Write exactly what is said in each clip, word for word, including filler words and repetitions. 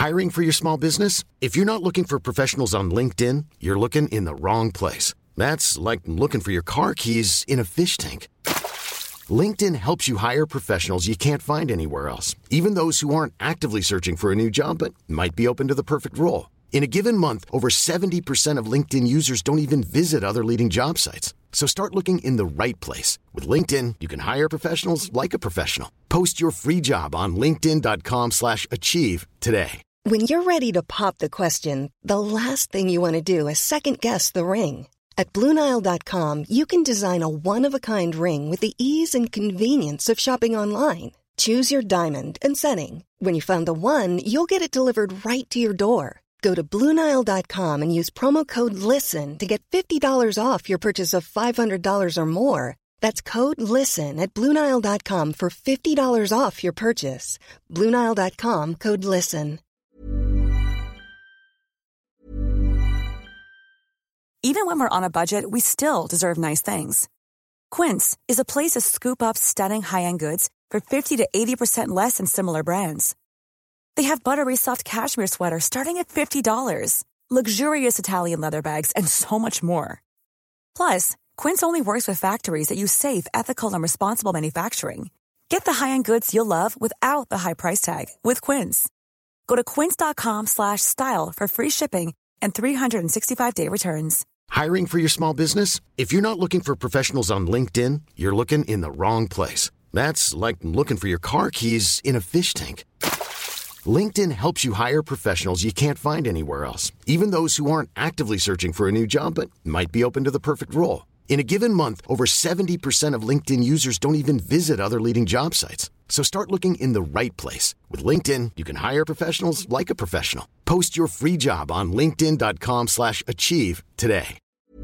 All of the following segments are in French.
Hiring for your small business? If you're not looking for professionals on LinkedIn, you're looking in the wrong place. That's like looking for your car keys in a fish tank. LinkedIn helps you hire professionals you can't find anywhere else, even those who aren't actively searching for a new job but might be open to the perfect role. In a given month, over seventy percent of LinkedIn users don't even visit other leading job sites. So start looking in the right place. With LinkedIn, you can hire professionals like a professional. Post your free job on linkedin.com slash achieve today. When you're ready to pop the question, the last thing you want to do is second-guess the ring. At Blue Nile dot com, you can design a one-of-a-kind ring with the ease and convenience of shopping online. Choose your diamond and setting. When you find the one, you'll get it delivered right to your door. Go to Blue Nile dot com and use promo code LISTEN to get fifty dollars off your purchase of five hundred dollars or more. That's code LISTEN at Blue Nile dot com for fifty dollars off your purchase. Blue Nile dot com, code LISTEN. Even when we're on a budget, we still deserve nice things. Quince is a place to scoop up stunning high-end goods for fifty to eighty percent less than similar brands. They have buttery soft cashmere sweaters starting at fifty dollars, luxurious Italian leather bags, and so much more. Plus, Quince only works with factories that use safe, ethical, and responsible manufacturing. Get the high-end goods you'll love without the high price tag with Quince. Go to quince.com slash style for free shipping and three sixty-five day returns. Hiring for your small business? If you're not looking for professionals on LinkedIn, you're looking in the wrong place. That's like looking for your car keys in a fish tank. LinkedIn helps you hire professionals you can't find anywhere else, even those who aren't actively searching for a new job but might be open to the perfect role. In a given month, over seventy percent of LinkedIn users don't even visit other leading job sites. So start looking in the right place. With LinkedIn, you can hire professionals like a professional. Post your free job on linkedin.com slash achieve today.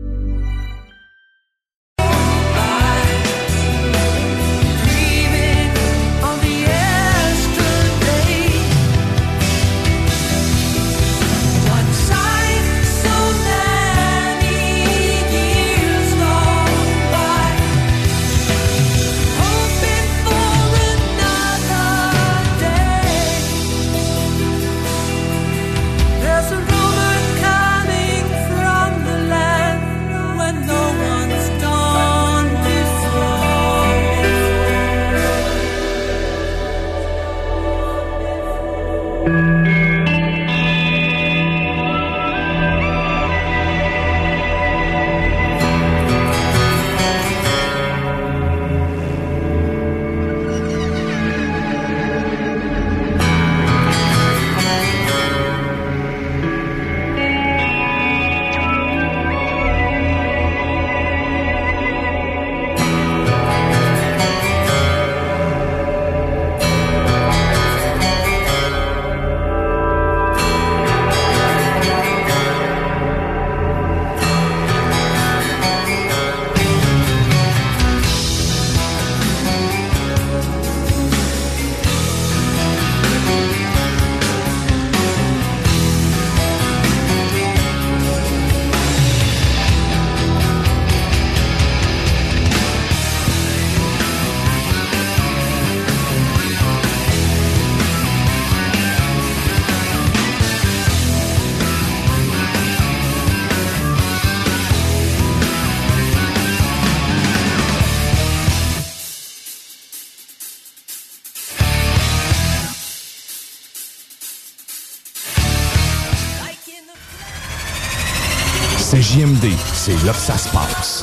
C'est J M D, c'est là que ça se passe.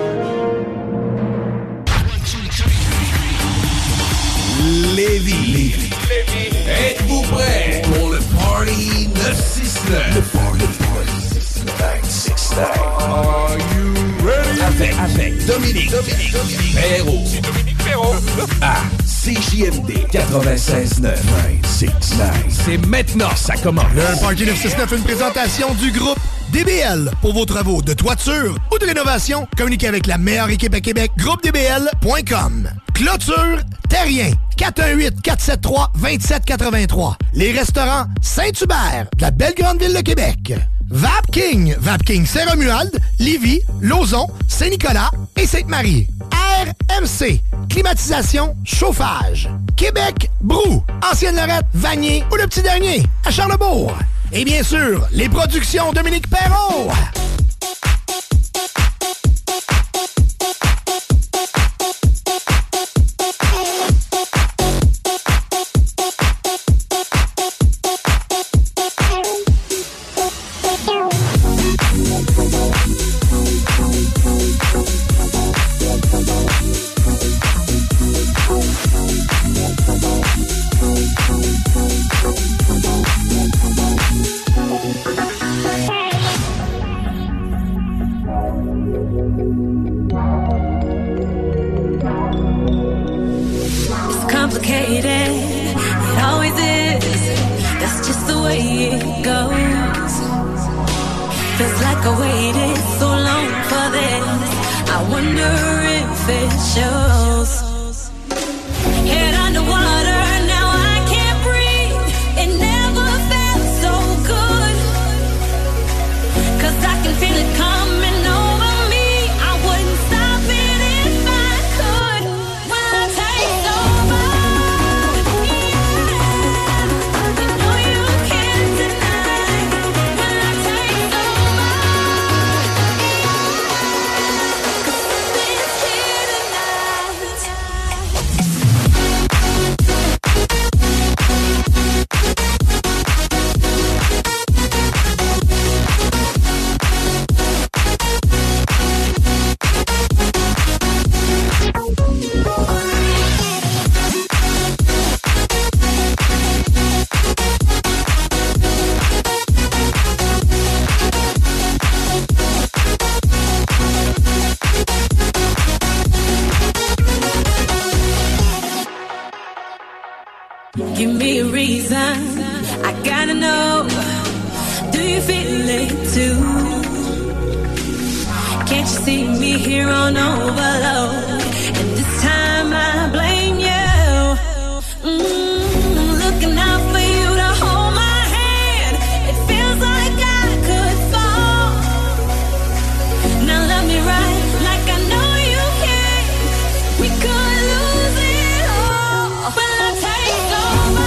Lévis. Lévis. Êtes-vous prêts pour le Party neuf six neuf? Le Party neuf six neuf. Are you ready? Avec, avec Dominique, Dominique, Dominique Perrault. C'est Dominique Perrault. À C J M D quatre-vingt-seize neuf. neuf six neuf. C'est maintenant, ça commence. Le Party neuf six neuf, une présentation du groupe D B L. Pour vos travaux de toiture ou de rénovation, communiquez avec la meilleure équipe à Québec, groupe d b l point com. Clôture Terrien, quatre un huit, quatre sept trois, deux sept huit trois. Les restaurants Saint-Hubert, de la belle grande ville de Québec. Vapking, Vapking Saint-Romuald, Lévis, Lauson, Saint-Nicolas et Sainte-Marie. R M C, climatisation, chauffage. Québec, Brou, Ancienne-Lorette, Vanier ou le petit dernier, à Charlebourg. Et bien sûr, les productions Dominique Perrault. Give me a reason, I gotta know. Do you feel it too? Can't you see me here on overload? And this time I blame you. Mm, looking out for you to hold my hand. It feels like I could fall. Now love me right like I know you can. We could lose it all. But I take over.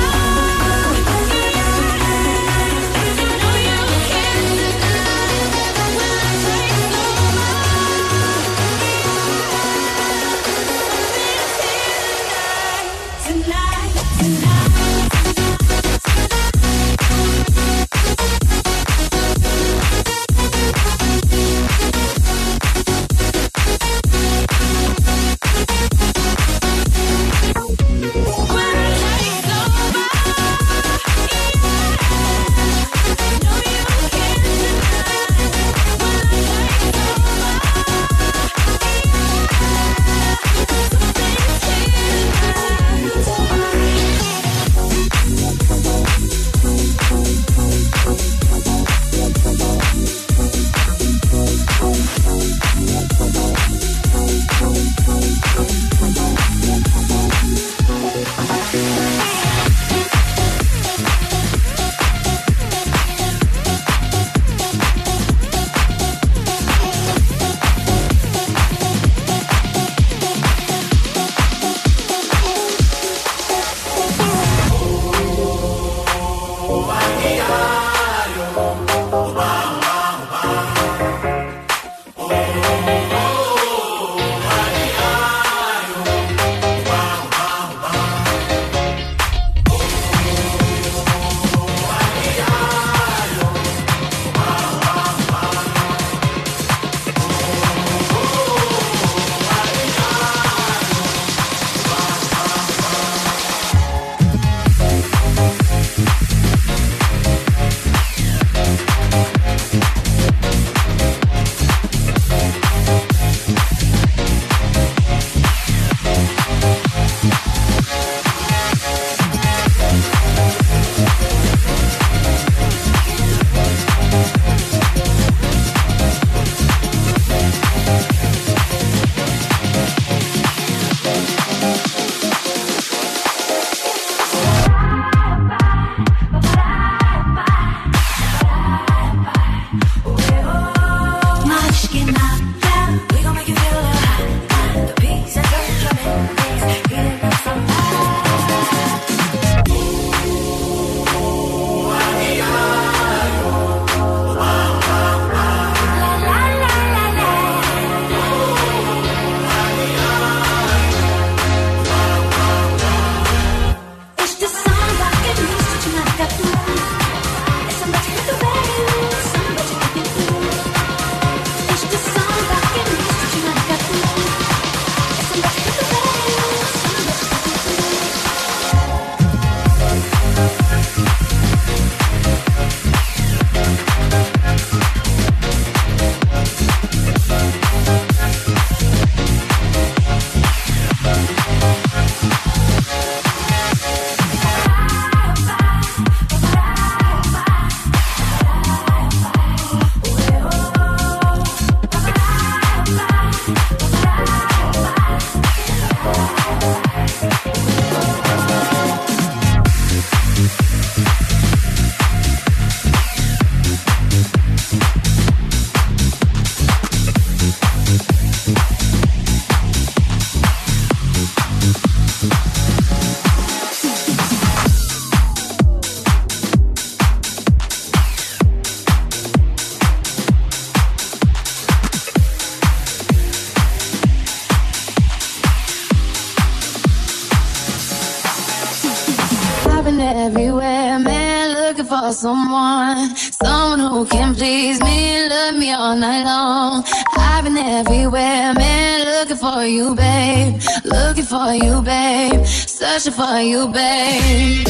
for someone, someone who can please me, love me all night long. I've been everywhere, man, looking for you, babe. Looking for you, babe. Searching for you, babe.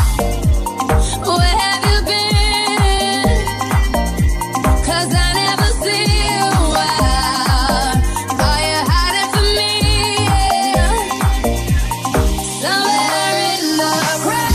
Where have you been? 'Cause I never see you. Are you hiding from me? Somewhere in the crowd.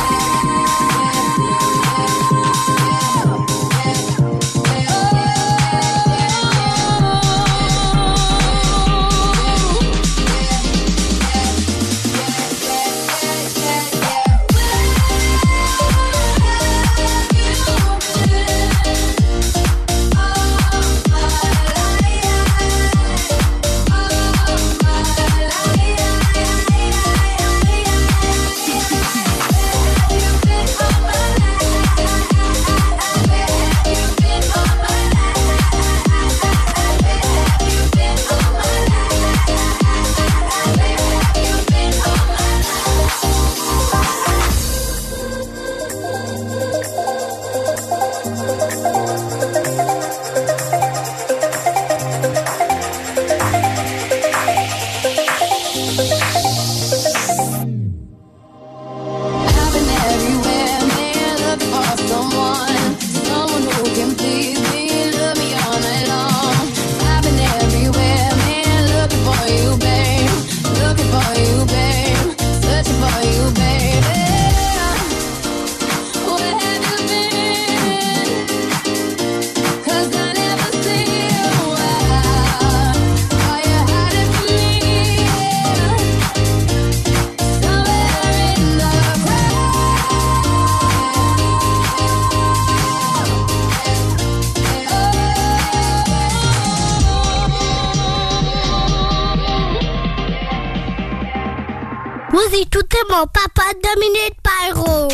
Vous écoutez mon papa Dominique Perrault.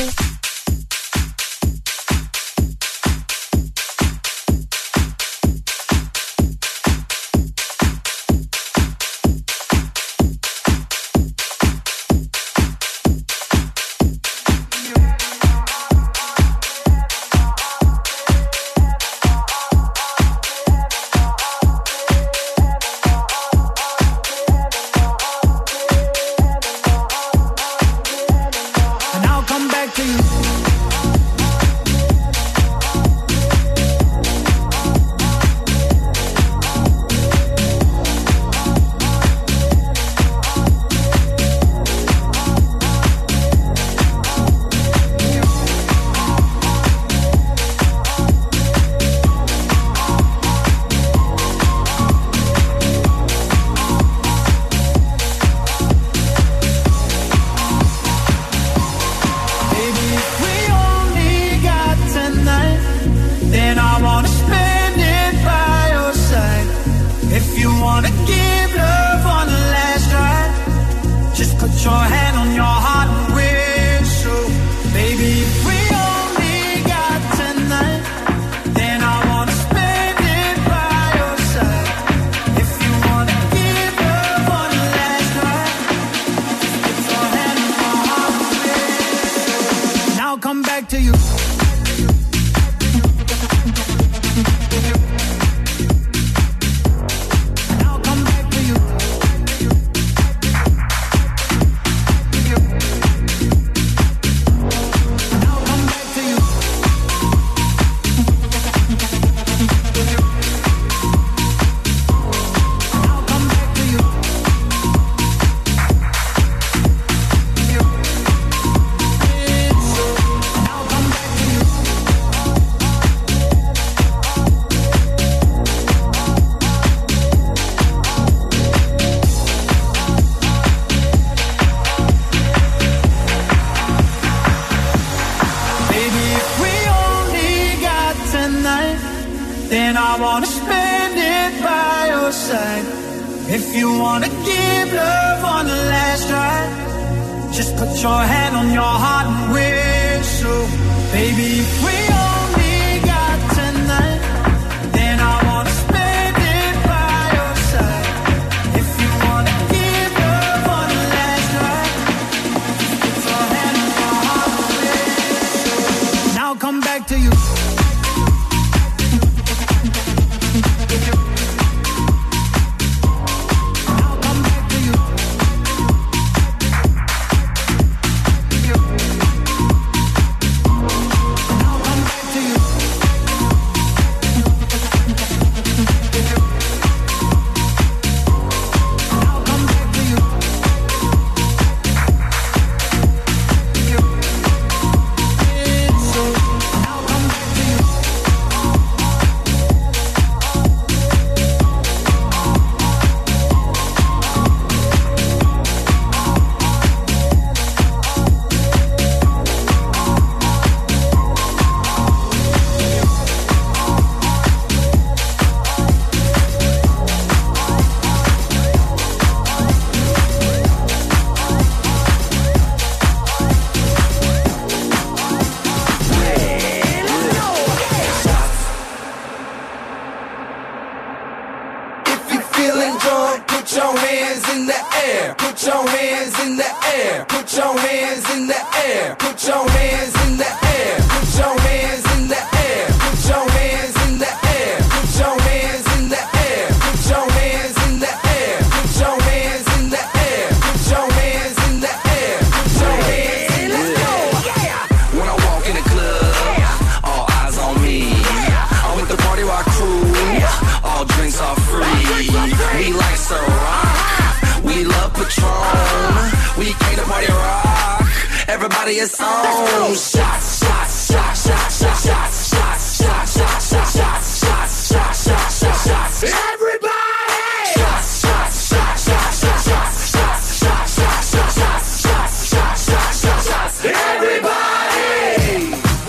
Put your hands in the air. Put your hands in the air. Put your hands in the air. Put your hands in the air. Put your hands in the air. Put your hands in the air. Put your hands in the air. Put your hands in the air. Put your hands in the air. Put your hands in the air. When I walk in the club, all eyes on me. I'm with the party rock crew. All drinks are free. We like Ciroc. We love Patron. We came to party rock. Everybody is on. Shots, shots, shots, shots, shots, shots, shots, shots, shots, shots, shots, shots, shots, shots, shots, shots. Everybody! Shots, shots, shots, shots, shots, shots, shots, shots, shots, shots, shots, shots, shots, shots, shots, shots. Everybody!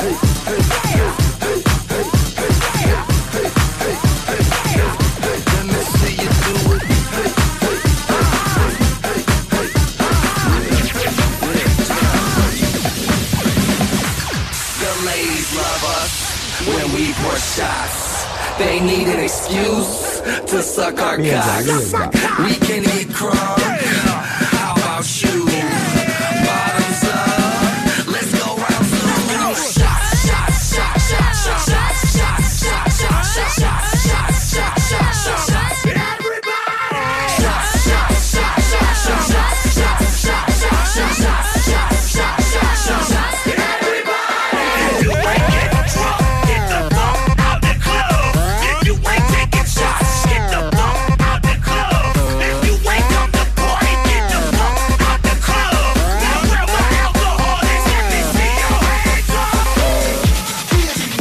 Let me see you do it. The ladies love us when we pour shots. They need an excuse to suck our cocks. We can eat crunk. How about you? Bottoms up. Let's go round two. Shots, shots, shots, shots, shots, shots, shots, shots, shots, shots, shots, shots, shots, shots, shots. Everybody! Shots, shots, shots, shots, shots, shots, shots, shots, shots, shots, shots, shots, shots, shots, shots, shots. Everybody! If you ain't getting drunk, get the fuck out the club. If you ain't taking shots, get the fuck out the club. If you ain't come to party, get the fuck out the club. Now where the alcohol is, let me see your hands up.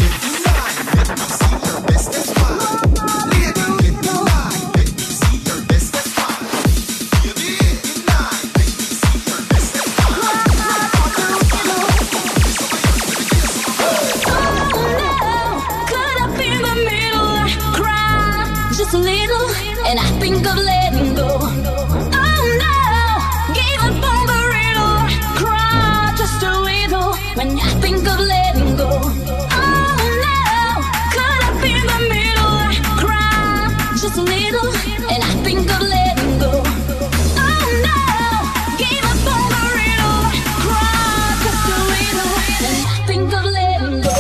Caught up in the middle, cry just a little, and I think of letting go. Oh no, gave up on the riddle, cry just a little, when I think of letting go. Oh no, caught up in the middle, cry just a little, and I think of letting go. Oh no, gave up on the riddle, cry just a little, when I think of letting go.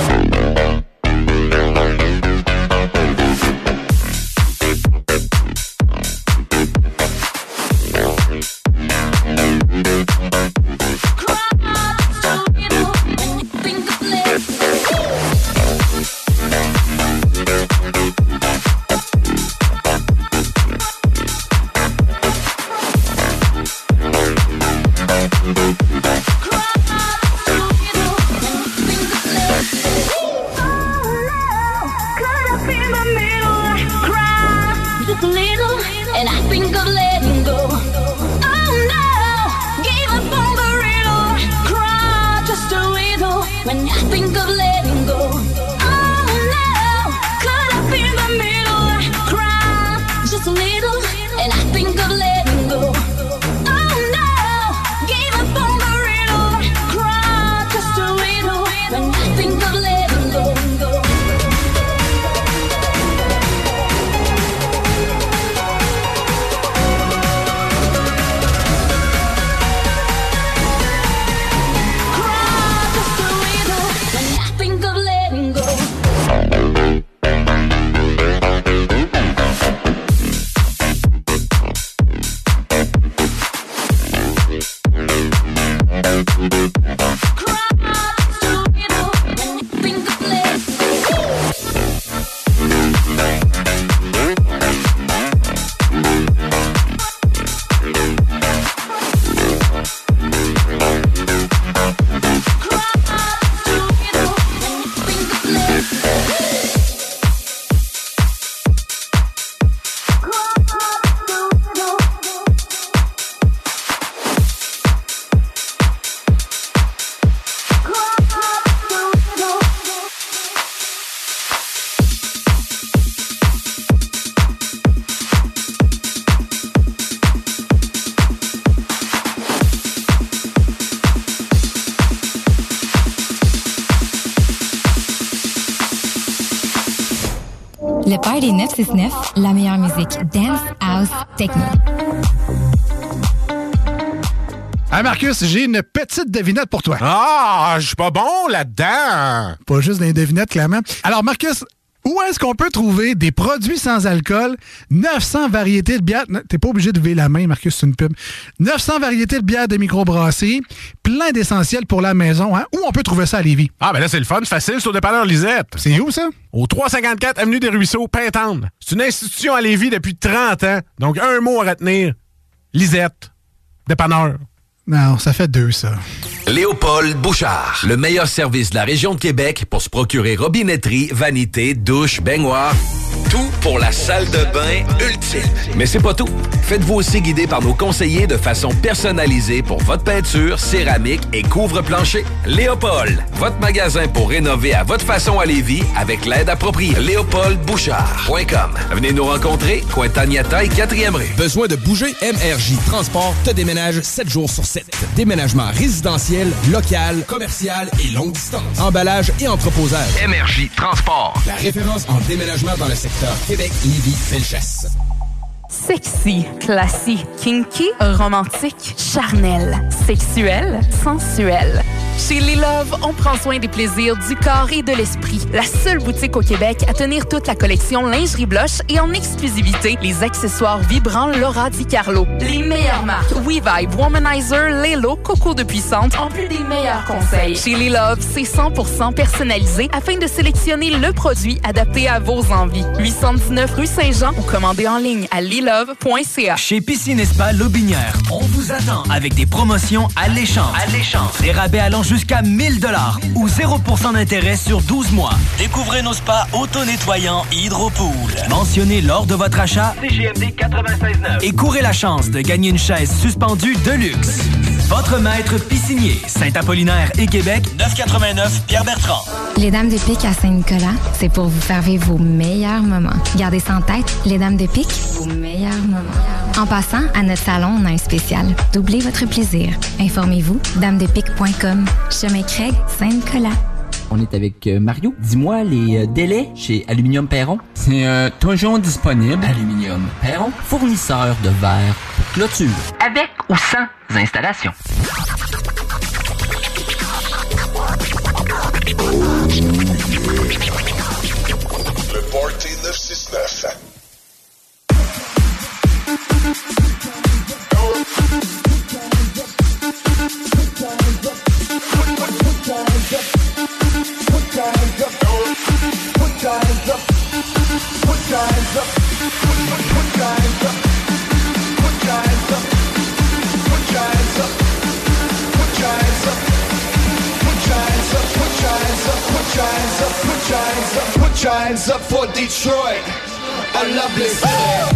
Just a little, and I think of letting go. Oh no, gave up on the riddle, cry just a little, when I think of letting go. Oh no, caught up in the middle, cry just a little, and I think of letting go. Oh no, gave up on the riddle, cry just a little, when I think of letting go. Le Party neuf cent soixante-neuf, la meilleure musique dance, house, techno. Ah, Marcus, j'ai une petite devinette pour toi. Ah, je suis pas bon là-dedans. Pas juste des devinettes, clairement. Alors, Marcus, où est-ce qu'on peut trouver des produits sans alcool, neuf cents variétés de bières... T'es pas obligé de lever la main, Marcus, c'est une pub. neuf cents variétés de bières de microbrasserie, plein d'essentiels pour la maison. Hein? Où on peut trouver ça à Lévis? Ah, ben là, c'est le fun, facile, c'est au dépanneur Lisette. C'est où, ça? Au trois cent cinquante-quatre Avenue des Ruisseaux, Pintendre. C'est une institution à Lévis depuis trente ans. Donc, un mot à retenir. Lisette. Dépanneur. Non, ça fait deux, ça. Léopold Bouchard, le meilleur service de la région de Québec pour se procurer robinetterie, vanité, douche, baignoire. Tout pour la salle de bain ultime. Mais c'est pas tout. Faites-vous aussi guider par nos conseillers de façon personnalisée pour votre peinture, céramique et couvre-plancher. Léopold, votre magasin pour rénover à votre façon à Lévis avec l'aide appropriée. léopold bouchard point com. Venez nous rencontrer, Cointagnata et quatrième rue. Besoin de bouger? M R J Transport te déménage sept jours sur sept. Déménagement résidentiel, local, commercial et longue distance. Emballage et entreposage. M R J Transport. La référence en déménagement dans le secteur Québec, Lévis, Felchasse. Sexy, classique, kinky, romantique, charnel, sexuel, sensuel. Chez Les Love, on prend soin des plaisirs du corps et de l'esprit. La seule boutique au Québec à tenir toute la collection lingerie blush et en exclusivité, les accessoires vibrants Laura Di Carlo. Les meilleures marques WeVibe, Womanizer, Lelo, Coco de Puissante, en plus des meilleurs conseils. Chez Les Love, c'est cent pour cent personnalisé afin de sélectionner le produit adapté à vos envies. huit cent dix-neuf rue Saint-Jean ou commandez en ligne à lilove point c a. Chez Piscine et Spa Lobinière, on vous attend avec des promotions alléchantes. Alléchantes. Des rabais allant jusqu'à mille dollars ou zéro pour cent d'intérêt sur douze mois. Découvrez nos spas auto-nettoyants Hydropool. Mentionnez lors de votre achat C G M D quatre-vingt-seize neuf et courez la chance de gagner une chaise suspendue de luxe. Votre maître piscinier, Saint-Apollinaire et Québec, neuf cent quatre-vingt-neuf Pierre-Bertrand. Les Dames de Pique à Saint-Nicolas, c'est pour vous faire vivre vos meilleurs moments. Gardez ça en tête, les Dames de Pique, vos meilleurs moments. En passant, à notre salon, on a un spécial. Doublez votre plaisir. Informez-vous, dames de pique point com. Chemin Craig, Saint-Nicolas. On est avec euh, Mario. Dis-moi les euh, délais chez Aluminium Perron. C'est euh, toujours disponible. Aluminium Perron, fournisseur de verre pour clôture. Avec ou sans installation. Le Party neuf cent soixante-neuf. Put your hands up for Detroit, a lovely city.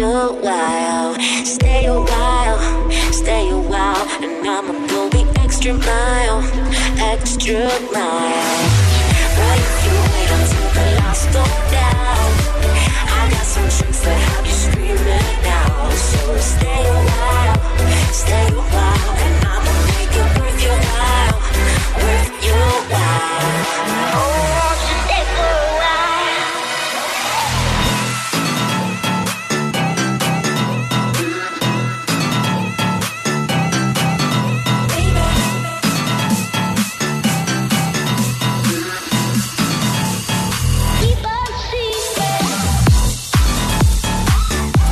you a while. Stay a while, stay a while, and I'ma go the extra mile, extra mile. What if you wait until the lights go down? I got some tricks that have you screaming now. So stay a while, stay a while, and I'ma make it worth your while, worth your while. Oh, stay for a while. Keep on seeing.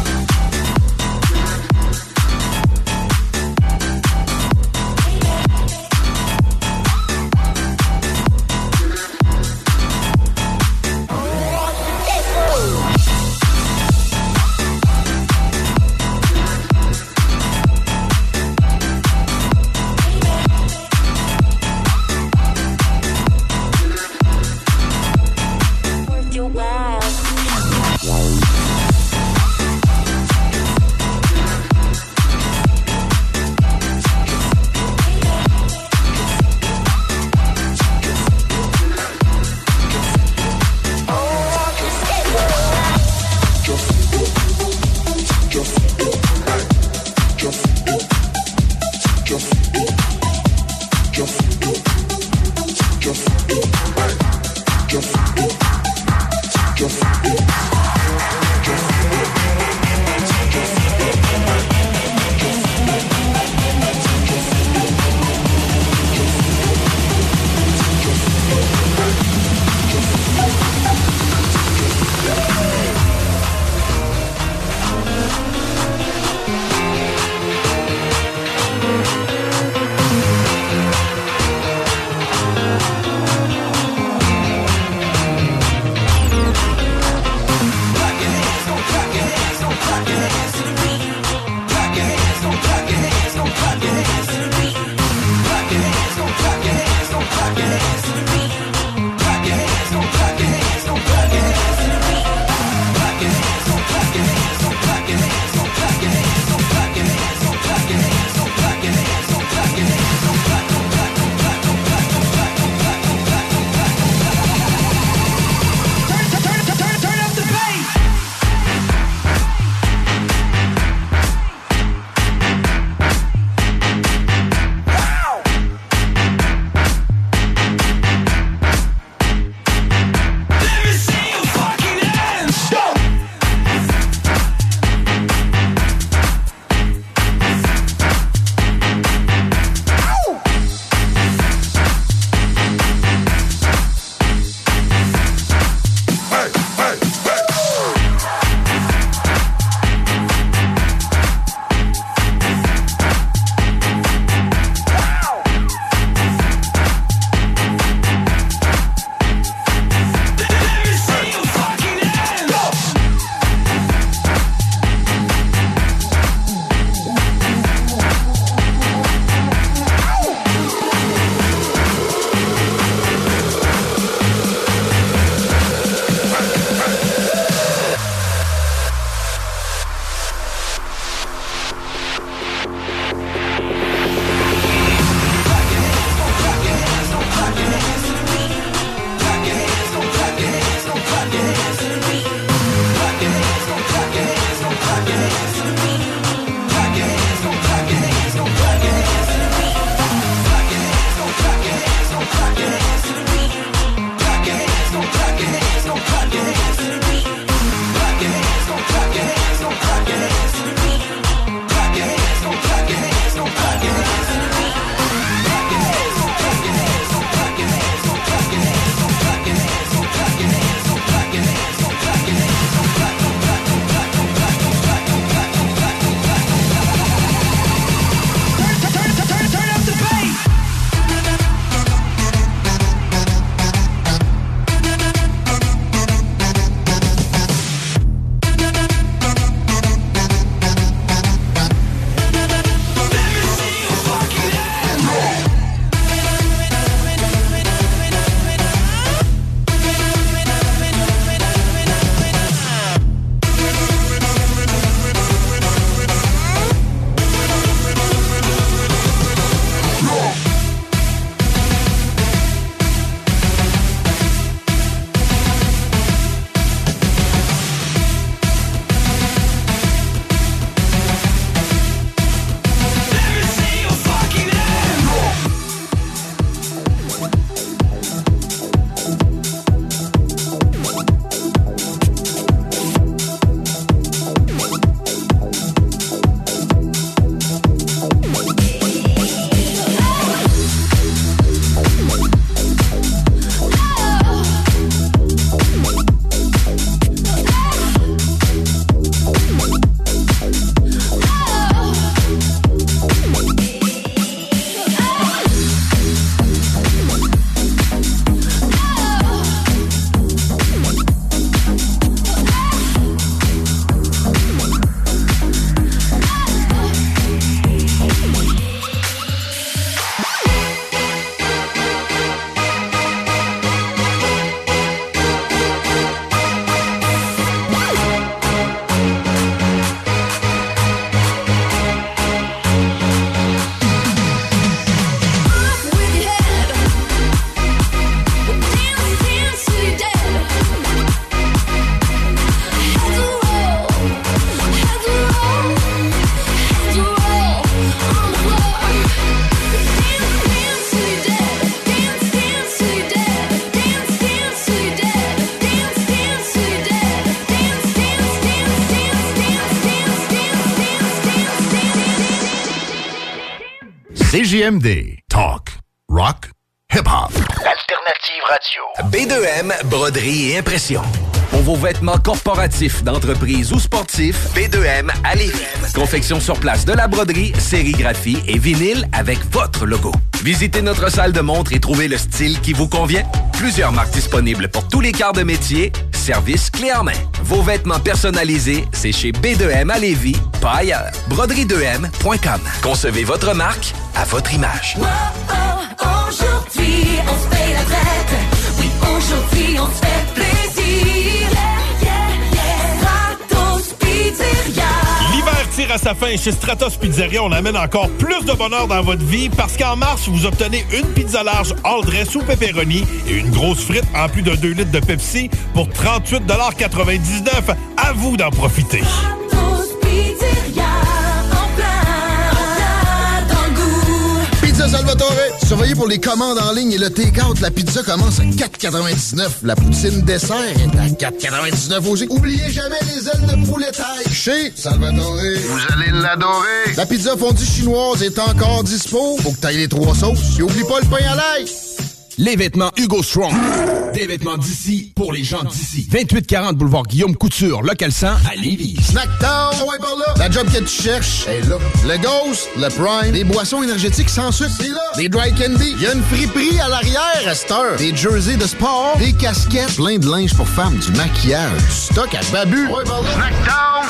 C J M D. Talk. Rock. Hip-hop. Alternative Radio. B deux M, broderie et impression. Pour vos vêtements corporatifs, d'entreprise ou sportifs, B deux M à Lévis. Confection sur place de la broderie, sérigraphie et vinyle avec votre logo. Visitez notre salle de montre et trouvez le style qui vous convient. Plusieurs marques disponibles pour tous les quarts de métier. Service clé en main. Vos vêtements personnalisés, c'est chez B deux M à Lévis, pas ailleurs. broderie deux m point com. Concevez votre marque à votre image. Oh, oh, aujourd'hui, on se paye la traite. Oui, aujourd'hui, on se fait plaisir. Yeah, yeah, yeah. Stratos Pizzeria. L'hiver tire à sa fin et chez Stratos Pizzeria, on amène encore plus de bonheur dans votre vie parce qu'en mars, vous obtenez une pizza large all dress ou pepperoni et une grosse frite en plus de deux litres de Pepsi pour trente-huit quatre-vingt-dix-neuf. À vous d'en profiter. Stratos Pizzeria, en plein, en plein dans le goût. Pizza Salvatore. Surveillez pour les commandes en ligne et le take-out. La pizza commence à quatre quatre-vingt-dix-neuf. La poutine dessert est à quatre quatre-vingt-dix-neuf aussi. Oubliez jamais les ailes de poulet taille. Chez Salvatore. Vous allez l'adorer. La pizza fondue chinoise est encore dispo. Faut que t'ailles les trois sauces. Et oublie pas le pain à l'ail. Les vêtements Hugo Strong. Des vêtements d'ici pour les gens d'ici. vingt-huit quarante boulevard Guillaume Couture, local cent à Lévis. Snackdown, ouais, par là. La job que tu cherches est là. Le Ghost, le Prime, des boissons énergétiques sans sucre, c'est là. Des dry candy, il y a une friperie à l'arrière à cette heure. Des jerseys de sport, des casquettes, plein de linge pour femmes, du maquillage, du stock à babu. Ouais, par là. Snackdown.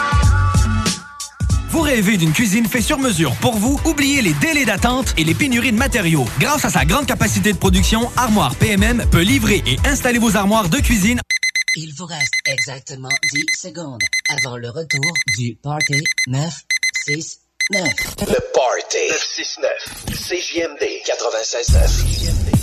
Vous rêvez d'une cuisine faite sur mesure pour vous? Oubliez les délais d'attente et les pénuries de matériaux. Grâce à sa grande capacité de production, Armoire P M M peut livrer et installer vos armoires de cuisine. Il vous reste exactement dix secondes avant le retour du Party neuf six neuf. Le Party neuf six neuf. C J M D quatre-vingt-seize neuf.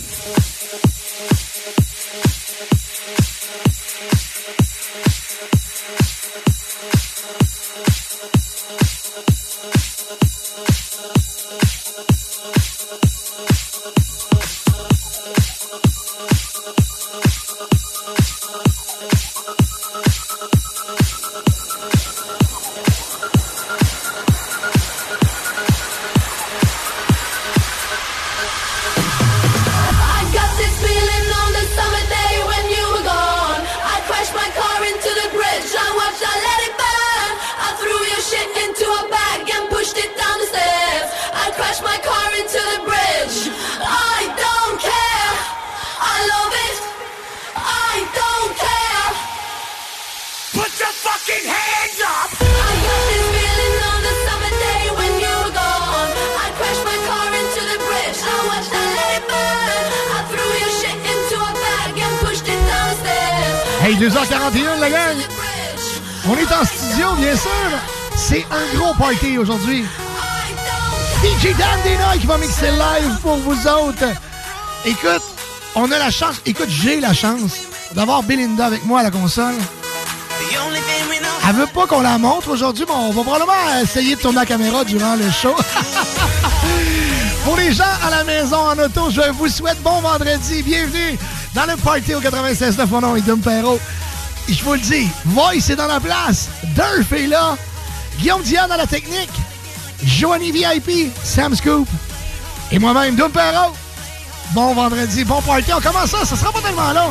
Hey, deux heures quarante et un, la gang! On est en studio, bien sûr! C'est un gros party aujourd'hui. D J Dan Denoy qui va mixer live pour vous autres. Écoute, on a la chance, écoute, j'ai la chance d'avoir Belinda avec moi à la console. Elle veut pas qu'on la montre aujourd'hui, mais on va probablement essayer de tourner la caméra durant le show. Pour les gens à la maison en auto, je vous souhaite bon vendredi. Bienvenue dans le party au quatre-vingt-seize neuf. Mon nom est Dom Perrault. Et je vous le dis, Voice est dans la place. Durf est là. Guillaume Diane à la technique. Joanie V I P, Sam Scoop. Et moi-même, Dom Perrault. Bon vendredi, bon party. On commence ça, ça sera pas tellement long.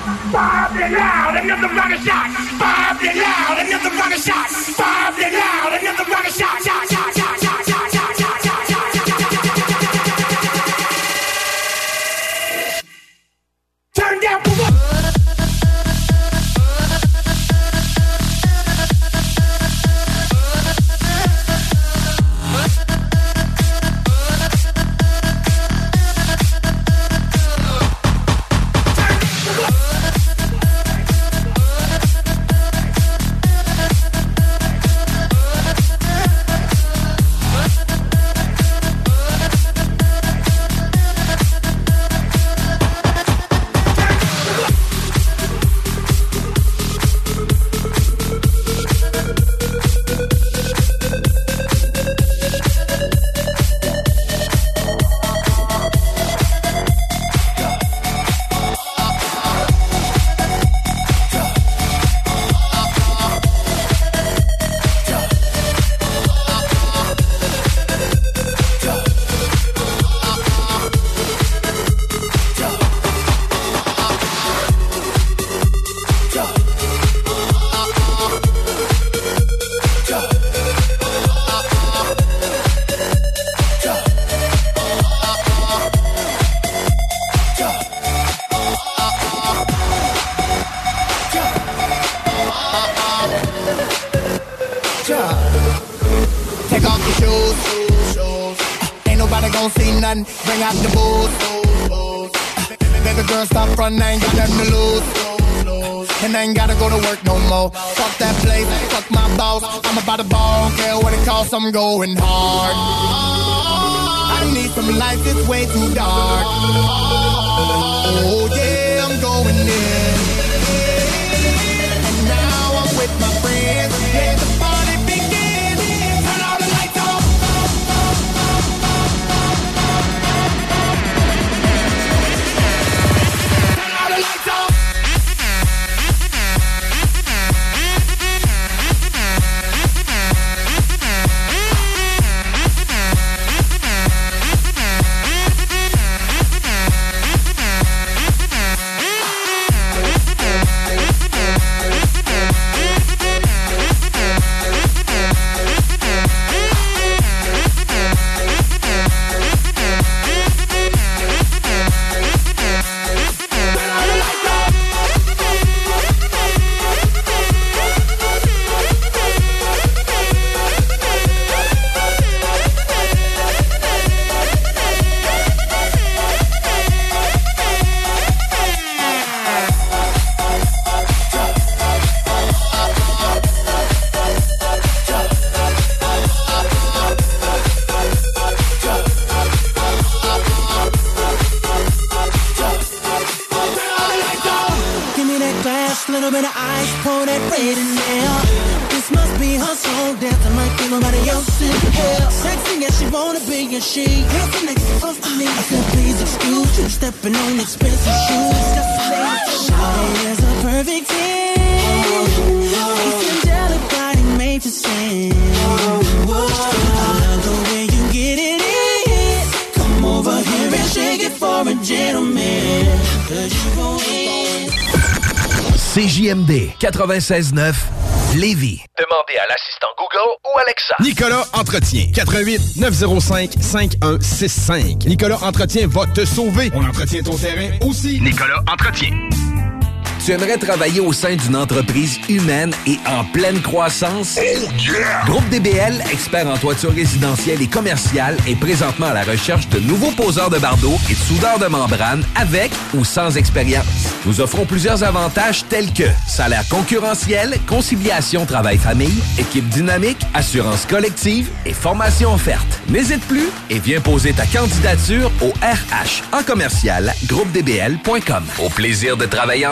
Bob it loud, another round of shots. Bob it loud, another round of shots. Bob it loud, another round of shots. Shot, shot, shot, shot, shot, shot, shot, shot, shot, shot. Turn down for what? Bring out the booze. Baby girl, stop running, I ain't got nothing to lose. And I ain't gotta go to work no more. Fuck that place, fuck my boss. I'm about to ball, don't care what it costs, I'm going hard. I need some lights, it's way too dark. Oh yeah, I'm going in. And now I'm with my friends. Let the party begin. Turn all the lights off. Little bit of ice, pour that red in there. This must be her soul death. I might get nobody else in hell. Sexy as she wanna be, and she handsome next to close to me. I said, please excuse you stepping on expensive shoes. She is a perfect ten. It's angelic body made to sin. I love the way you get it in. Come over here and shake it for a gentleman. Cause you gon' win. C J M D quatre-vingt-seize neuf Lévis. Demandez à l'assistant Google ou Alexa. Nicolas Entretien. quatre un huit neuf zéro cinq cinq un six cinq. Nicolas Entretien va te sauver. On entretient ton terrain aussi. Nicolas Entretien. Tu aimerais travailler au sein d'une entreprise humaine et en pleine croissance? Oh yeah! Groupe D B L, expert en toiture résidentielle et commerciale, est présentement à la recherche de nouveaux poseurs de bardeaux et de soudeurs de membrane avec ou sans expérience. Nous offrons plusieurs avantages tels que salaire concurrentiel, conciliation travail-famille, équipe dynamique, assurance collective et formation offerte. N'hésite plus et viens poser ta candidature au R H en commercial groupe d b l point com. Au plaisir de travailler ensemble.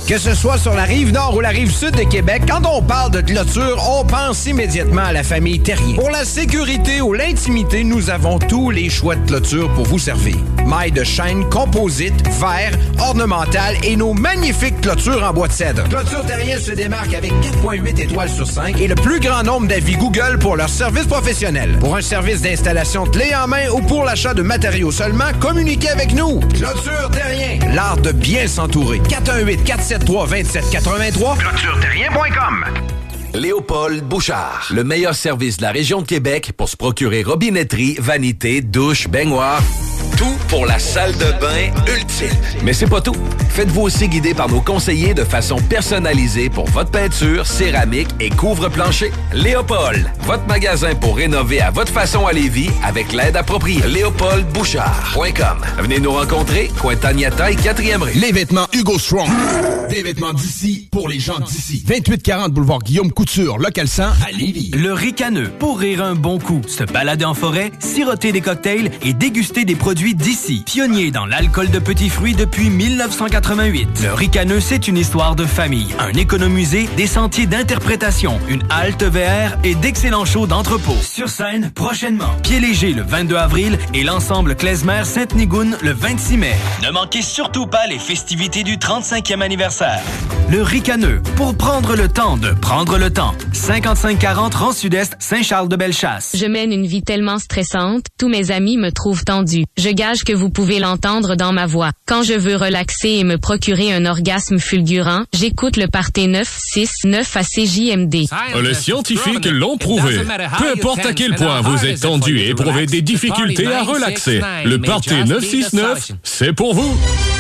Que ce soit sur la rive nord ou la rive sud de Québec, quand on parle de clôture, on pense immédiatement à la famille Terrien. Pour la sécurité ou l'intimité, nous avons tous les choix de clôture pour vous servir. Mailles de chaîne, composite, verre, ornemental et nos magnifiques clôtures en bois de cèdre. Clôture Terrien se démarque avec quatre virgule huit étoiles sur cinq et le plus grand nombre d'avis Google pour leur service professionnel. Pour un service d'installation clé en main ou pour l'achat de matériaux seulement, communiquez avec nous. Clôture Terrien, l'art de bien s'entourer. quatre un huit, quatre sept trois, deux sept huit trois. clôture terrien point com. Léopold Bouchard, le meilleur service de la région de Québec pour se procurer robinetterie, vanité, douche, baignoire. Tout pour la salle de bain ultime. Mais c'est pas tout. Faites-vous aussi guider par nos conseillers de façon personnalisée pour votre peinture, céramique et couvre-plancher. Léopold, votre magasin pour rénover à votre façon à Lévis avec l'aide appropriée. léopold bouchard point com. Venez nous rencontrer, Cointagnata et quatrième rue. Les vêtements Hugo Strong. Des vêtements d'ici pour les gens d'ici. vingt-huit quarante boulevard Guillaume Couture, local cent à Lévis. Le ricaneux, pour rire un bon coup, se balader en forêt, siroter des cocktails et déguster des produits d'ici. Pionnier dans l'alcool de petits fruits depuis mille neuf cent quatre-vingt-huit. Le ricaneux, c'est une histoire de famille, un économusée, des sentiers d'interprétation, une halte V R et d'excellents shows d'entrepôt. Sur scène, prochainement. Pied léger le vingt-deux avril et l'ensemble Klezmer Sainte-Nigoune le vingt-six mai. Ne manquez surtout pas les festivités du trente-cinquième anniversaire. Le ricaneux, pour prendre le temps de prendre le temps. cinquante-cinq quarante rang Sud-Est, Saint-Charles-de-Bellechasse. Je mène une vie tellement stressante, tous mes amis me trouvent tendue. Je gage que vous pouvez l'entendre dans ma voix. Quand je veux relaxer et me procurer un orgasme fulgurant, j'écoute le Party neuf six neuf à C J M D. Les scientifiques l'ont prouvé. Peu importe à quel point vous êtes tendu et éprouvez des difficultés à relaxer, le Party neuf six neuf, c'est pour vous.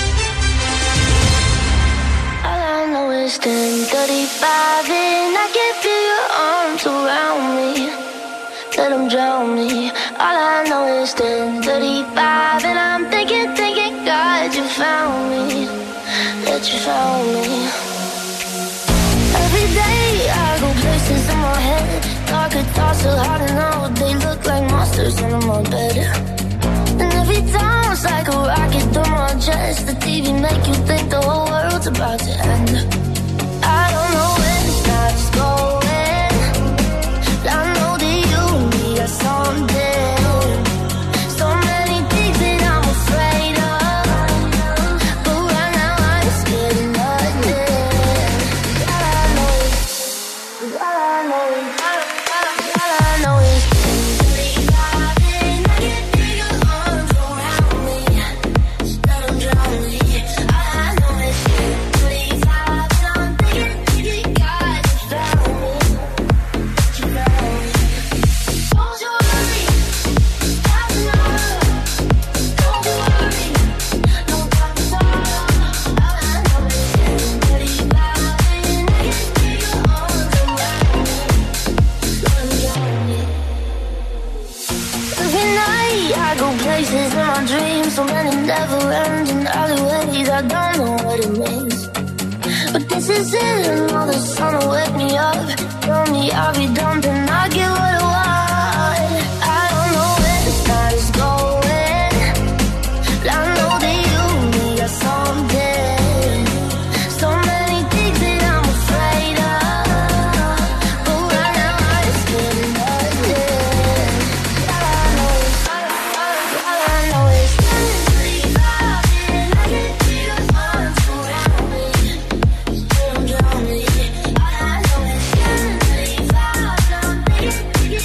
It's ten thirty-five and I can feel your arms around me. Let them drown me. All I know is ten thirty-five and I'm thinking, thinking, God, you found me. That you found me. Every day I go places in my head. Darker thoughts are hard to know. They look like monsters under my bed. And every time it's like a rocket through my chest. The T V make you think the whole world's about to end. I don't know when this night's going, but I know that you and me are something. So many things that I'm afraid of, but right now I'm scared of nothing. All I know is, all I know is, all I know is thirty-five and I can feel your arms around me. Just let them drown me. All I know is thirty-five and I'm thinking, God, you found me. You found me. Don't you worry, stop now. Don't you worry, no time to talk. All I know is thirty-five and I can feel your arms around me. Let them drown me. Every night I go places in my dreams, so many never-ending alleyways. I don't know what it means, but this is it. And all the sun will wake me up, tell me I'll be done, then I get what I want. I don't know where this night is going, but I know that you and me are something. So many things that I'm afraid of, but right now I'm scared of nothing. All I know is, all I know is thirty-five and I can feel your arms around me. Just let them drown me. All I know is thirty-five and I'm thinking,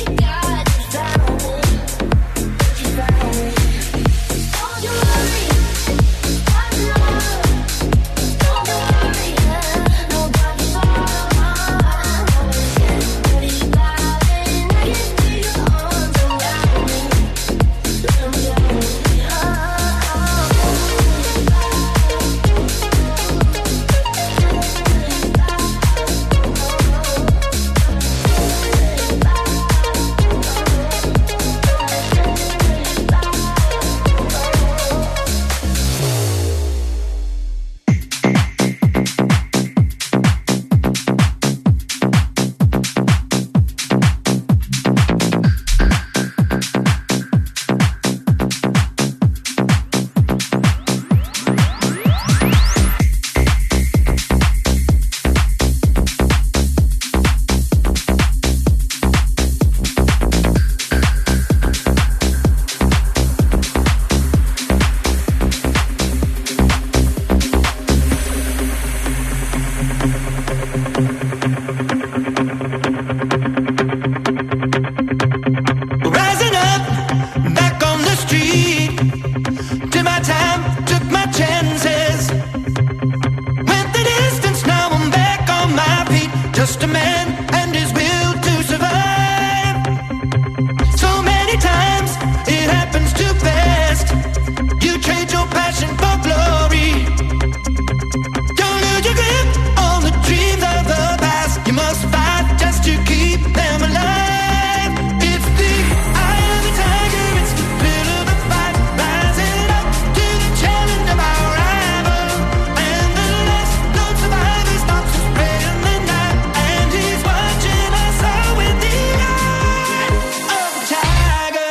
just a man and his will to survive. So many times it happens too fast. You trade your passion for glory. Don't lose your grip on the dreams of the past. You must fight just to keep them alive. It's the eye of the tiger, it's the thrill of the fight, rising up to the challenge of our rival. And the last known survivor stops us spreading the night, and he's watching us all with the eye of the tiger.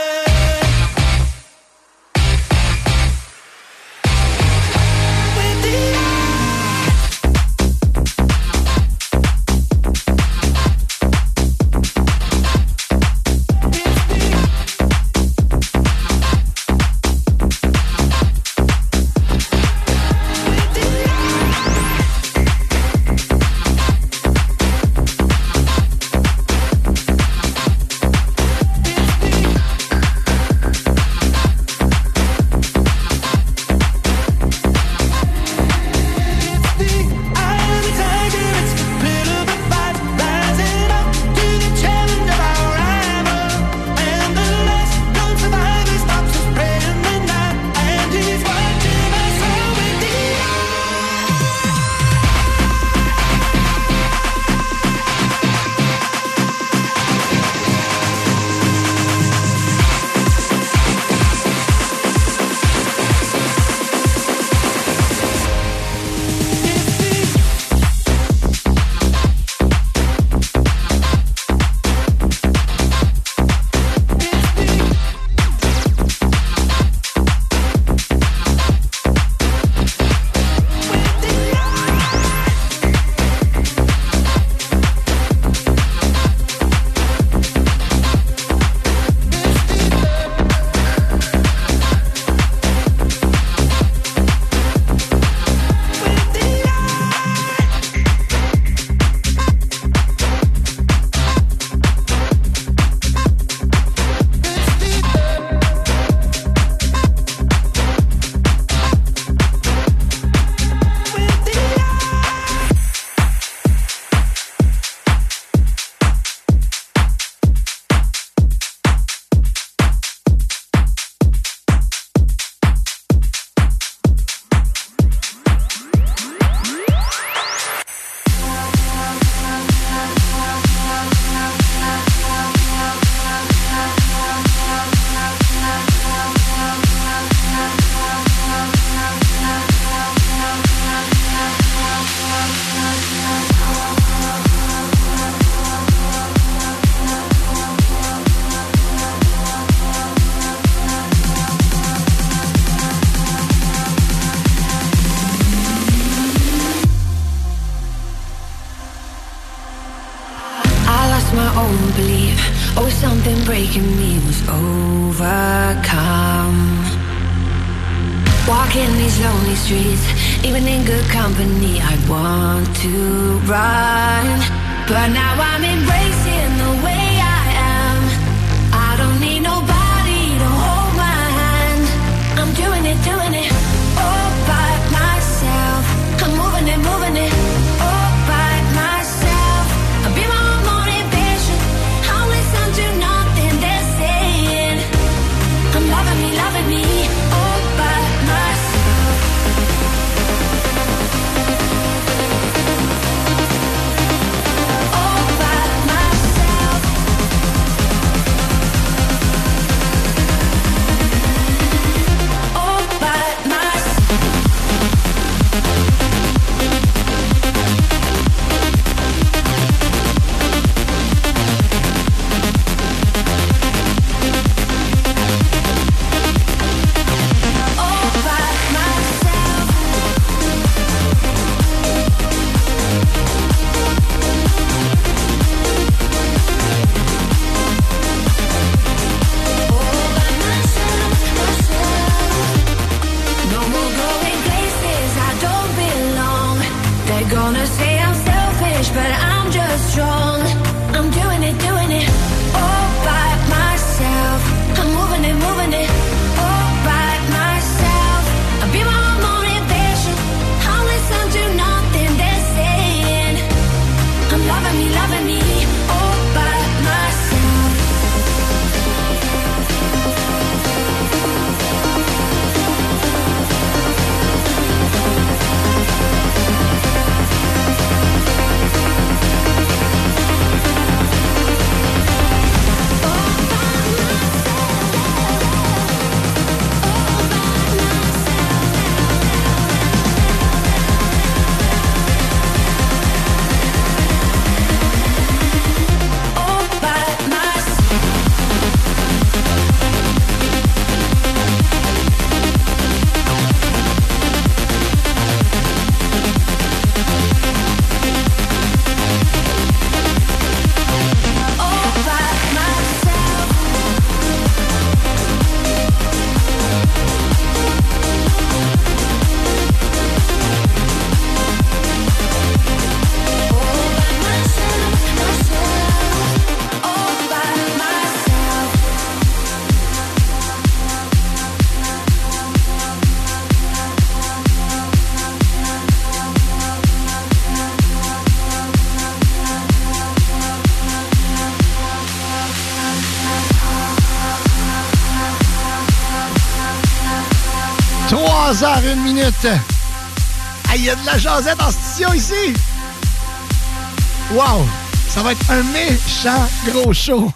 With the my own belief. Oh, something breaking me was overcome. Walking these lonely streets, even in good company, I want to run. But now I'm embracing the way I am. I don't need nobody to hold my hand. I'm doing it, doing it all by myself. I'm moving it, moving it all by myself. I'll be my own motivation. I'll listen to nothing they're saying. I'm loving me, loving me all by myself. All by myself. All by myself. All by myself. No more going places I don't belong. They're gonna say I'm selfish, but I'm just strong. I'm doing it, doing it all by myself. I'm moving it, moving it all by myself. I'll be my own motivation. I'll listen to nothing they're saying. I'm loving me, driving me all by myself. trois heures une minute. Ah, il y a de la jasette en studio ici. Wow! Ça va être un méchant gros show.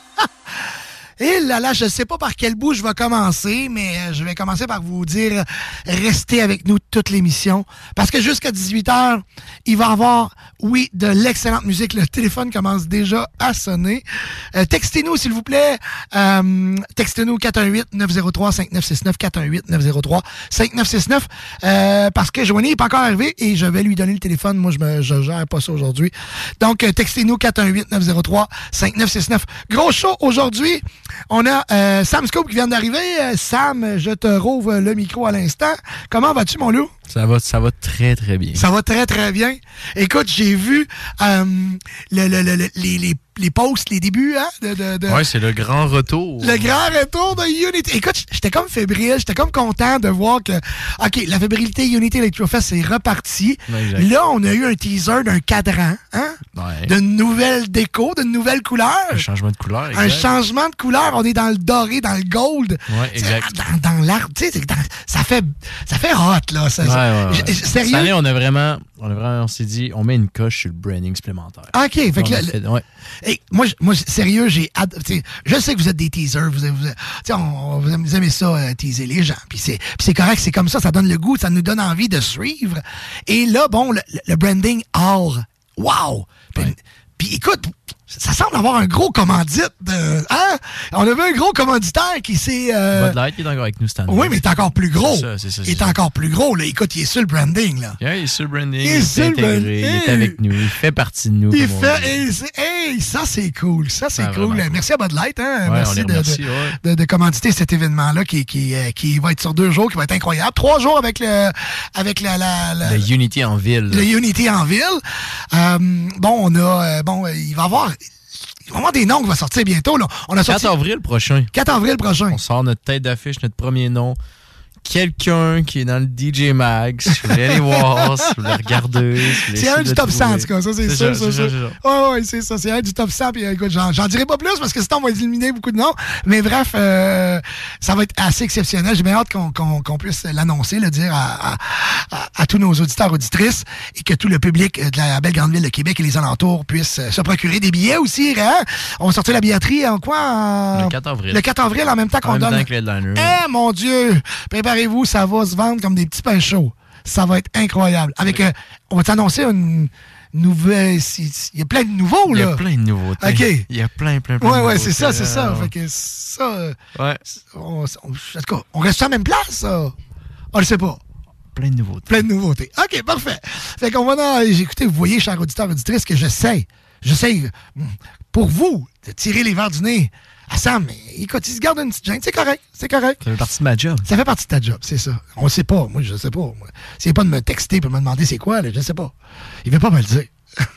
Et là, là, je ne sais pas par quel bout je vais commencer, mais je vais commencer par vous dire, restez avec nous toute l'émission. Parce que jusqu'à dix-huit heures, il va y avoir, oui, de l'excellente musique. Le téléphone commence déjà à sonner. Euh, textez-nous, s'il vous plaît. Euh, textez-nous quatre un huit neuf zéro trois cinq neuf six neuf, quatre un huit neuf zéro trois cinq neuf six neuf. Euh, parce que Joanie n'est pas encore arrivé et je vais lui donner le téléphone. Moi, je ne je gère pas ça aujourd'hui. Donc, euh, textez-nous quatre un huit neuf zéro trois cinq neuf six neuf. Gros show aujourd'hui. On a euh, Sam Scoop qui vient d'arriver. Euh, Sam, je te rouvre le micro à l'instant. Comment vas-tu, mon loup? Ça va, ça va très, très bien. Ça va très, très bien. Écoute, j'ai vu euh, le, le, le, les, les, les posts, les débuts, hein? De, de, de... Ouais, c'est le grand retour. Le grand retour de Unity. Écoute, j'étais comme fébrile, j'étais comme content de voir que, OK, la fébrilité Unity Electrofest est repartie. Exact. Là, on a eu un teaser d'un cadran, hein? Ouais. D'une nouvelle déco, d'une nouvelle couleur. Un changement de couleur, exact. Un changement de couleur. On est dans le doré, dans le gold. Ouais, exact. Dans, dans l'arbre, tu sais, ça fait, ça fait hot, là. Ça, ouais, ouais, ouais. J- Sérieux? Cette année, on a vraiment, on a vraiment, on s'est dit, on met une coche sur le branding supplémentaire. OK, fait que là, fait, ouais. Hey, moi, moi, sérieux, j'ai ad... je sais que vous êtes des teasers, vous, vous, on, on, vous aimez ça, euh, teaser les gens, puis c'est, c'est correct, c'est comme ça, ça donne le goût, ça nous donne envie de suivre. Et là, bon, le, le branding or, wow! Puis, ouais. Puis écoute, ça semble avoir un gros commandite. De, hein? On avait un gros commanditaire qui s'est... Euh... Bud Light qui est encore avec nous cette année. Oui, mais il est encore plus gros. C'est ça, c'est ça, c'est il est ça. encore plus gros. Là. Écoute, il est sur le branding. Là. Yeah, il est sur le branding. Il Il est est sur le intégré. branding. Il est avec nous. Il fait partie de nous. Il fait... Hey, hey, ça, c'est cool. Ça, c'est ah, cool. cool. Merci à Bud Light. Hein? Ouais, Merci, de, remercie, de, ouais. de, de commanditer cet événement-là qui, qui, qui va être sur deux jours, qui va être incroyable. Trois jours avec le avec la... la, la le Unity en ville. Le Unity en ville. Euh, bon, on a... Euh, bon, il va y avoir... Il va y avoir des noms qui vont sortir bientôt. Là. On a sorti... quatre avril prochain. quatre avril prochain. On sort notre tête d'affiche, notre premier nom. Quelqu'un qui est dans le D J Mag. Si vous voulez aller voir, si vous voulez regarder. Si c'est un du top cent, en tout cas. Ça, c'est, c'est sûr, ça, ça. ça. Oh, oui, c'est ça. C'est un du top cent. Puis, écoute, j'en, j'en dirai pas plus parce que sinon, on va éliminer beaucoup de noms. Mais bref, euh, ça va être assez exceptionnel. J'ai bien hâte qu'on, qu'on, qu'on puisse l'annoncer, le dire à, à, à, à tous nos auditeurs, auditrices et que tout le public de la belle grande ville de Québec et les alentours puisse se procurer des billets aussi. Hein? On va sortir la billetterie en quoi? En... Le quatre avril. Le quatre avril, en même temps qu'on en même donne. Temps que le Eh, mon Dieu! Préparez-vous, ça va se vendre comme des petits pains chauds. Ça va être incroyable. Avec, euh, on va t'annoncer une nouvelle... Il y a plein de nouveaux, là. Il y a plein de nouveautés. OK. Il y a plein, plein, plein ouais, de ouais, nouveautés. c'est ça, c'est ça. Euh, Fait que ça... Ouais. On, on, en tout cas, on reste à la même place, ça? On le sait pas. Plein de nouveautés. Plein de nouveautés. OK, parfait. Fait qu'on va dans... Écoutez, vous voyez, chers auditeurs, auditrices, que j'essaie, j'essaie, pour vous, de tirer les verres du nez à Sam. Mais écoute, il se garde une petite gêne. C'est correct, c'est correct. Ça fait partie de ma job. Ça fait partie de ta job, c'est ça. On le sait pas. Moi, je sais pas. Moi. S'il pas de me texter pour me demander c'est quoi, là, je sais pas. Il veut pas me le dire.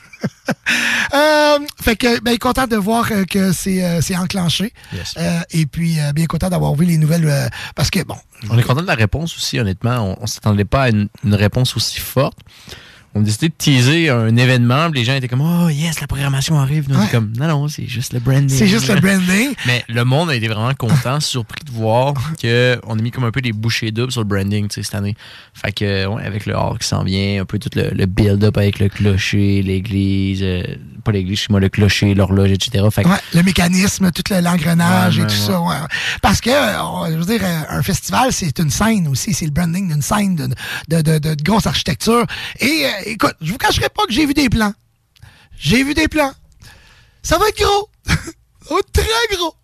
euh, fait que, ben, content de voir euh, que c'est, euh, c'est enclenché. Yes. Euh, et puis, euh, bien content d'avoir vu les nouvelles. Euh, parce que, bon. On est content de la réponse aussi, honnêtement. On, on s'attendait pas à une, une réponse aussi forte. on a décidé de teaser un événement, puis les gens étaient comme « Oh yes, la programmation arrive. » Nous, on Ouais. est comme « Non, non, c'est juste le branding. » C'est juste le branding. Mais le monde a été vraiment content, surpris de voir qu'on a mis comme un peu des bouchées doubles sur le branding, tu sais, cette année. Fait que, ouais, avec le hall qui s'en vient, un peu tout le, le build-up avec le clocher, l'église, euh, pas l'église, chez moi, le clocher, l'horloge, et cetera. Fait que, Ouais, le mécanisme, tout le- l'engrenage Ouais, et ouais, tout ouais. ça. Ouais. Parce que, euh, je veux dire, euh, un festival, c'est une scène aussi. C'est le branding d'une scène de, de, de, de, de grosse architecture. Et euh, écoute, je vous cacherai pas que j'ai vu des plans. J'ai vu des plans. Ça va être gros. Oh, très gros!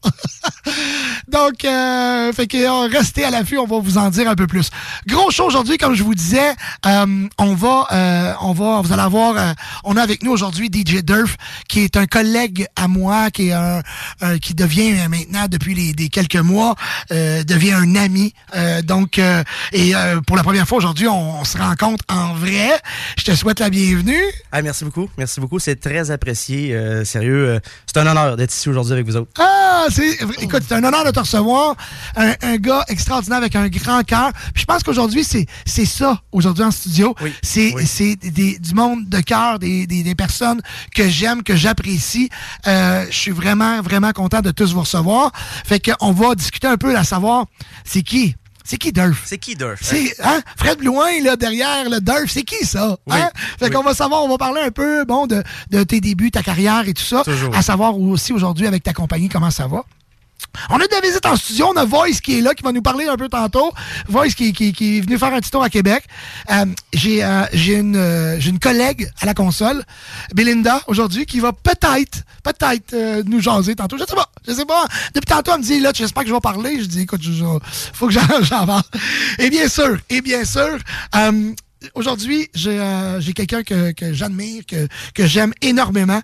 Donc, euh, fait que euh, restez à l'affût, on va vous en dire un peu plus. Gros show aujourd'hui, comme je vous disais, euh, on va, euh, on va, vous allez avoir, euh, on a avec nous aujourd'hui D J Durf, qui est un collègue à moi, qui est un, un- qui devient euh, maintenant depuis les, des quelques mois, euh, devient un ami. Euh, donc, euh, et euh, pour la première fois aujourd'hui, on, on se rencontre en vrai. Je te souhaite la bienvenue. Ah, merci beaucoup, merci beaucoup, c'est très apprécié. Euh, sérieux, euh, c'est un honneur d'être ici aujourd'hui avec vous autres. Ah, c'est, écoute, c'est un honneur de te recevoir. Un, un gars extraordinaire avec un grand cœur. Puis je pense qu'aujourd'hui, c'est, c'est ça, aujourd'hui en studio. Oui, c'est, oui. c'est des, du monde de cœur, des, des, des personnes que j'aime, que j'apprécie. Euh, je suis vraiment, vraiment content de tous vous recevoir. Fait qu'on va discuter un peu à savoir, c'est qui? C'est qui Durf? C'est qui Durf? C'est, hein? Fred Blouin, là, derrière le Durf, c'est qui ça? Oui, Hein? Fait oui. qu'on va savoir, on va parler un peu, bon, de, de tes débuts, ta carrière et tout ça. Toujours. À savoir aussi aujourd'hui avec ta compagnie, comment ça va. On a de la visite en studio, on a Voice qui est là, qui va nous parler un peu tantôt. Voice qui, qui, qui est venu faire un petit tour à Québec. Euh, j'ai euh, j'ai une, euh, j'ai une collègue à la console, Belinda, aujourd'hui, qui va peut-être, peut-être euh, nous jaser tantôt. Je sais pas, je sais pas. Depuis tantôt, elle me dit, là, j'espère que je vais parler. Je dis, écoute, je, je- faut que j'en j'en parle. Et bien sûr, et bien sûr, euh, aujourd'hui, j'ai euh, j'ai quelqu'un que, que j'admire, que, que j'aime énormément,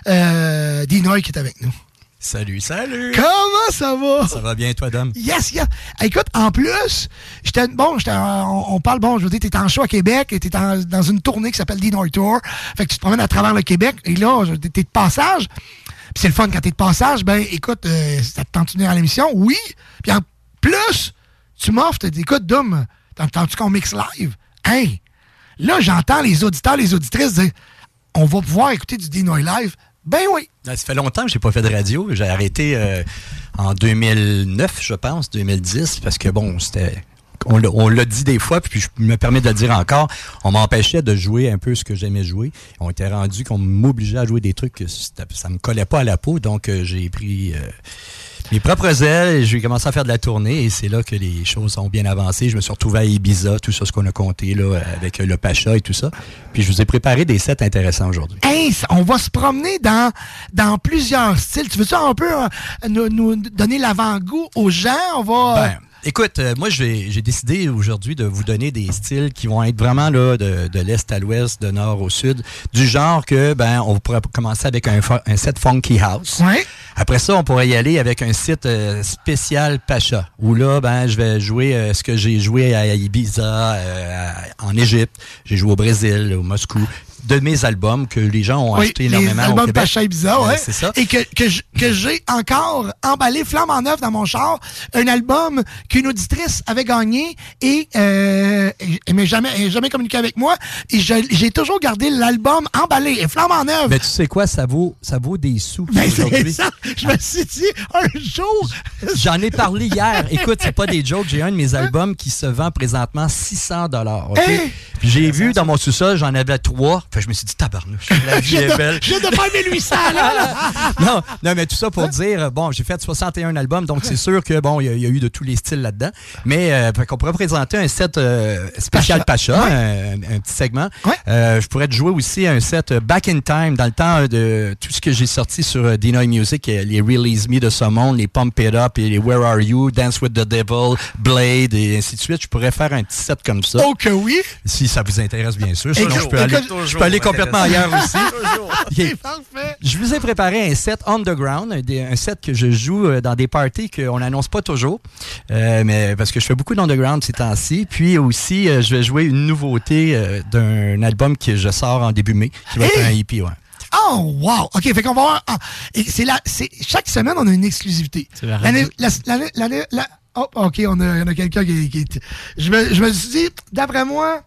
euh, Dinoy qui est avec nous. Salut, salut! Comment ça va? Ça va bien, toi, Dom? Yes, yes. Écoute, en plus, j'étais bon, j'étais, on, on parle, bon, je veux dire, t'es en show à Québec, et t'es en- dans une tournée qui s'appelle Dinoy Tour. Fait que tu te promènes à travers le Québec, et là, je- t'es de passage. Puis c'est le fun quand t'es de passage, ben, écoute, euh, ça te tente de venir à l'émission? Oui. Puis en plus, tu m'offres, tu dis, écoute, Dom, t'entends-tu qu'on mixe live? Hey! Là, j'entends les auditeurs, les auditrices dire, on va pouvoir écouter du Dinoy live. Ben oui. Ça fait longtemps que j'ai pas fait de radio. J'ai arrêté euh, en deux mille neuf, je pense, deux mille dix, parce que bon, c'était... On l'a, on l'a dit des fois, puis je me permets de le dire encore, on m'empêchait de jouer un peu ce que j'aimais jouer. On était rendu qu'on m'obligeait à jouer des trucs que c'était- ça me collait pas à la peau, donc euh, j'ai pris euh, mes propres ailes et j'ai commencé à faire de la tournée, et c'est là que les choses ont bien avancé. Je me suis retrouvé à Ibiza, tout ça, ce qu'on a compté là, avec euh, le Pacha et tout ça. Puis je vous ai préparé des sets intéressants aujourd'hui. Hey, ça- on va se promener dans, dans plusieurs styles. Tu veux-tu un peu euh, nous, nous donner l'avant-goût aux gens? On va... Ben, écoute, euh, moi, j'ai j'ai décidé aujourd'hui de vous donner des styles qui vont être vraiment là de, de l'est à l'ouest, de nord au sud, du genre que, ben, on pourrait commencer avec un, fo- un set Funky House. Ouais. Après ça, on pourrait y aller avec un site euh, spécial Pacha, où là, ben, je vais jouer euh, ce que j'ai joué à Ibiza, euh, à- en Égypte, j'ai joué au Brésil, au Moscou, de mes albums que les gens ont Oui, acheté les énormément au albums Québec. Pacha Ibiza, Euh, ouais. c'est ça. Et que, que, j- que j'ai encore emballé flamme en neuf dans mon char, un album qu'une auditrice avait gagné et euh, elle n'a jamais, elle a jamais communiqué avec moi. Et je- j'ai toujours gardé l'album emballé et flamme en neuf. Mais tu sais quoi, ça vaut, ça vaut des sous Ben, c'est aujourd'hui. ça. Je me suis dit, un jour... J'en ai parlé hier. Écoute, c'est pas des jokes. J'ai un de mes albums qui se vend présentement six cents dollars. OK? Hey! Puis j'ai vu dans mon sous-sol, j'en avais trois. Fait que je me suis dit, tabarnouche, la vie Je viens est de- belle. je viens de faire mille huit cents, là, là. non, non, mais tout ça pour dire, bon, j'ai fait soixante et un albums, donc c'est sûr que, bon, il y, a- il y a eu de tous les styles là-dedans. Mais, euh, fait qu'on pourrait présenter un set euh, spécial Pacha, un, un petit segment. Euh, je pourrais te jouer aussi un set euh, Back in Time, dans le temps euh, de tout ce que j'ai sorti sur euh, Dinoy Music, euh, les Release Me de ce monde, les Pump It Up, et les Where Are You, Dance with the Devil, Blade, et ainsi de suite. Je pourrais faire un petit set comme ça. Oh que oui! Si ça vous intéresse, bien sûr. Sinon, Écoute, je peux aller, écoute, je peux aller complètement ailleurs aussi. C'est parfait. Je vous ai préparé un set underground, un, des- un set que je joue euh, dans des parties qu'on n'annonce pas toujours, euh, mais parce que je fais beaucoup d'underground ces temps-ci. Puis aussi, euh, je vais jouer une nouveauté euh, d'un album que je sors en début mai, qui va être un hippie, ouais. Oh, wow! OK, fait qu'on va avoir... ah, et c'est là, c'est, chaque semaine, on a une exclusivité. C'est la L'année... radio. La, l'année- l'année- la- oh, OK, on a, on a quelqu'un qui, qui est... Je me, je me suis dit, d'après moi,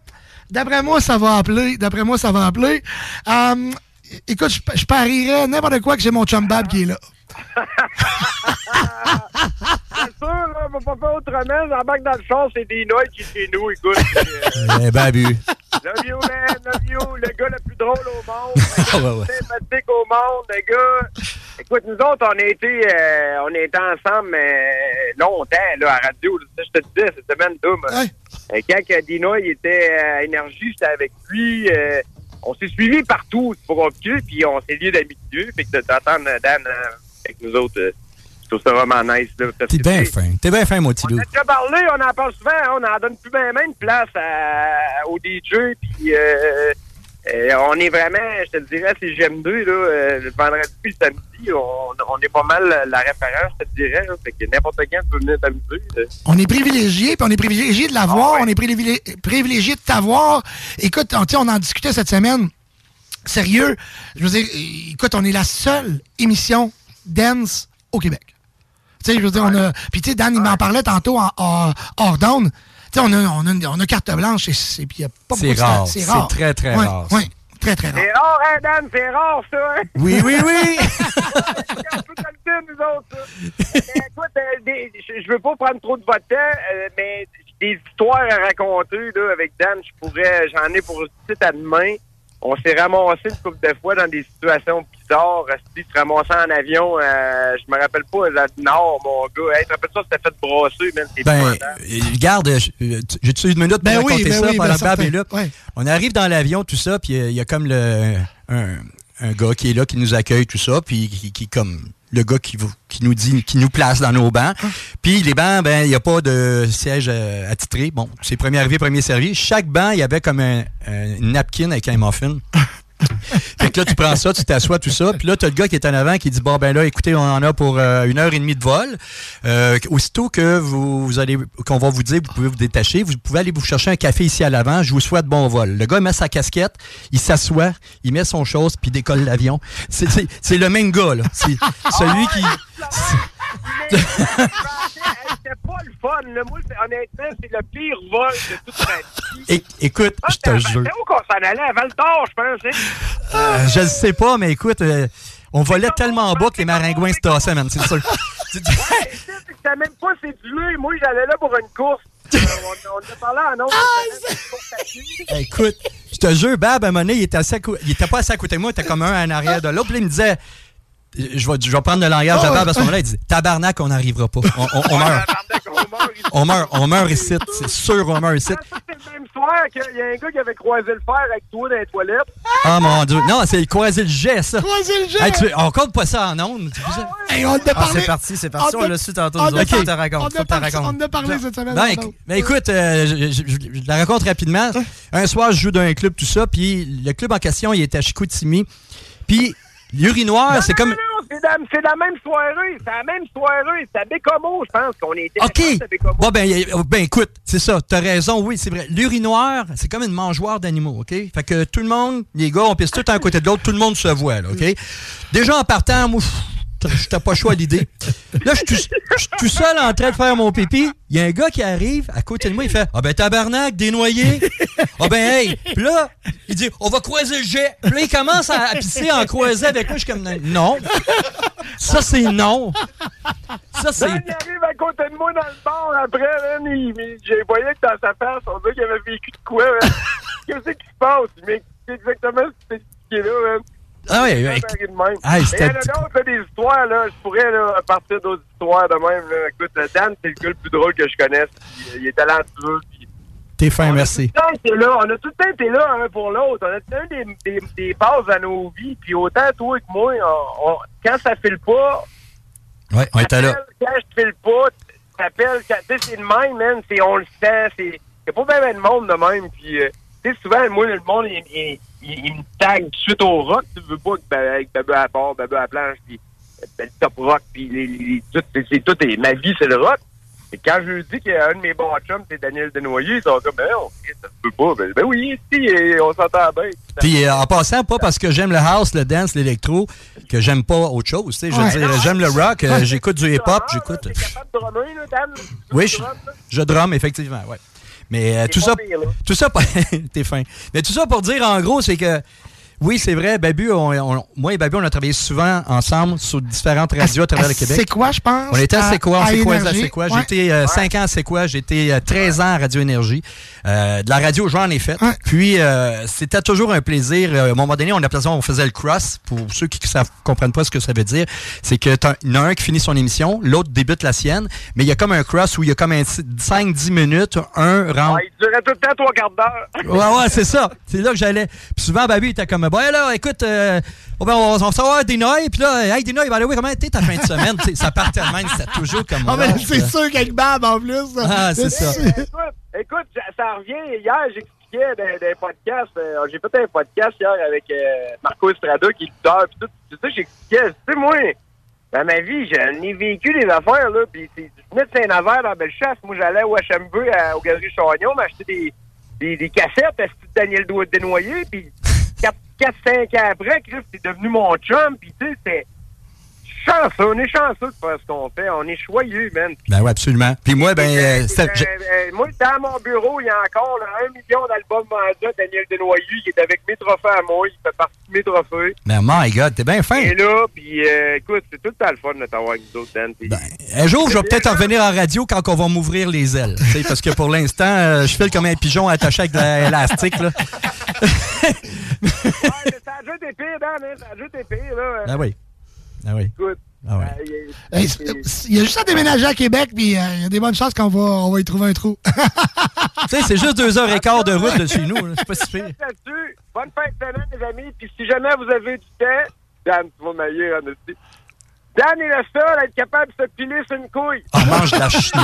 d'après moi, ça va appeler. D'après moi, ça va appeler. Euh, écoute, je, je parierais n'importe quoi que j'ai mon chum Bab qui est là. C'est sûr, là, on va pas faire autrement. J'embarque dans le char, c'est des noix qui est chez nous, écoute. Euh, eh, Babu. Love you, man, love you. Le gars le plus drôle au monde. Le ouais, ouais. plus sympathique au monde, le gars. Écoute, nous autres, on a été, euh, on a été ensemble euh, longtemps, là, à radio. Là, je te disais, cette semaine, Doom. Euh, quand Dino, il était à Énergie, j'étais avec lui. Euh, on s'est suivis partout, c'est pas compliqué, puis on s'est liés d'amitié. Fait que d'entendre Dan euh, avec nous autres, euh, je trouve ça vraiment nice. Là, T'es bien fin. T'es bien fin, mon petit On loup. a déjà parlé, on en parle souvent, hein, on en donne plus bien même de place à, au D J, puis euh, euh, on est vraiment, je te dirais, c'est G M deux, là, euh, le vendredi puis le samedi, on, on est pas mal la référence, je te dirais, là, fait que n'importe quand tu peux venir t'amuser. Là. On est privilégié, puis on est privilégié de l'avoir, ah ouais. on est privilégié, privilégié de t'avoir. Écoute, on, on en discutait cette semaine. Sérieux, je veux dire, écoute, on est la seule émission dance au Québec. Tu sais, je veux dire, ouais. on a... Puis tu sais, Dan, il m'en parlait tantôt en, en hors d'onde. Tu sais, on a, on, a, on a carte blanche et c'est... Puis y a pas c'est rare. C'est rare. C'est très, très ouais, rare. Oui, très, très rare. C'est rare, hein, Dan? C'est rare, ça, hein? Oui, oui, oui! On peut le dire, nous autres, ça. Mais, écoute, euh, des, je, je veux pas prendre trop de votre temps, euh, mais des histoires à raconter, là, avec Dan, je pourrais... J'en ai pour site à demain. On s'est ramassé une couple de fois dans des situations bizarres. Se ramasser en avion, euh, je me rappelle pas, là, du Nord, mon gars. Hey, tu te rappelles ça, c'était fait brasser, man. C'est ben, euh, regarde, j'ai-tu une minute pour ben raconter oui, ben ça oui, pendant ben que Bab est là? Ouais. On arrive dans l'avion, tout ça, puis il y, y a comme le un, un gars qui est là, qui nous accueille, tout ça, puis qui, qui comme... le gars qui, vous, qui nous dit, qui nous place dans nos bancs. Puis les bancs, ben, il n'y a pas de siège euh, attitré. Bon, c'est premier arrivé, premier servi. Chaque banc, il y avait comme un, un, une napkin avec un muffin. Fait que là, tu prends ça, tu t'assois, tout ça. Puis là, tu as le gars qui est en avant qui dit, bon, ben là, écoutez, on en a pour euh, une heure et demie de vol. Euh, aussitôt que vous, vous allez, qu'on va vous dire, vous pouvez vous détacher, vous pouvez aller vous chercher un café ici à l'avant. Je vous souhaite bon vol. Le gars, il met sa casquette, il s'assoit, il met son chose, puis il décolle l'avion. C'est, c'est, c'est le même gars, là. C'est celui qui... C'était pas le fun, là. Moi, c'est, honnêtement, c'est le pire vol de toute ma vie. É- écoute, ah, je te jure. C'était où qu'on s'en allait? À Val-d'Or, je pense, hein? Euh, je ne sais pas, mais écoute, euh, on volait tellement bas que les maringouins se tassaient, man, c'est sûr. Ouais, c'était même pas séduit. Moi, j'allais là pour une course. Euh, on, on a parlé en nom. Ah, écoute, je te jure, Bab, à un moment donné, il était, assez cou- il était pas assez à côté de moi, il était comme un en arrière de l'autre. Puis là, il me disait... Je vais, je vais prendre le langage oh, de Bab à ce moment-là. Il dit tabarnak, on n'arrivera pas. On, on, on meurt. On meurt. On meurt ici. C'est sûr, on meurt ici. C'est le même soir qu'il y a un gars qui avait croisé le fer avec toi dans les toilettes. Ah, oh, mon Dieu. Non, c'est croiser le jet, ça. Croiser le jet. Hey, tu, on compte pas ça en ondes. Ah, ouais. Hey, on a ah, c'est parti, c'est parti. On, on l'a su tantôt. Nous autres, faut que tu racontes. On, on a parlé cette semaine. Ben, éc- ben, écoute, euh, je, je, je la raconte rapidement. Un soir, je joue dans un club, tout ça. Puis le club en question, il était à Chicoutimi. Puis l'urinoir, non, c'est non, comme... Non, non, c'est, la, c'est la même soirée. C'est la même soirée. C'est à Bécomo, je pense qu'on était. OK. Bon, ben, ben, écoute, c'est ça. T'as raison, oui, c'est vrai. L'urinoir, c'est comme une mangeoire d'animaux, OK? Fait que tout le monde, les gars, on pisse tout un côté de l'autre, tout le monde se voit, là, OK? Déjà, en partant, moi, je t'ai pas choix l'idée. Là, je suis tout seul en train de faire mon pipi. Il y a un gars qui arrive à côté de moi, il fait « Ah ben tabarnak, des noyés! » Ah ben hey! Puis là, il dit « On va croiser le jet! » Puis là, il commence à, à pisser en croisé avec moi. Je suis comme « Non! » Ça, c'est non! Ça, c'est... Ben, il arrive à côté de moi dans le bar après, man, il, il, j'ai voyé que dans sa face, on dirait qu'il avait vécu de quoi, man. Qu'est-ce qui se passe? Mais c'est exactement ce qui est là, man. Ah oui, oui. Ah, il y en a d'autres, là, des histoires, là, je pourrais là, partir d'autres histoires de même. Là. Écoute, Dan, c'est le gars le plus drôle que je connaisse. Puis, il est talentueux. Puis, T'es fin, merci. On a, tout le temps été là, on a tout le temps été là un pour l'autre. On a tout le temps des, des, des bases à nos vies. Puis autant toi que moi, on, on, quand ça file pas, ouais, on était là. Quand je file pas, t'appelles. Tu sais, c'est le même, man. C'est, on le sent. C'est, c'est pas bien le monde de même. Puis, euh, tu sais, souvent, moi, le monde, il, il, il, il me tague tout de suite au rock. Tu veux pas que, avec Babu à bord, Babu à la planche, puis le top rock, puis les, les, tout, c'est, c'est tout. Et ma vie, c'est le rock. Et quand je lui dis qu'un de mes bons chums, c'est Daniel Desnoyers, ils sont comme, ben non, ça se peut pas. Ben, ben oui, si, on s'entend bien. Puis euh, en passant, pas parce que j'aime le house, le dance, l'électro, que j'aime pas autre chose. Tu sais, je veux dire, j'aime le rock, euh, j'écoute du hip-hop, j'écoute. T'es capable de drummer, là, Dan? Oui, je, je drum, effectivement, ouais. Mais euh, tout ça, tout ça, t'es fin. Mais tout ça pour dire, en gros, c'est que oui, c'est vrai, Babu, on, on, moi et Babu, on a travaillé souvent ensemble sur différentes radios à, à travers le Québec. C'est quoi, je pense? On était à C'est quoi? C'est quoi? C'est quoi? Ouais. J'ai été euh, cinq ans à C'est quoi? J'ai été euh, treize ans à Radio Énergie. Euh, de la radio, j'en ai fait. Ouais. Puis, euh, c'était toujours un plaisir. Euh, à un moment donné, on appelait ça, on faisait le cross. Pour ceux qui ne comprennent pas ce que ça veut dire, c'est que il y en a un qui finit son émission, l'autre débute la sienne, mais il y a comme un cross où il y a comme un cinq dix minutes, un rentre. Ouais, il durait tout le temps trois quarts d'heure. Ouais, ouais, c'est ça. C'est là que j'allais. Puis souvent, Babu, il était comme, bon, là, écoute, euh, on va on va savoir Dinoy, puis là, hey, Dinoy, ben, oui, comment t'es ta fin de semaine? T'sais, ça partait de même, c'était toujours comme ah, mais c'est sûr qu'avec Bab, en plus. Ah, c'est ça. Écoute, écoute, ça revient. Hier, j'expliquais des, des podcasts. Euh, j'ai fait un podcast hier avec euh, Marco Estrada, qui est lutteur, puis tout. Tu sais, j'expliquais, tu sais, moi, dans ma vie, j'en ai vécu des affaires, là, puis je venais de Saint-Nazaire dans Bellechasse. Moi, j'allais au H M V, à, aux Galeries Chagnon, m'acheter des, des, des cassettes, à Daniel Desnoyers, puis quatre cinq ans après, Chris, c'est devenu mon chum, puis tu sais, c'est chanceux, on est chanceux de faire ce qu'on fait, on est choyeux, man. Pis, ben oui, absolument. Puis moi, ben... Euh, euh, euh, euh, moi, dans mon bureau, il y a encore là, un million d'albums vendus, Daniel Desnoyers, il est avec mes trophées à moi, il fait partie de mes trophées. Mais my God, t'es bien fin. Et là, puis euh, écoute, c'est tout le temps le fun de t'avoir avec nous autres, Dan. Ben, un jour, je vais peut-être revenir en radio quand on va m'ouvrir les ailes, parce que pour l'instant, euh, je file comme un pigeon attaché avec de l'élastique, là. Ouais, mais ça a juste été pire, Dan, hein? Ça a juste été pire, là. Ah oui. Ah oui. Écoute. Ah ouais. euh, il, il y a juste à déménager à Québec, puis euh, il y a des bonnes chances qu'on va, on va y trouver un trou. Tu sais, c'est juste deux heures et quart de route de chez nous. Là. C'est pas si pire. Là-dessus, bonne fin de semaine, les amis. Puis si jamais vous avez du temps, Dan, tu vas mailler, en aussi. Dan est le seul à être capable de se piler sur une couille. Ah, mange de la chenoute.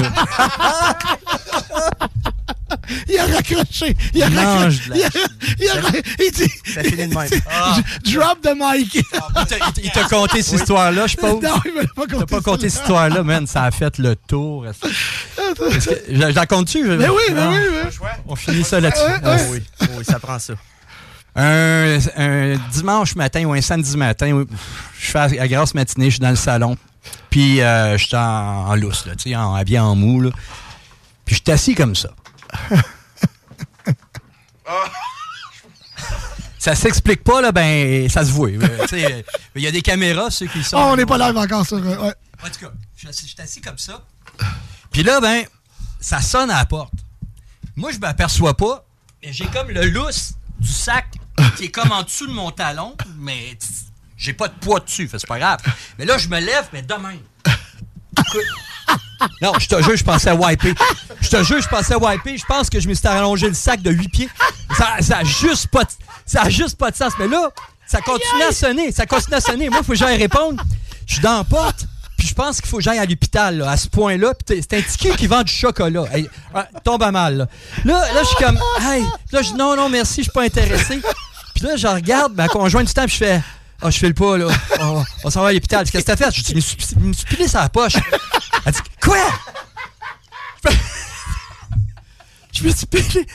Il a raccroché. Il a mange raccroché. Il a, il a, il dit, ça finit de même. Ah. Drop the mic. Ah, il, il t'a conté cette oui. histoire-là, je pense. Non, il m'a pas conté. Il t'a pas conté cette histoire-là, man. Ça a fait le tour. Que, je, je la compte-tu? Je... Mais oui, mais ah, oui. Mais... On finit ça là-dessus. Ouais, ah, ouais. Oui. oui, ça prend ça. Un, un dimanche matin ou un samedi matin, oui, je fais la grasse matinée, je suis dans le salon. Puis euh, je suis en, en lousse, là, tu sais, en habillé en mou. Là. Puis je suis assis comme ça. Ça s'explique pas, là, ben, ça se voit. Il y a des caméras, ceux qui sont. Oh, on n'est pas live encore sur. Ouais. En tout cas, je suis assis comme ça. Puis là, ben, ça sonne à la porte. Moi, je m'aperçois pas, mais j'ai comme le lousse du sac qui est comme en dessous de mon talon, mais j'ai pas de poids dessus, c'est pas grave. Mais là, je me lève, mais de même. Non, je te jure, je pensais à wiper. Je te jure, je pensais à wiper. Je pense que je me suis allongé le sac de huit pieds. Ça, ça a juste pas de, ça a juste pas de sens. Mais là, ça continue à sonner. Ça continue à sonner. Moi, il faut que j'aille répondre. Je suis dans la porte. Puis je pense qu'il faut que j'aille à l'hôpital, là, à ce point-là. Puis c'est un ticket qui vend du chocolat. Hey, tombe à mal, là. Là, là je suis comme, hey. Là, je dis, non, non, merci, je suis pas intéressé. Puis là, je regarde ma conjointe du temps, puis je fais, ah, oh, je file pas, là. On, on s'en va à l'hôpital. Qu'est-ce que t'as fait? Je dis, je me suis pilé sur la poche. Elle dit, quoi? Je me suis pilé.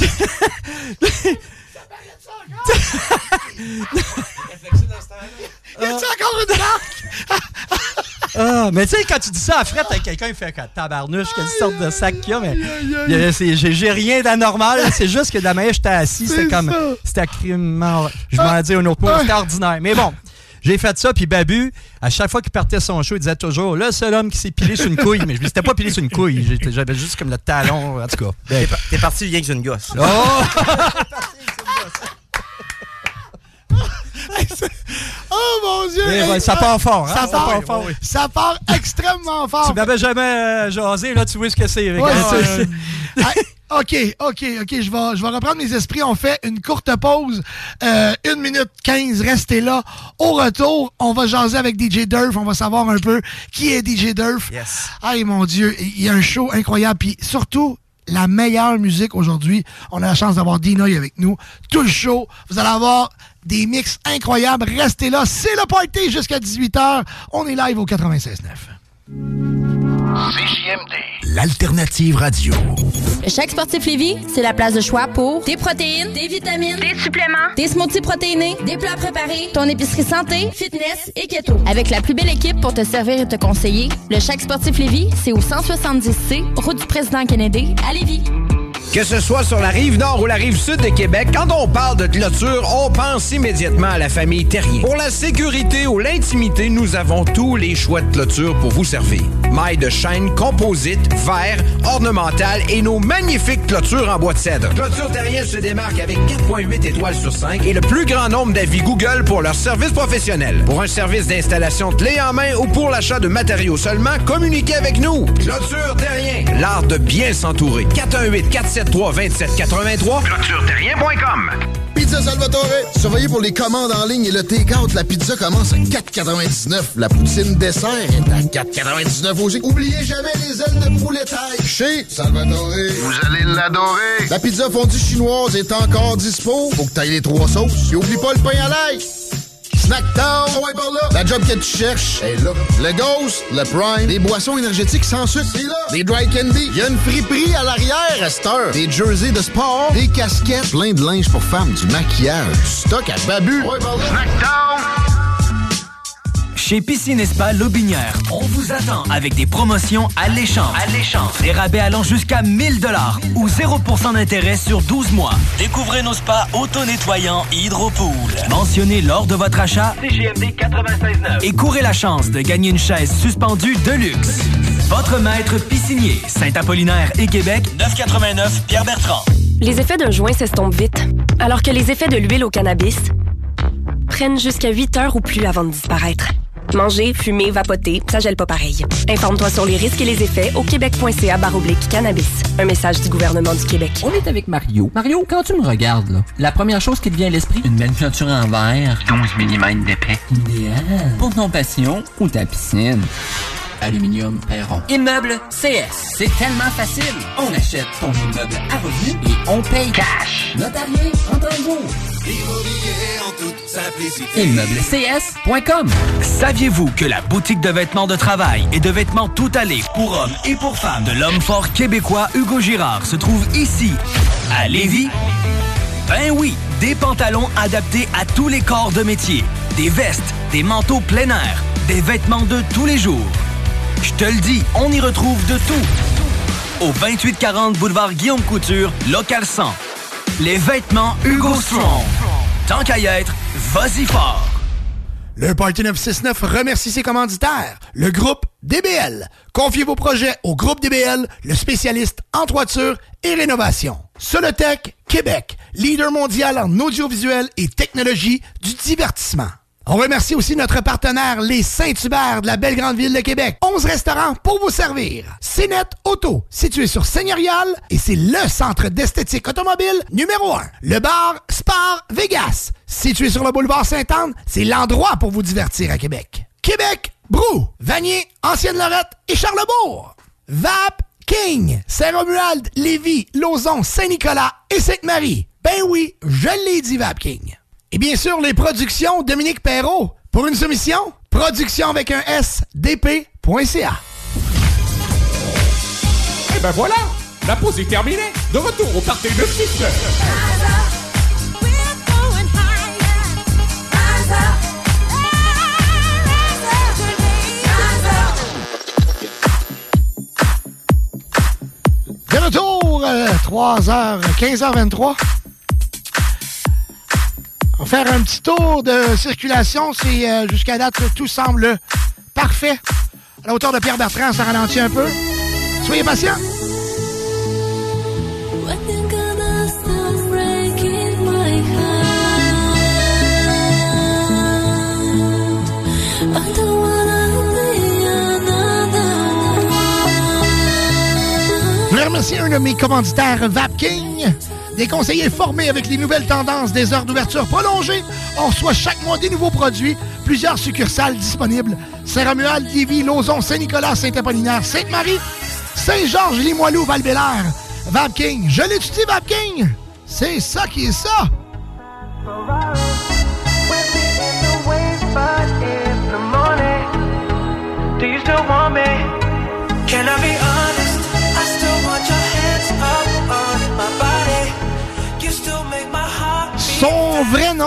Y a-tu encore une marque? Ah, mais tu sais, quand tu dis ça à Fred, quelqu'un il fait tabarnouche, quelle sorte de sac qu'il y a, mais y a, c'est, j'ai, j'ai rien d'anormal, c'est juste que de la manière j'étais assis, c'était comme, c'était crime, je m'en dis un autre mot, c'était ordinaire. Mais bon, j'ai fait ça, puis Babu, à chaque fois qu'il partait son show, il disait toujours, le seul homme qui s'est pilé sur une couille, mais je m'étais pas pilé sur une couille, j'avais juste comme le talon, en tout cas. T'es, t'es parti rien que sur une gosse. Oh! Oh mon Dieu! Et, ouais, ça part fort, hein? Ça part, ouais, fort. Ouais. Ça part extrêmement fort. Tu m'avais jamais euh, jasé, là, tu vois ce que c'est. Ouais, euh, ah, OK, OK, OK, je vais, je vais reprendre mes esprits. On fait une courte pause. Euh, une minute quinze, restez là. Au retour, on va jaser avec D J Durf. On va savoir un peu qui est D J Durf. Yes. Aïe, mon Dieu, il y a un show incroyable. Puis surtout, la meilleure musique aujourd'hui. On a la chance d'avoir Dinoy avec nous. Tout le show. Vous allez avoir des mix incroyables. Restez là. C'est le party jusqu'à dix-huit heures. On est live au quatre-vingt-seize neuf. C J M D, l'alternative radio. Chaque Sportif Lévis, c'est la place de choix pour des protéines, des vitamines, des suppléments, des smoothies protéinés, des plats préparés, ton épicerie santé, fitness et keto. Avec la plus belle équipe pour te servir et te conseiller, le Chaque Sportif Lévis, c'est au cent soixante-dix C, route du président Kennedy, à Lévis. Que ce soit sur la rive nord ou la rive sud de Québec, quand on parle de clôture, on pense immédiatement à la famille Terrien. Pour la sécurité ou l'intimité, nous avons tous les choix de clôture pour vous servir. Mailles de chêne, composite, verre, ornementales et nos magnifiques clôtures en bois de cèdre. Clôture Terrien se démarque avec quatre virgule huit étoiles sur cinq et le plus grand nombre d'avis Google pour leur service professionnel. Pour un service d'installation clé en main ou pour l'achat de matériaux seulement, communiquez avec nous. Clôture Terrien, l'art de bien s'entourer. quatre un huit, quatre sept trois, deux sept huit trois, clôture terrien point com. Pizza Salvatore. Surveillez pour les commandes en ligne et le take-out. La pizza commence à quatre quatre-vingt-dix-neuf. La poutine dessert est à quatre quatre-vingt-dix-neuf aussi. Oubliez jamais les ailes de poulet taille. Chez Salvatore. Vous allez l'adorer. La pizza fondue chinoise est encore dispo. Faut que t'ailles les trois sauces. Et oublie pas le pain à l'ail. Snacktown, ouais, par là. La job que tu cherches est là. Le Ghost, le Prime, des boissons énergétiques sans sucre, c'est là. Des dry candy, il y a une friperie à l'arrière à cette heure. Des jerseys de sport, des casquettes, plein de linge pour femmes, du maquillage, du stock à babu. Ouais, par là. Snacktown. Chez Piscine et Spa Lobinière, on vous attend avec des promotions alléchantes. Alléchantes. Des rabais allant jusqu'à mille dollars ou zéro pour cent d'intérêt sur douze mois. Découvrez nos spas auto-nettoyants Hydropool. Mentionnez lors de votre achat C G M D quatre-vingt-seize neuf et courez la chance de gagner une chaise suspendue de luxe. Votre maître piscinier, Saint-Apollinaire et Québec, neuf cent quatre-vingt-neuf Pierre-Bertrand. Les effets d'un joint s'estompent vite, alors que les effets de l'huile au cannabis prennent jusqu'à huit heures ou plus avant de disparaître. Manger, fumer, vapoter, ça gèle pas pareil. Informe-toi sur les risques et les effets au québec.ca barre oblique cannabis. Un message du gouvernement du Québec. On est avec Mario. Mario, quand tu me regardes, là, la première chose qui te vient à l'esprit, une belle clôture en verre. douze millimètres d'épais. Idéal. Pour ton passion ou ta piscine. Aluminium Perron. Immeuble C S. C'est tellement facile. On achète ton immeuble à revenu et on paye cash. Notarié en temps de jour. Immobilier en toute simplicité. immeuble c s point com. Saviez-vous que la boutique de vêtements de travail et de vêtements tout allés pour hommes et pour femmes de l'homme fort québécois Hugo Girard se trouve ici, à Lévis? Ben oui, des pantalons adaptés à tous les corps de métier, des vestes, des manteaux plein air, des vêtements de tous les jours. Je te le dis, on y retrouve de tout. Au vingt-huit quarante boulevard Guillaume Couture, local cent. Les vêtements Hugo Strong. Tant qu'à y être, vas-y fort. Le Party neuf cent soixante-neuf remercie ses commanditaires, le groupe D B L. Confiez vos projets au groupe D B L, le spécialiste en toiture et rénovation. Solotech Québec, leader mondial en audiovisuel et technologie du divertissement. On remercie aussi notre partenaire, les Saint-Hubert de la belle grande ville de Québec. onze restaurants pour vous servir. Cénet Auto, situé sur Seigneurial, et c'est le centre d'esthétique automobile numéro un. Le bar Spar Vegas, situé sur le boulevard Sainte-Anne, c'est l'endroit pour vous divertir à Québec. Québec, Brou, Vanier, Ancienne-Lorette et Charlebourg. Vap King, Saint-Romuald, Lévis, Lauson, Saint-Nicolas et Sainte-Marie. Ben oui, je l'ai dit, Vap King. Et bien sûr, les productions Dominique Perrault. Pour une soumission, production avec un S, D P point C A. Et ben voilà, la pause est terminée. De retour au Party neuf cent soixante-neuf. De retour, euh, trois heures, quinze heures vingt-trois. On va faire un petit tour de circulation. C'est euh, jusqu'à date, tout semble parfait. À la hauteur de Pierre-Bertrand, ça ralentit un peu. Soyez patients. Je voulais remercier un de mes commanditaires, Vapking. Des conseillers formés avec les nouvelles tendances des heures d'ouverture prolongées. On reçoit chaque mois des nouveaux produits. Plusieurs succursales disponibles. Saint-Romuald, Lévis, Lauson, Saint-Nicolas, Saint-Apollinaire, Sainte-Marie, Saint-Georges, Limoilou, Val-Bélair. Vapking. Je l'ai dit, Vapking. C'est ça qui est ça. Do you still want me? Can I be honest? I still want your hands up on my body. You still make my heart beat. Son vrai nom,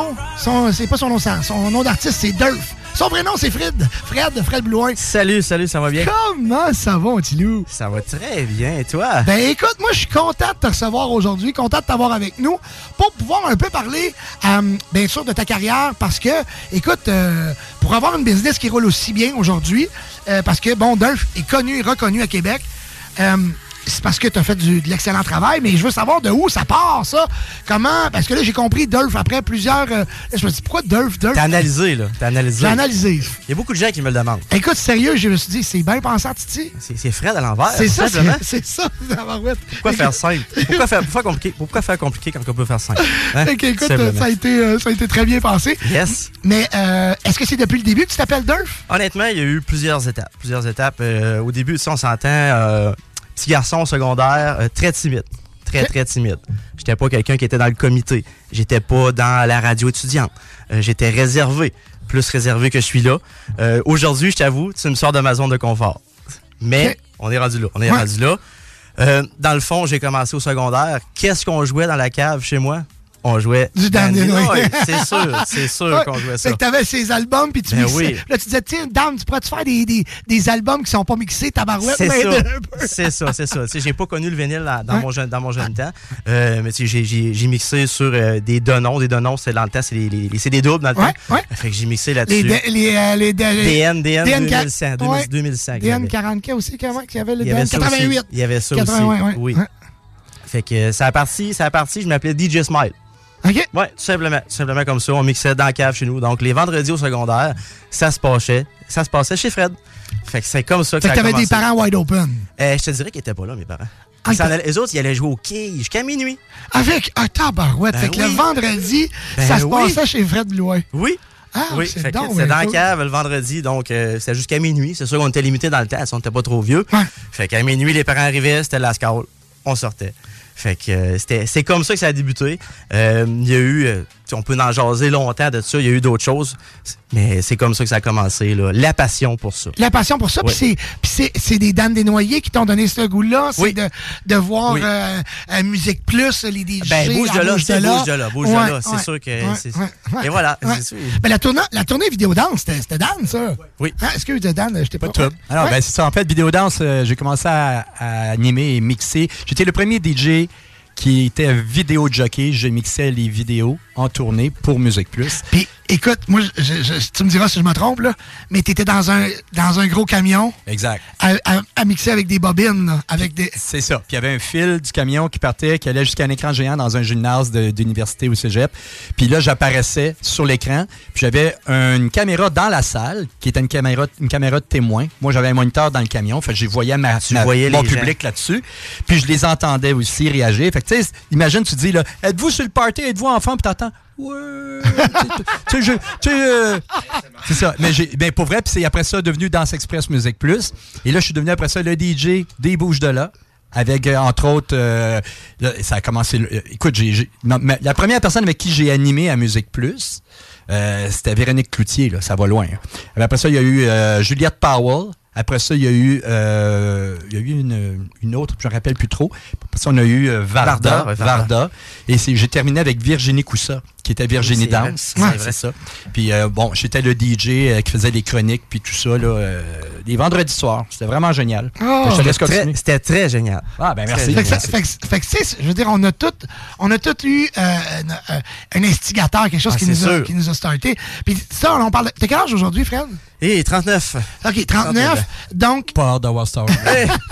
Son, c'est pas son nom, son nom d'artiste, c'est Durf. Son vrai nom, c'est Fred. Fred, Fred Blouin. Salut, salut, ça va bien? Comment ça va, mon petit loup? Ça va très bien, et toi? Ben écoute, moi je suis content de te recevoir aujourd'hui, content de t'avoir avec nous pour pouvoir un peu parler, euh, bien sûr, de ta carrière parce que, écoute, euh, pour avoir une business qui roule aussi bien aujourd'hui, euh, parce que, bon, Durf est connu et reconnu à Québec, euh, c'est parce que tu as fait du, de l'excellent travail, mais je veux savoir de où ça part, ça. Comment... Parce que là, j'ai compris Durf après plusieurs... Euh, je me dis, pourquoi Durf, Durf? T'as analysé, là. T'as analysé. J'ai analysé. Il y a beaucoup de gens qui me le demandent. Écoute, sérieux, je me suis dit, c'est bien pensé, Titi. C'est, c'est Fred à l'envers. C'est ça, c'est, simplement. c'est ça, la barouette. Pourquoi faire simple? Pourquoi faire, pourquoi compliqué? Pourquoi faire compliqué quand on peut faire simple? Hein? Okay, écoute, ça a, été, euh, ça a été très bien pensé. Yes. Mais euh, est-ce que c'est depuis le début que tu t'appelles Durf? Honnêtement, il y a eu plusieurs étapes. Plusieurs étapes. Euh, au début, si on s'entend... Euh, petit garçon au secondaire, euh, très timide. Très, très timide. J'étais pas quelqu'un qui était dans le comité. J'étais pas dans la radio étudiante. Euh, j'étais réservé. Plus réservé que je suis là. Euh, aujourd'hui, je t'avoue, tu me sors de ma zone de confort. Mais okay. on est rendu là. On est ouais. rendu là. Euh, dans le fond, j'ai commencé au secondaire. Qu'est-ce qu'on jouait dans la cave chez moi? On jouait du Dan Desnoyers. C'est sûr, c'est sûr ouais, qu'on jouait ça. Fait que t'avais ces albums, puis tu ben mixais. Oui. Là, tu disais, tiens, Dan, tu pourrais-tu faire des, des, des albums qui sont pas mixés, tabarouette? C'est ça, c'est ça, c'est ça. T'sais, j'ai pas connu le vinyle là, dans, ouais. mon jeune, dans mon jeune temps, euh, mais j'ai, j'ai, j'ai mixé sur euh, des Donons. Des Donons, c'est dans le temps, c'est les, les, les C D doubles dans le ouais, temps. Ouais. Fait que j'ai mixé là-dessus. Les, les, euh, les, les D N, D N, D N deux mille cent, ouais. deux mille cinq. D N quarante K aussi, comment il y avait le D N quatre-vingt-huit. Il y avait ça aussi, ouais, oui. Ouais. Fait que ça a parti, ça a parti, je m'appelais D J Smile. OK. Ouais, tout simplement. Tout simplement comme ça. On mixait dans la cave chez nous. Donc, les vendredis au secondaire, ça se passait. Ça se passait chez Fred. Fait que c'est comme ça que fait ça que a t'avais commencé. des parents wide open. Euh, je te dirais qu'ils étaient pas là, mes parents. Ah, ils allaient, les autres, ils allaient jouer au quai jusqu'à minuit. Avec un tabarouette. Ben fait que oui. Le vendredi, ben ça se oui. passait chez Fred Blouin. Oui. Ah, oui, c'est fait donc, que c'était dans la cool. cave le vendredi, donc euh, c'était jusqu'à minuit. C'est sûr qu'on était limité dans le temps, si on n'était pas trop vieux. Ouais. Fait qu'à minuit, les parents arrivaient, c'était la scale. On sortait. Fait que euh, c'était, c'est comme ça que ça a débuté. Euh, il y a eu, euh, on peut en jaser longtemps de ça, il y a eu d'autres choses, mais c'est comme ça que ça a commencé, là. La passion pour ça. La passion pour ça, oui. Puis c'est, c'est, c'est des Dan Desnoyers qui t'ont donné ce goût-là, c'est oui. de, de voir oui. euh, euh, Musique Plus, les D J. Ben, bouge de là, bouge de là, bouge de là, bouge ouais, de là, c'est ouais, sûr que... Ouais, c'est... Ouais, ouais, et voilà. Ouais. C'est ben, la, tournée, la tournée Vidéodance, c'était, c'était Dan, ça? Oui. Hein, excuse, Dan, je t'ai pas... Pas de Alors, ouais. ben, c'est ça, en fait, Vidéodance, euh, j'ai commencé à, à animer et mixer. J'étais le premier D J qui était vidéo jockey. Je mixais les vidéos en tournée pour Musique Plus. Puis, écoute, moi, je, je, tu me diras si je me trompe, là, mais t'étais dans un, dans un gros camion. Exact. À, à, à mixer avec des bobines, là, avec des... C'est ça. Puis il y avait un fil du camion qui partait, qui allait jusqu'à un écran géant dans un gymnase de, d'université ou cégep. Puis là, j'apparaissais sur l'écran. Puis j'avais une caméra dans la salle, qui était une caméra, une caméra de témoin. Moi, j'avais un moniteur dans le camion. Fait que je voyais ma, ma, mon public gens. Là-dessus. Puis je les entendais aussi réagir. Fait que tu sais, imagine, tu dis, là, êtes-vous sur le party, êtes-vous enfant, puis t'entends, ouais, tu sais, je, tu sais, euh, c'est ça. Mais j'ai, ben pour vrai, puis c'est après ça devenu Danse Express Musique Plus. Et là, je suis devenu après ça le D J des Bouges de là. Avec, euh, entre autres, euh, là, ça a commencé, euh, écoute, j'ai, j'ai ma, ma, la première personne avec qui j'ai animé à Musique Plus, euh, c'était Véronique Cloutier, là, ça va loin. Hein. Après ça, il y a eu euh, Juliette Powell. Après ça, il y a eu, euh, il y a eu une, une autre, je ne me rappelle plus trop. Après ça, on a eu euh, Varda. Varda, ouais, Varda. Varda. Et c'est, j'ai terminé avec Virginie Coussa, qui était Virginie oui, Dance. Vrai, c'est, c'est, c'est ça. Puis euh, bon, j'étais le D J euh, qui faisait les chroniques, puis tout ça, là, euh, les vendredis soirs. C'était vraiment génial. Oh, je te laisse très, c'était très génial. Ah, ben merci. Fait que, ça, fait que, fait que c'est, je veux dire, on a tout, on a tout eu euh, un, un instigateur, quelque chose ah, qui, nous a, qui nous a starté. Puis ça, on parle. T'as quel âge aujourd'hui, Fred? Eh, trente-neuf. OK, trente-neuf. Donc. Pas hâte d'avoir Star Wars.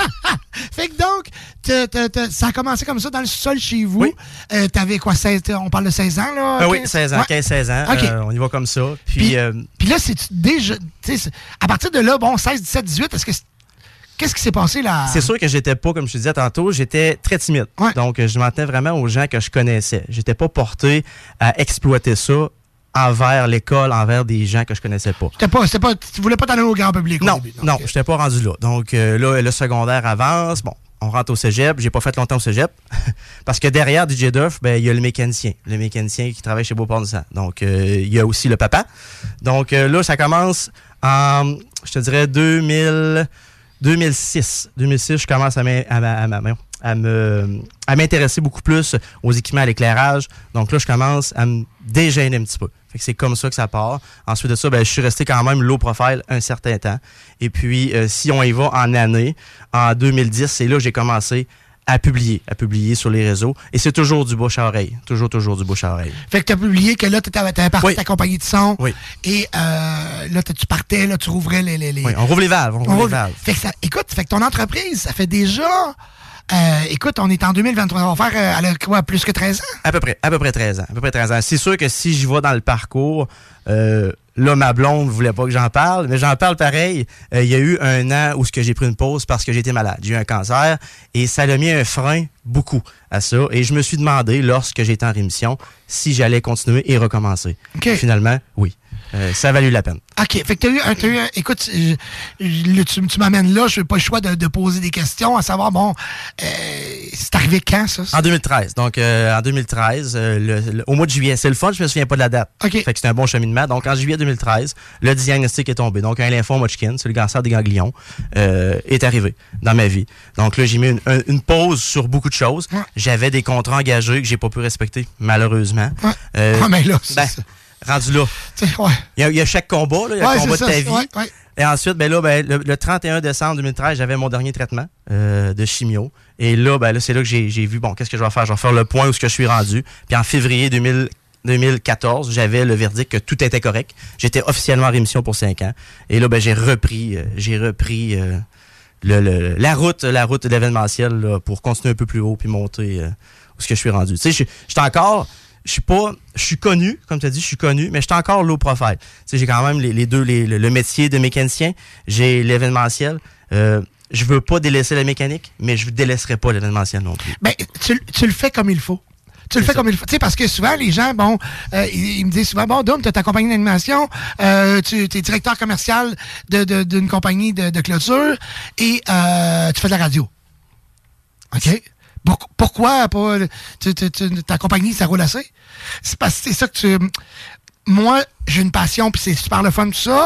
Fait que donc, t'as, t'as, t'as, ça a commencé comme ça dans le sol chez vous. Oui. Euh, t'avais quoi, seize, on parle de seize ans, là? Ben oui, seize ans, ouais. quinze seize ans. Okay. Euh, on y va comme ça. Puis, puis, euh, puis là, c'est déjà. À partir de là, bon, seize, dix-sept, dix-huit, est-ce que. Qu'est-ce qui s'est passé là? C'est sûr que j'étais pas, comme je te disais tantôt, j'étais très timide. Ouais. Donc, je m'en tenais vraiment aux gens que je connaissais. J'étais pas porté à exploiter ça envers l'école, envers des gens que je connaissais pas. C'était pas, c'était pas, tu voulais pas t'en aller au grand public? Non, début, non, okay. J'étais pas rendu là. Donc euh, là, le secondaire avance. Bon, on rentre au cégep. J'ai pas fait longtemps au cégep. Parce que derrière D J Duff, ben, il y a le mécanicien. Le mécanicien qui travaille chez Beauport-du-Sang. Donc, euh, il y a aussi le papa. Donc euh, là, ça commence en, je te dirais, deux mille, deux mille six. deux mille six, je commence à, à, à, à, à, me, à m'intéresser beaucoup plus aux équipements à l'éclairage. Donc là, je commence à me dégêner un petit peu. Fait que c'est comme ça que ça part. Ensuite de ça, ben, je suis resté quand même low profile un certain temps. Et puis, euh, si on y va en année, en deux mille dix, c'est là que j'ai commencé à publier, à publier sur les réseaux. Et c'est toujours du bouche à oreille. Toujours, toujours du bouche à oreille. Fait que tu as publié que là, tu avais parti oui. ta compagnie de son. Oui. Et euh, là, tu partais, là, tu rouvrais les... les, les... Oui, on rouvre les valves. On rouvre, on rouvre les valves. Fait que ça, écoute, fait que ton entreprise, ça fait déjà... Euh, écoute, on est en deux mille vingt-trois, on va faire euh, elle a quoi, plus que treize ans? À peu près, à peu près treize ans. À peu près treize ans. C'est sûr que si j'y vais dans le parcours, euh, là, ma blonde voulait pas que j'en parle, mais j'en parle pareil. Euh, il y a eu un an où ce que j'ai pris une pause parce que j'étais malade. J'ai eu un cancer et ça a mis un frein beaucoup à ça. Et je me suis demandé, lorsque j'étais en rémission, si j'allais continuer et recommencer. Okay. Finalement, oui. Euh, ça a valu la peine. OK. Fait que t'as eu un... T'as eu un écoute, je, je, tu, tu m'amènes là, je n'ai pas le choix de, de poser des questions, à savoir, bon, euh, c'est arrivé quand, ça? En deux mille treize. Donc, euh, en deux mille treize, euh, le, le, au mois de juillet. C'est le fun, je me souviens pas de la date. OK. Fait que c'était un bon cheminement. Donc, en juillet deux mille treize, le diagnostic est tombé. Donc, un lymphome Hodgkin, c'est le cancer des ganglions, euh, est arrivé dans ma vie. Donc là, j'ai mis une, une, une pause sur beaucoup de choses. Ouais. J'avais des contrats engagés que j'ai pas pu respecter, malheureusement. Ouais. Euh, ah, mais là, c'est ben, ça. Rendu là. Ouais. Il, y a, il y a chaque combat, là, il y a ouais, le combat de ça, ta vie. Ouais, ouais. Et ensuite, ben là, ben, le, le trente et un décembre deux mille treize, j'avais mon dernier traitement euh, de chimio. Et là, ben là, c'est là que j'ai, j'ai vu, bon, qu'est-ce que je vais faire? Je vais faire le point où ce que je suis rendu. Puis en février deux mille, deux mille quatorze, j'avais le verdict que tout était correct. J'étais officiellement en rémission pour cinq ans. Et là, ben j'ai repris, euh, j'ai repris euh, le, le, la route, la route de l'événementiel là, pour continuer un peu plus haut puis monter euh, où ce que je suis rendu. Tu sais, je j'étais encore... Je suis pas, je suis connu, comme tu as dit, je suis connu, mais je suis encore low profile. Tu sais, j'ai quand même les, les deux, les, le, le métier de mécanicien, j'ai l'événementiel. Euh, je veux pas délaisser la mécanique, mais je ne délaisserai pas l'événementiel non plus. Ben, tu, tu le fais comme il faut. Tu le fais ça. Comme il faut. Tu sais, parce que souvent, les gens, bon, euh, ils, ils me disent souvent, bon, Dom, tu as ta compagnie d'animation, euh, tu es directeur commercial de, de, d'une compagnie de, de clôture et euh, tu fais de la radio. OK? Pourquoi pas tu, tu, tu, ta compagnie, ça roule assez? C'est parce que c'est ça que tu... Moi, j'ai une passion, puis c'est super le fun, tout ça,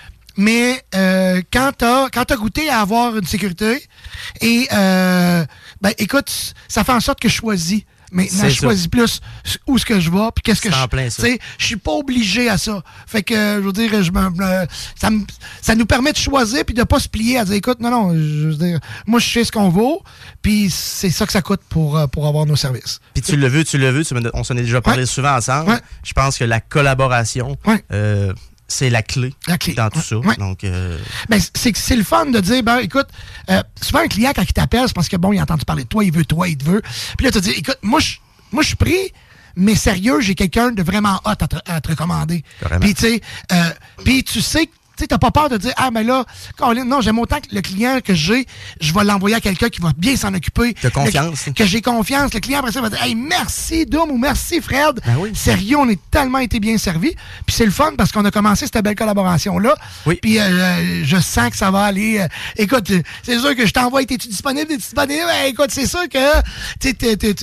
mais euh, quand t'as quand t'as goûté à avoir une sécurité, et euh, ben écoute, ça fait en sorte que je choisis. Maintenant, je choisis plus où est-ce que je vais, puis qu'est-ce que je... Tu sais, je suis pas obligé à ça. Fait que, je veux dire, je me, me, ça, me, ça nous permet de choisir, puis de pas se plier à dire, écoute, non, non, je veux dire, moi, je sais ce qu'on vaut, puis c'est ça que ça coûte pour, pour avoir nos services. Puis tu l'as vu, tu l'as vu, tu, on s'en est déjà parlé ouais. souvent ensemble. Ouais. Je pense que la collaboration... Ouais. Euh, c'est la clé, la clé dans tout ouais, ça. Ouais. Donc, euh... ben, c'est, c'est le fun de dire, ben, écoute, euh, souvent un client, quand il t'appelle, c'est parce que, bon, il a entendu parler de toi, il veut toi, il te veut. Puis là, tu te dis, écoute, moi, je moi, je suis pris, mais sérieux, j'ai quelqu'un de vraiment hot à te, à te recommander. Puis, tu sais, euh, puis tu sais que tu n'as pas peur de dire, ah, mais là, Colin, non, j'aime autant que le client que j'ai, je vais l'envoyer à quelqu'un qui va bien s'en occuper. Tu as confiance. Le, que j'ai confiance. Le client, après ça, va dire, hey, merci, Dom, ou merci, Fred. Ben oui. Sérieux, on est tellement été bien servis. Puis c'est le fun parce qu'on a commencé cette belle collaboration-là. Oui. Puis euh, je sens que ça va aller. Euh, écoute, c'est sûr que je t'envoie, es-tu disponible, es-tu disponible? Ben, écoute, c'est sûr que tu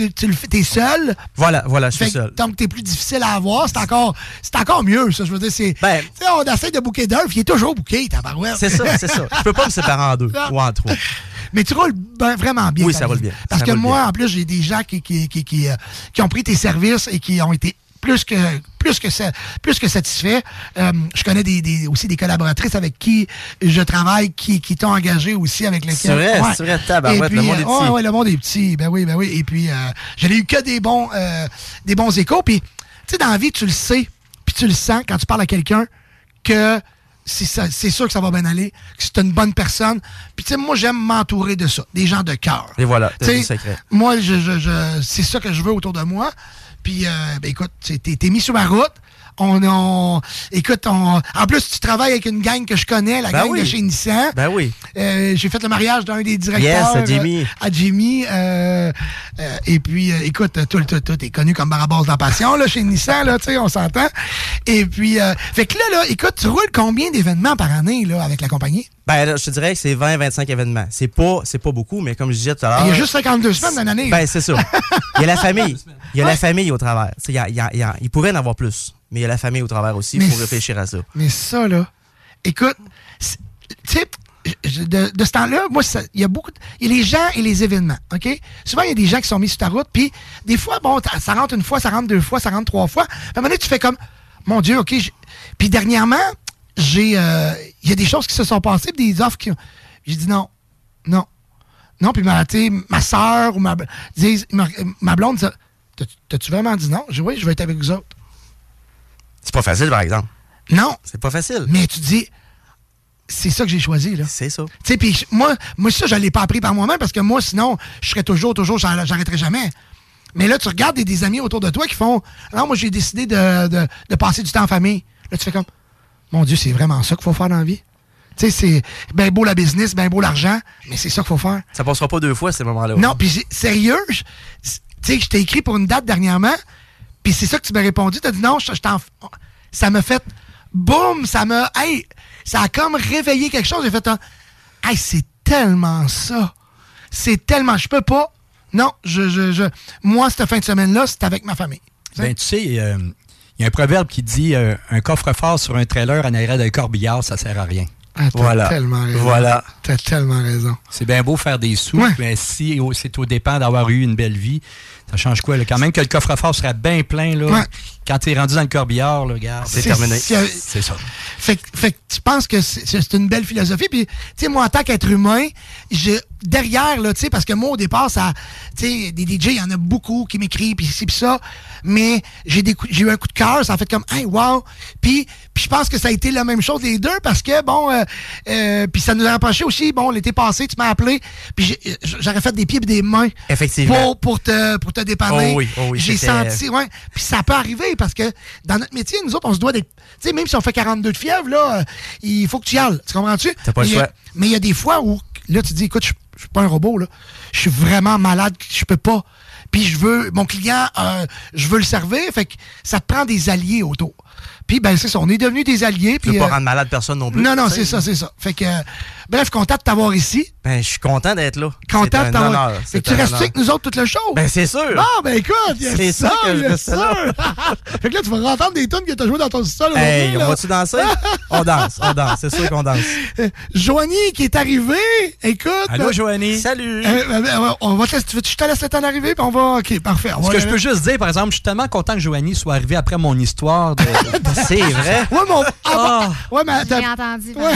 es seul. Voilà, voilà, je suis fait, seul. Donc, tu es plus difficile à avoir. C'est encore, c'est encore mieux, ça. Je veux dire, c'est. Ben, on essaie de bouquer d'œufs, il est toujours bouqué, tabarouette. C'est ça, c'est ça. Je peux pas me séparer en deux non. ou en trois. Mais tu roules ben, vraiment bien. Oui, ça roule bien. Parce ça que moi, bien. en plus, j'ai des gens qui, qui, qui, qui, euh, qui ont pris tes services et qui ont été plus que plus que plus que satisfaits. Euh, je connais des, des, aussi des collaboratrices avec qui je travaille, qui, qui t'ont engagé aussi avec lesquelles. C'est vrai, ouais. c'est vrai, tabarouette, le monde est petit. Ouais, ouais, le monde est petit. Ben oui, ben oui. Et puis, euh, je n'ai eu que des bons, euh, des bons échos. Puis, tu sais, dans la vie, tu le sais, puis tu le sens quand tu parles à quelqu'un que c'est, ça, c'est sûr que ça va bien aller, que c'est une bonne personne. Puis, tu sais, moi, j'aime m'entourer de ça, des gens de cœur. Et voilà, t'as dit secret. Moi, je, je, je, c'est ça que je veux autour de moi. Puis, euh, ben, écoute, t'es, t'es mis sur ma route. On, on, écoute, on, en plus, tu travailles avec une gang que je connais, la ben gang oui. de chez Nissan. Ben oui. Euh, j'ai fait le mariage d'un des directeurs. Yes, à Jimmy. Euh, à Jimmy. Euh, euh, et puis, euh, écoute, tout, tout, tout est connu comme Barabas de la Passion, là, chez Nissan, là, tu sais, on s'entend. Et puis, euh, fait que là, là, écoute, tu roules combien d'événements par année, là, avec la compagnie? Ben, là, je te dirais que c'est vingt à vingt-cinq événements. C'est pas, c'est pas beaucoup, mais comme je disais tout à l'heure. Il y a juste cinquante-deux semaines dans l'année. Ben, c'est ça. Il y a la famille. Il y a ouais. la famille au travers. Il, y a, il, y a, il, y a, il pourrait en avoir plus. Mais il y a la famille au travers aussi, il faut réfléchir à ça. Mais ça, là, écoute, tu sais, de, de ce temps-là, moi, il y a beaucoup, il y a les gens et les événements, OK? Souvent, il y a des gens qui sont mis sur ta route, puis des fois, bon, ça rentre une fois, ça rentre deux fois, ça rentre trois fois. À un moment donné, tu fais comme, mon Dieu, OK. j'ai- Puis dernièrement, j'ai, euh, il y a des choses qui se sont passées, puis des offres qui... J'ai dit non, non, non. Puis ma, tu sais, ma soeur ou ma, disent, ma, ma blonde dit, T'as- t'as-tu vraiment dit non? J'ai dit, oui, je vais être avec vous autres. C'est pas facile, par exemple. Non. C'est pas facile. Mais tu dis, c'est ça que j'ai choisi, là. C'est ça. Tu sais, puis moi, moi, ça, je l'ai pas appris par moi-même parce que moi, sinon, je serais toujours, toujours, j'arr- j'arrêterais jamais. Mais là, tu regardes des, des amis autour de toi qui font, non, moi, j'ai décidé de, de, de passer du temps en famille. Là, tu fais comme, mon Dieu, c'est vraiment ça qu'il faut faire dans la vie. Tu sais, c'est bien beau la business, bien beau l'argent, mais c'est ça qu'il faut faire. Ça passera pas deux fois, ces moments-là. Non, puis j'ai- sérieux, je- tu sais, je t'ai écrit pour une date dernièrement, puis c'est ça que tu m'as répondu. Tu as dit non, je, je t'en... Ça m'a fait... Boum! Ça m'a... Hey! Ça a comme réveillé quelque chose. J'ai fait un... Hey, c'est tellement ça. C'est tellement... Je peux pas... Non, je... je, je moi, cette fin de semaine-là, c'est avec ma famille. Ben, tu sais, il euh, y a un proverbe qui dit euh, un coffre-fort sur un trailer en arrière d'un corbillard, ça sert à rien. Ah, t'as Voilà. tellement raison. Voilà. T'as tellement raison. C'est bien beau faire des sous, mais si au- c'est au dépend d'avoir eu une belle vie, ça change quoi? Là? Quand même que le coffre-fort sera bien plein, là, Ouais. quand tu es rendu dans le corbillard, là, regarde. C'est terminé. c'est- C'est ça. Fait, que- fait que tu penses que c'est c'est une belle philosophie. Puis, tu sais, moi, en tant qu'être humain, j'ai derrière, là, tu sais, parce que moi, au départ, ça, tu sais, des D J, il y en a beaucoup qui m'écrivent, puis ci, puis ça. Mais j'ai des coups- j'ai eu un coup de cœur, ça a fait comme, hey, wow. Puis, puis je pense que ça a été la même chose les deux, parce que, bon, euh, euh, puis ça nous a rapprochés aussi. Bon, l'été passé, tu m'as appelé, puis j'ai- j'aurais fait des pieds et des mains. Effectivement. Pour, pour, te, pour te dépanner. Oh oui, oh oui, j'ai c'était- senti, ouais. Puis ça peut arriver, parce que dans notre métier, nous autres, on se doit d'être. Tu sais, même si on fait quarante-deux de fièvre, là, euh, il faut que tu y ailles. Tu comprends-tu? T'as pas le Mais il y a- choix. Mais il y a des fois où, là, tu dis, écoute, je je suis pas un robot, là. Je suis vraiment malade, je peux pas. Puis je veux, mon client, euh, je veux le servir, fait que ça te prend des alliés autour. Puis, ben, c'est ça, on est devenus des alliés. Tu veux puis, pas euh, rendre malade personne non plus. Non, non, tu sais. c'est ça, c'est ça. Fait que, euh, bref, content de t'avoir ici. Ben, je suis content d'être là. Content C'est de un t'avoir. honneur, Fait c'est que tu un restes honneur. avec nous autres tout le show? Ben, c'est sûr. Bon, ben écoute, yes C'est sûr que je yes reste là. sir. Fait que là, tu vas entendre des tunes que t'as jouées dans ton sol. Hey, aujourd'hui, on là. va-tu danser? On danse, on danse. C'est sûr qu'on danse. Joanie qui est arrivée, écoute. Allô, Joanie. Salut. Euh, euh, euh, on va te laisser, tu veux que je te laisse le temps d'arriver, puis on va. OK, parfait. on Ce va que la- je peux juste dire, par exemple, je suis tellement content que Joanie soit arrivée après mon histoire. De... C'est vrai. Ouais, mon. Ah, Ah. Ouais, mais J'ai attends. entendu. Ouais.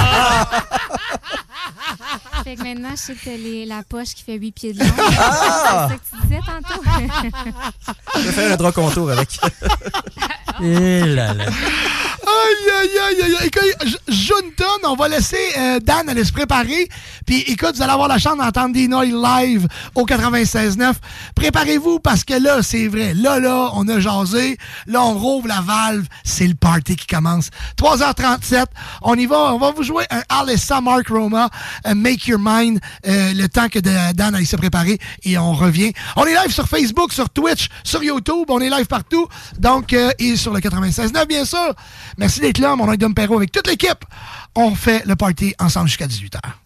Fait que maintenant, je sais que t'as les- la poche qui fait huit pieds de long. Ah! C'est ça que tu disais tantôt. Je vais faire un drap contour avec. Eh là là. Aïe, aïe, aïe, aïe, aïe. Écoute, je- Junton, on va laisser euh, Dan aller se préparer. Puis écoute, vous allez avoir la chance d'entendre Dinoy live au quatre-vingt-seize neuf. Préparez-vous parce que là, c'est vrai. Là, là, on a jasé. Là, on rouvre la valve. C'est le party qui commence. trois heures trente-sept. On y va. On va vous jouer un Alessa Mark Roma, euh, Make Your Mind, euh, le temps que de- Dan aille se préparer. Et on revient. On est live sur Facebook, sur Twitch, sur YouTube. On est live partout. Donc, euh, et sur le quatre-vingt-seize neuf, bien sûr. Merci d'être là, mon nom est Dom Perrault avec toute l'équipe. On fait le party ensemble jusqu'à dix-huit heures.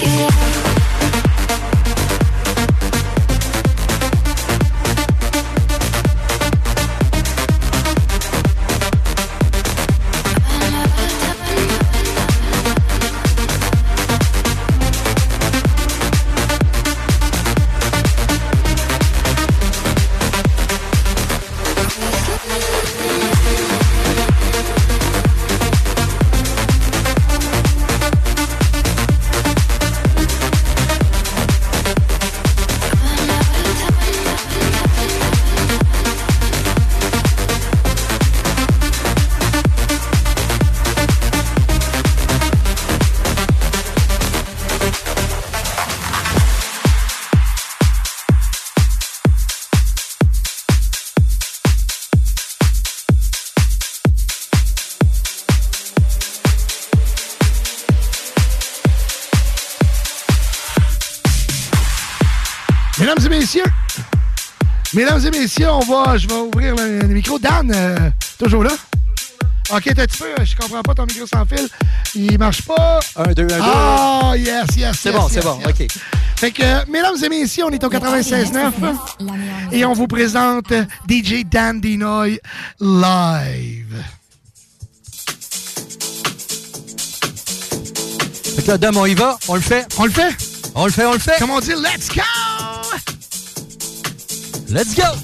Mesdames et messieurs, mesdames et messieurs, on va, je vais ouvrir le, le micro. Dan, euh, toujours là? OK, t'as un petit peu, je comprends pas ton micro sans fil. Il marche pas. Un, deux, un, deux. Ah, yes, yes, C'est yes, bon, yes, c'est bon, yes. OK. Fait que, euh, mesdames et messieurs, on est au quatre-vingt-seize neuf et on vous présente D J Dan Dinoy live. Fait que là, Dom, on y va? On le fait? On le fait? On le fait, on le fait? Comme on dit, let's go! Let's go!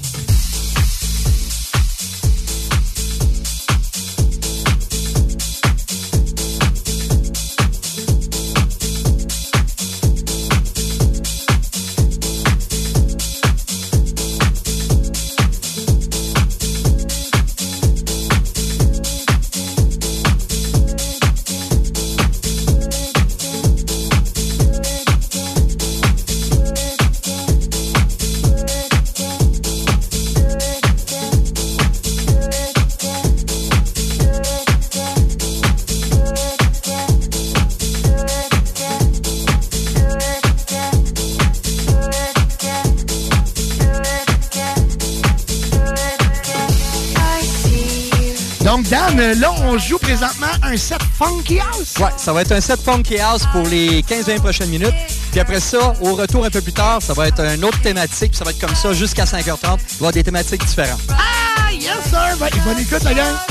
Donc, Dan, là, on joue présentement un set Funky House. Ouais, ça va être un set Funky House pour les quinze à vingt prochaines minutes. Puis après ça, au retour un peu plus tard, ça va être une autre thématique. Puis ça va être comme ça jusqu'à cinq heures trente. Il va y avoir des thématiques différentes. Ah, yes, sir! Ben, bonne écoute, la gang.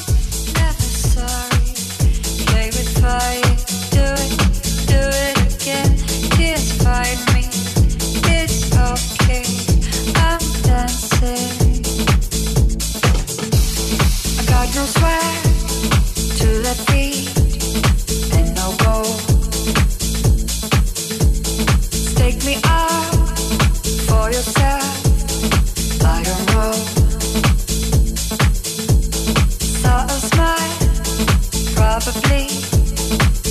Got no swag to the beat and no gold. Take me out for yourself, I don't know. Saw a smile, probably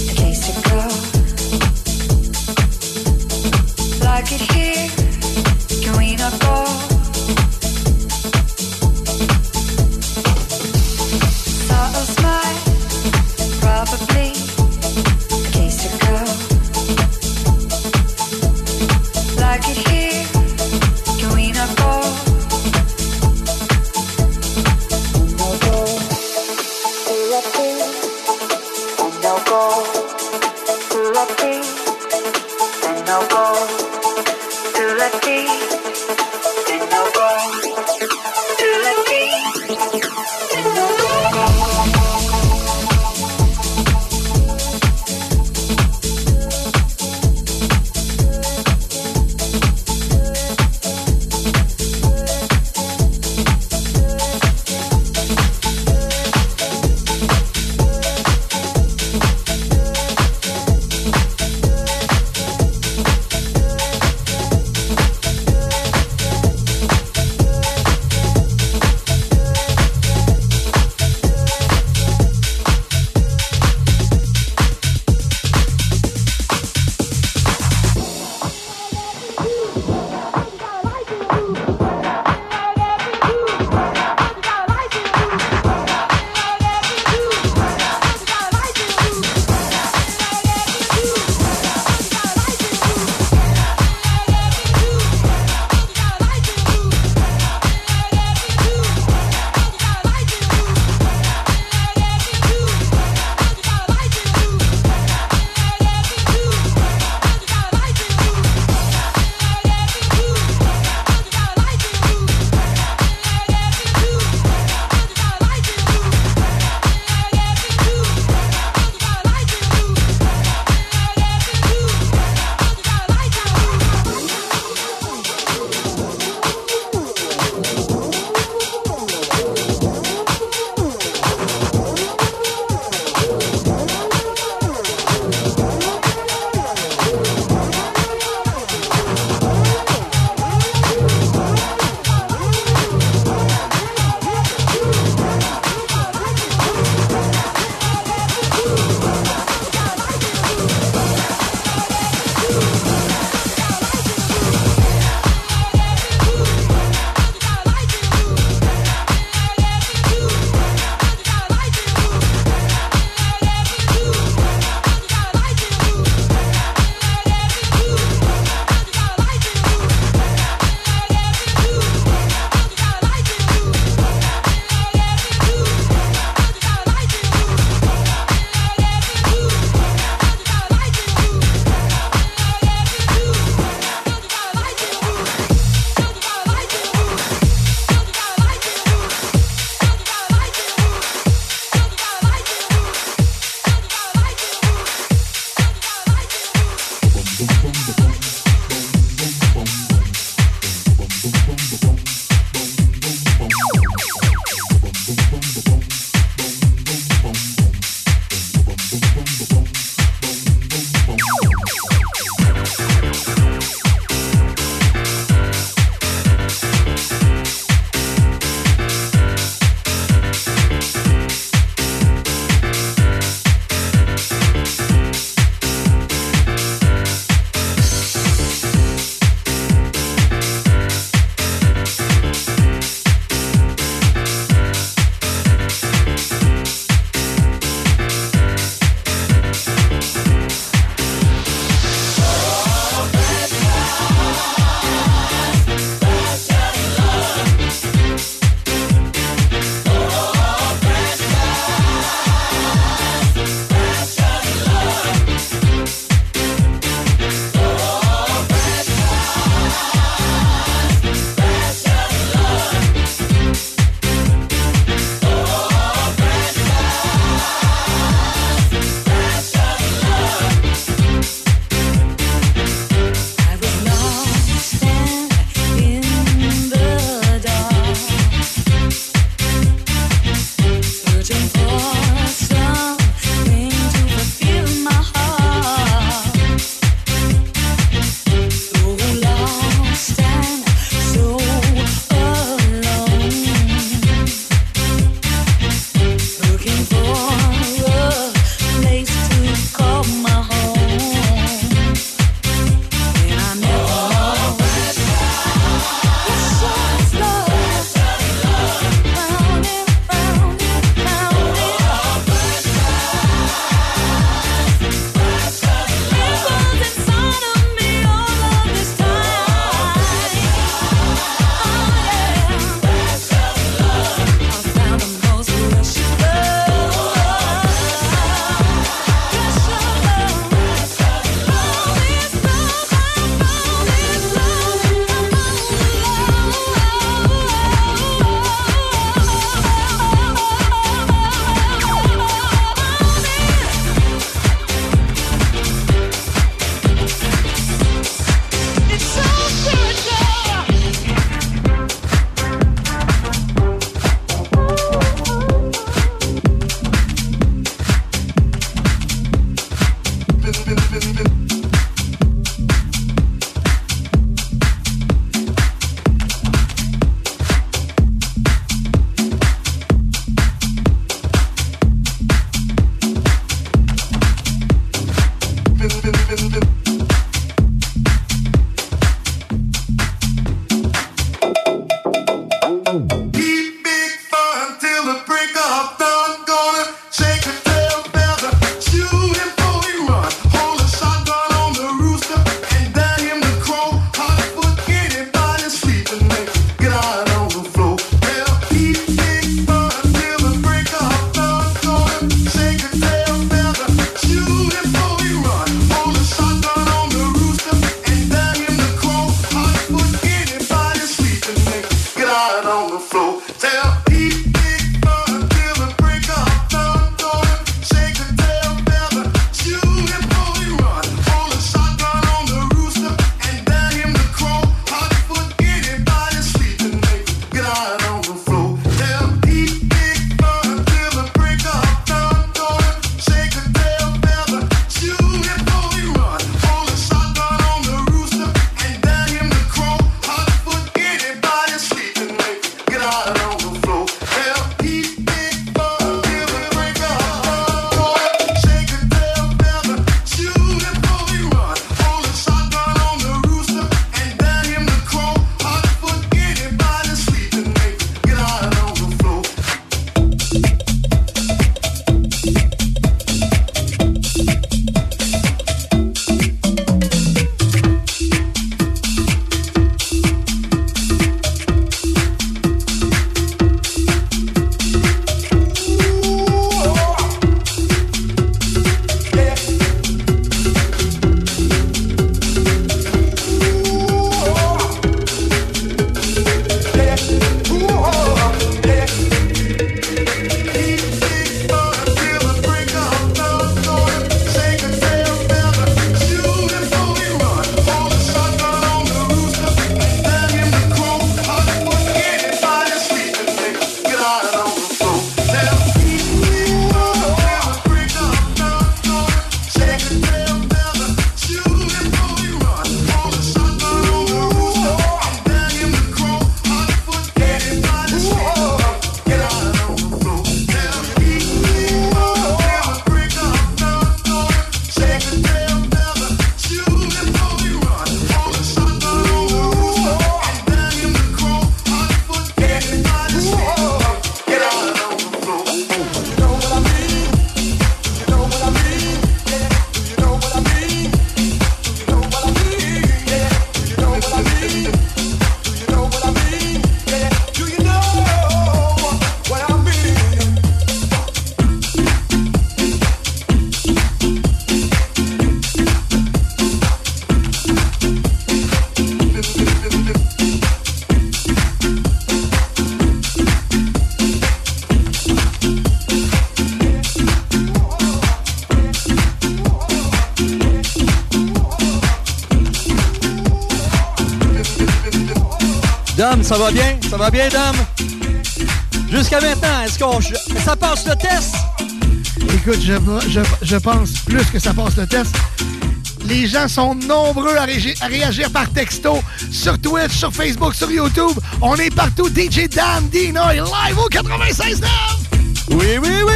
Dom, ça va bien? Ça va bien, Dom? Jusqu'à maintenant, est-ce qu'on ça passe le test? Écoute, je, je, je pense plus que ça passe le test. Les gens sont nombreux à, réagir, à réagir par texto, sur Twitch, sur Facebook, sur YouTube. On est partout. D J Dan Dinoy, live au quatre-vingt-seize neuf! Oui, oui, oui!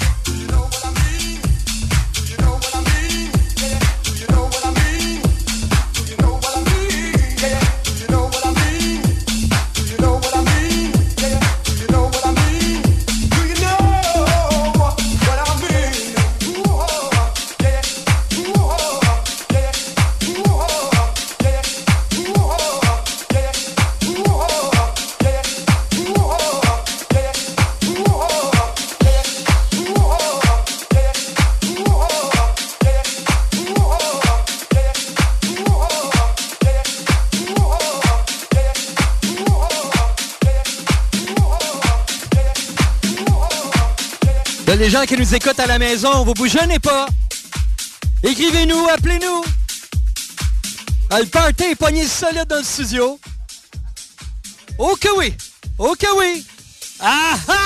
Les gens qui nous écoutent à la maison, vous vous gênez pas. Écrivez-nous, appelez-nous. Ah, le party est pogné solide dans le studio. Oh que oui! Oh que oui! Ah ah!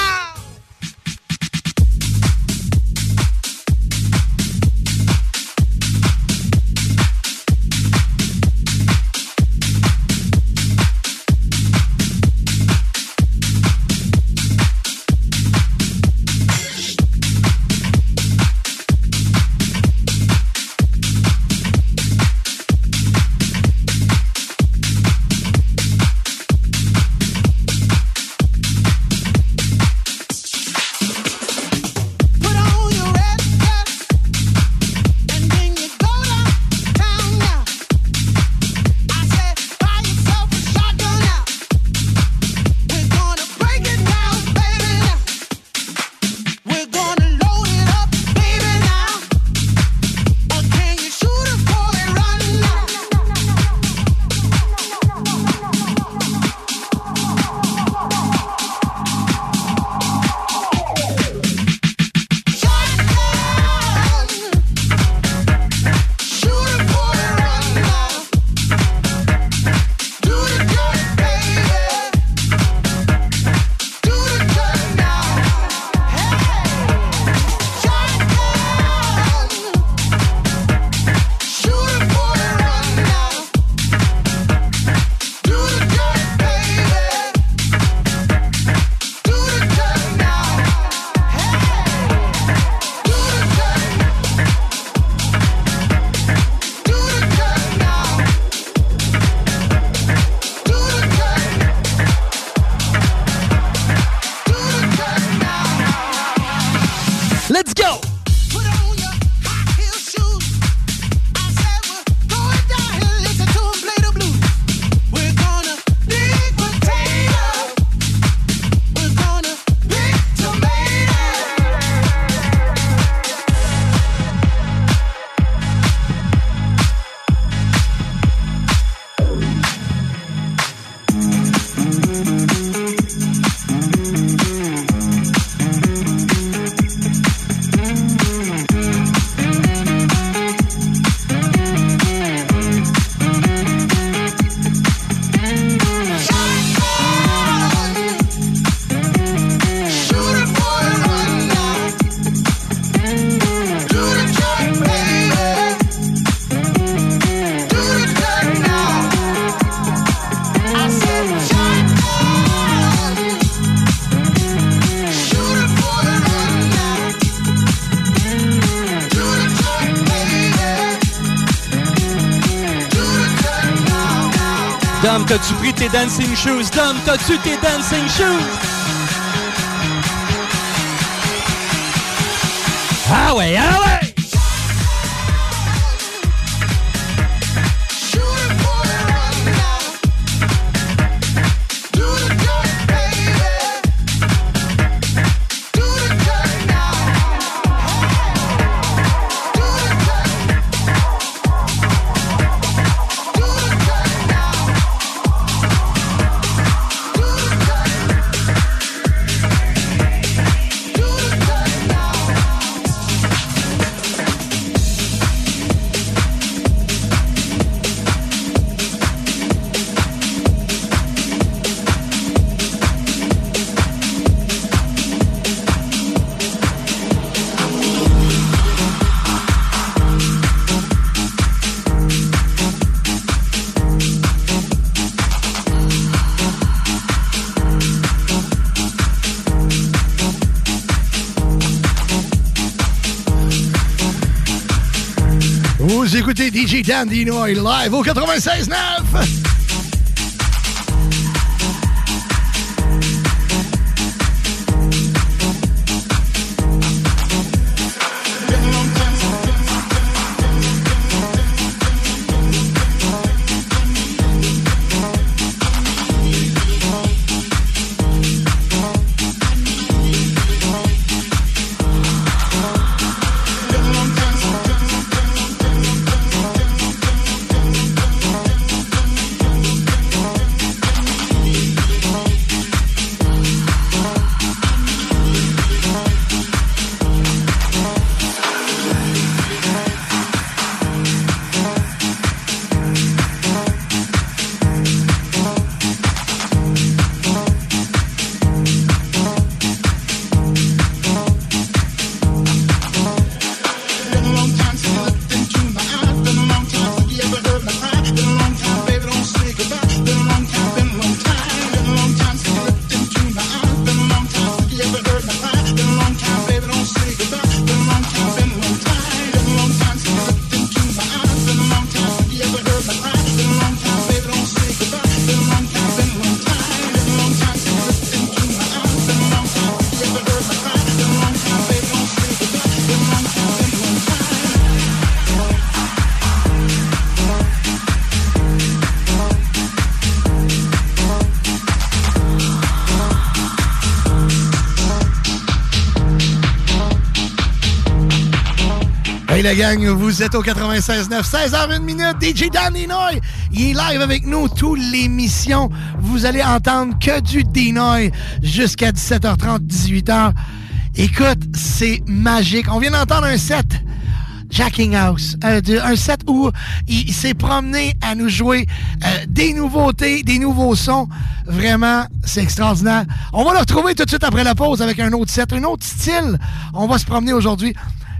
Dom, t'as-tu pris tes dancing shoes? Dom, t'as-tu tes dancing shoes? Ah ouais, ah ouais! Vous écoutez D J Dan Dinoy live au quatre-vingt-seize neuf. Hey la gang, vous êtes au quatre-vingt-seize neuf, seize heures une minute, D J Dan Dinoy, il est live avec nous, toute l'émission, vous allez entendre que du Dinoy jusqu'à dix-sept heures trente, dix-huit heures. Écoute, c'est magique, on vient d'entendre un set Jacking House, euh, de, un set où il, il s'est promené à nous jouer euh, des nouveautés, des nouveaux sons. Vraiment, c'est extraordinaire. On va le retrouver tout de suite après la pause avec un autre set, un autre style. On va se promener aujourd'hui.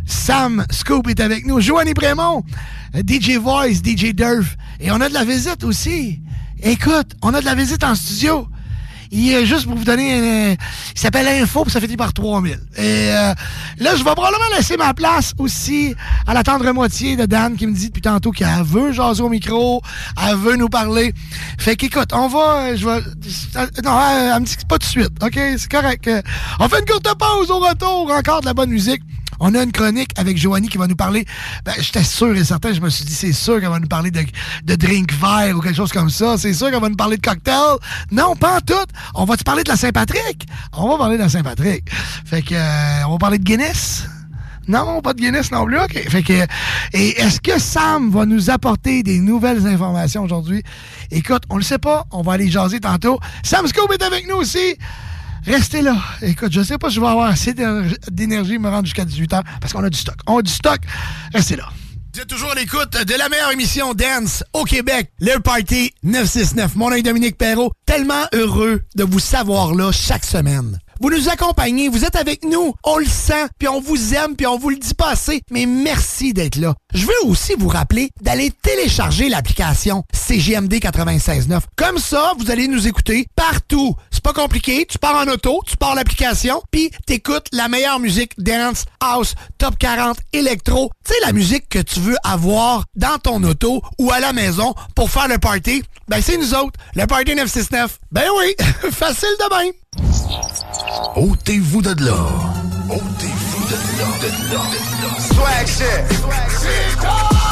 Sam Scoop est avec nous. Joanie Brémond, D J Voice, D J Durf. Et on a de la visite aussi. Écoute, on a de la visite en studio. Il est juste pour vous donner... Un, il s'appelle Info, puis ça finit par trois mille. Et euh, là, je vais probablement laisser ma place aussi à la tendre moitié de Dan qui me dit depuis tantôt qu'elle veut jaser au micro, elle veut nous parler. Fait qu'écoute, on va... Je vais... Non, elle me dit pas tout de suite, OK? C'est correct. On fait une courte pause au retour. Encore de la bonne musique. On a une chronique avec Joanie qui va nous parler. Ben, j'étais sûr et certain, je me suis dit, c'est sûr qu'elle va nous parler de, de drink vert ou quelque chose comme ça. C'est sûr qu'elle va nous parler de cocktail. Non, pas en tout. On va te parler de la Saint-Patrick. On va parler de la Saint-Patrick. Fait que, euh, on va parler de Guinness. Non, pas de Guinness non plus. OK. Fait que, et est-ce que Sam va nous apporter des nouvelles informations aujourd'hui? Écoute, on le sait pas. On va aller jaser tantôt. Sam Scoop est avec nous aussi. Restez là. Écoute, je sais pas si je vais avoir assez d'énergie de me rendre jusqu'à dix-huit heures parce qu'on a du stock. On a du stock. Restez là. Vous êtes toujours à l'écoute de la meilleure émission dance au Québec, le Party neuf cent soixante-neuf. Mon nom est Dominique Perrault. Tellement heureux de vous savoir là chaque semaine. Vous nous accompagnez, vous êtes avec nous, on le sent, puis on vous aime, puis on vous le dit pas assez, mais merci d'être là. Je veux aussi vous rappeler d'aller télécharger l'application C J M D quatre-vingt-seize neuf. Comme ça, vous allez nous écouter partout. C'est pas compliqué, tu pars en auto, tu pars l'application, puis t'écoutes la meilleure musique dance, house, top quarante, électro. Tu sais, la musique que tu veux avoir dans ton auto ou à la maison pour faire le party. Ben c'est nous autres, le Party neuf cent soixante-neuf. Ben oui, facile de même. Ôtez-vous de là. Ôtez-vous de là, de là, de là. Swag shit. Swag shit.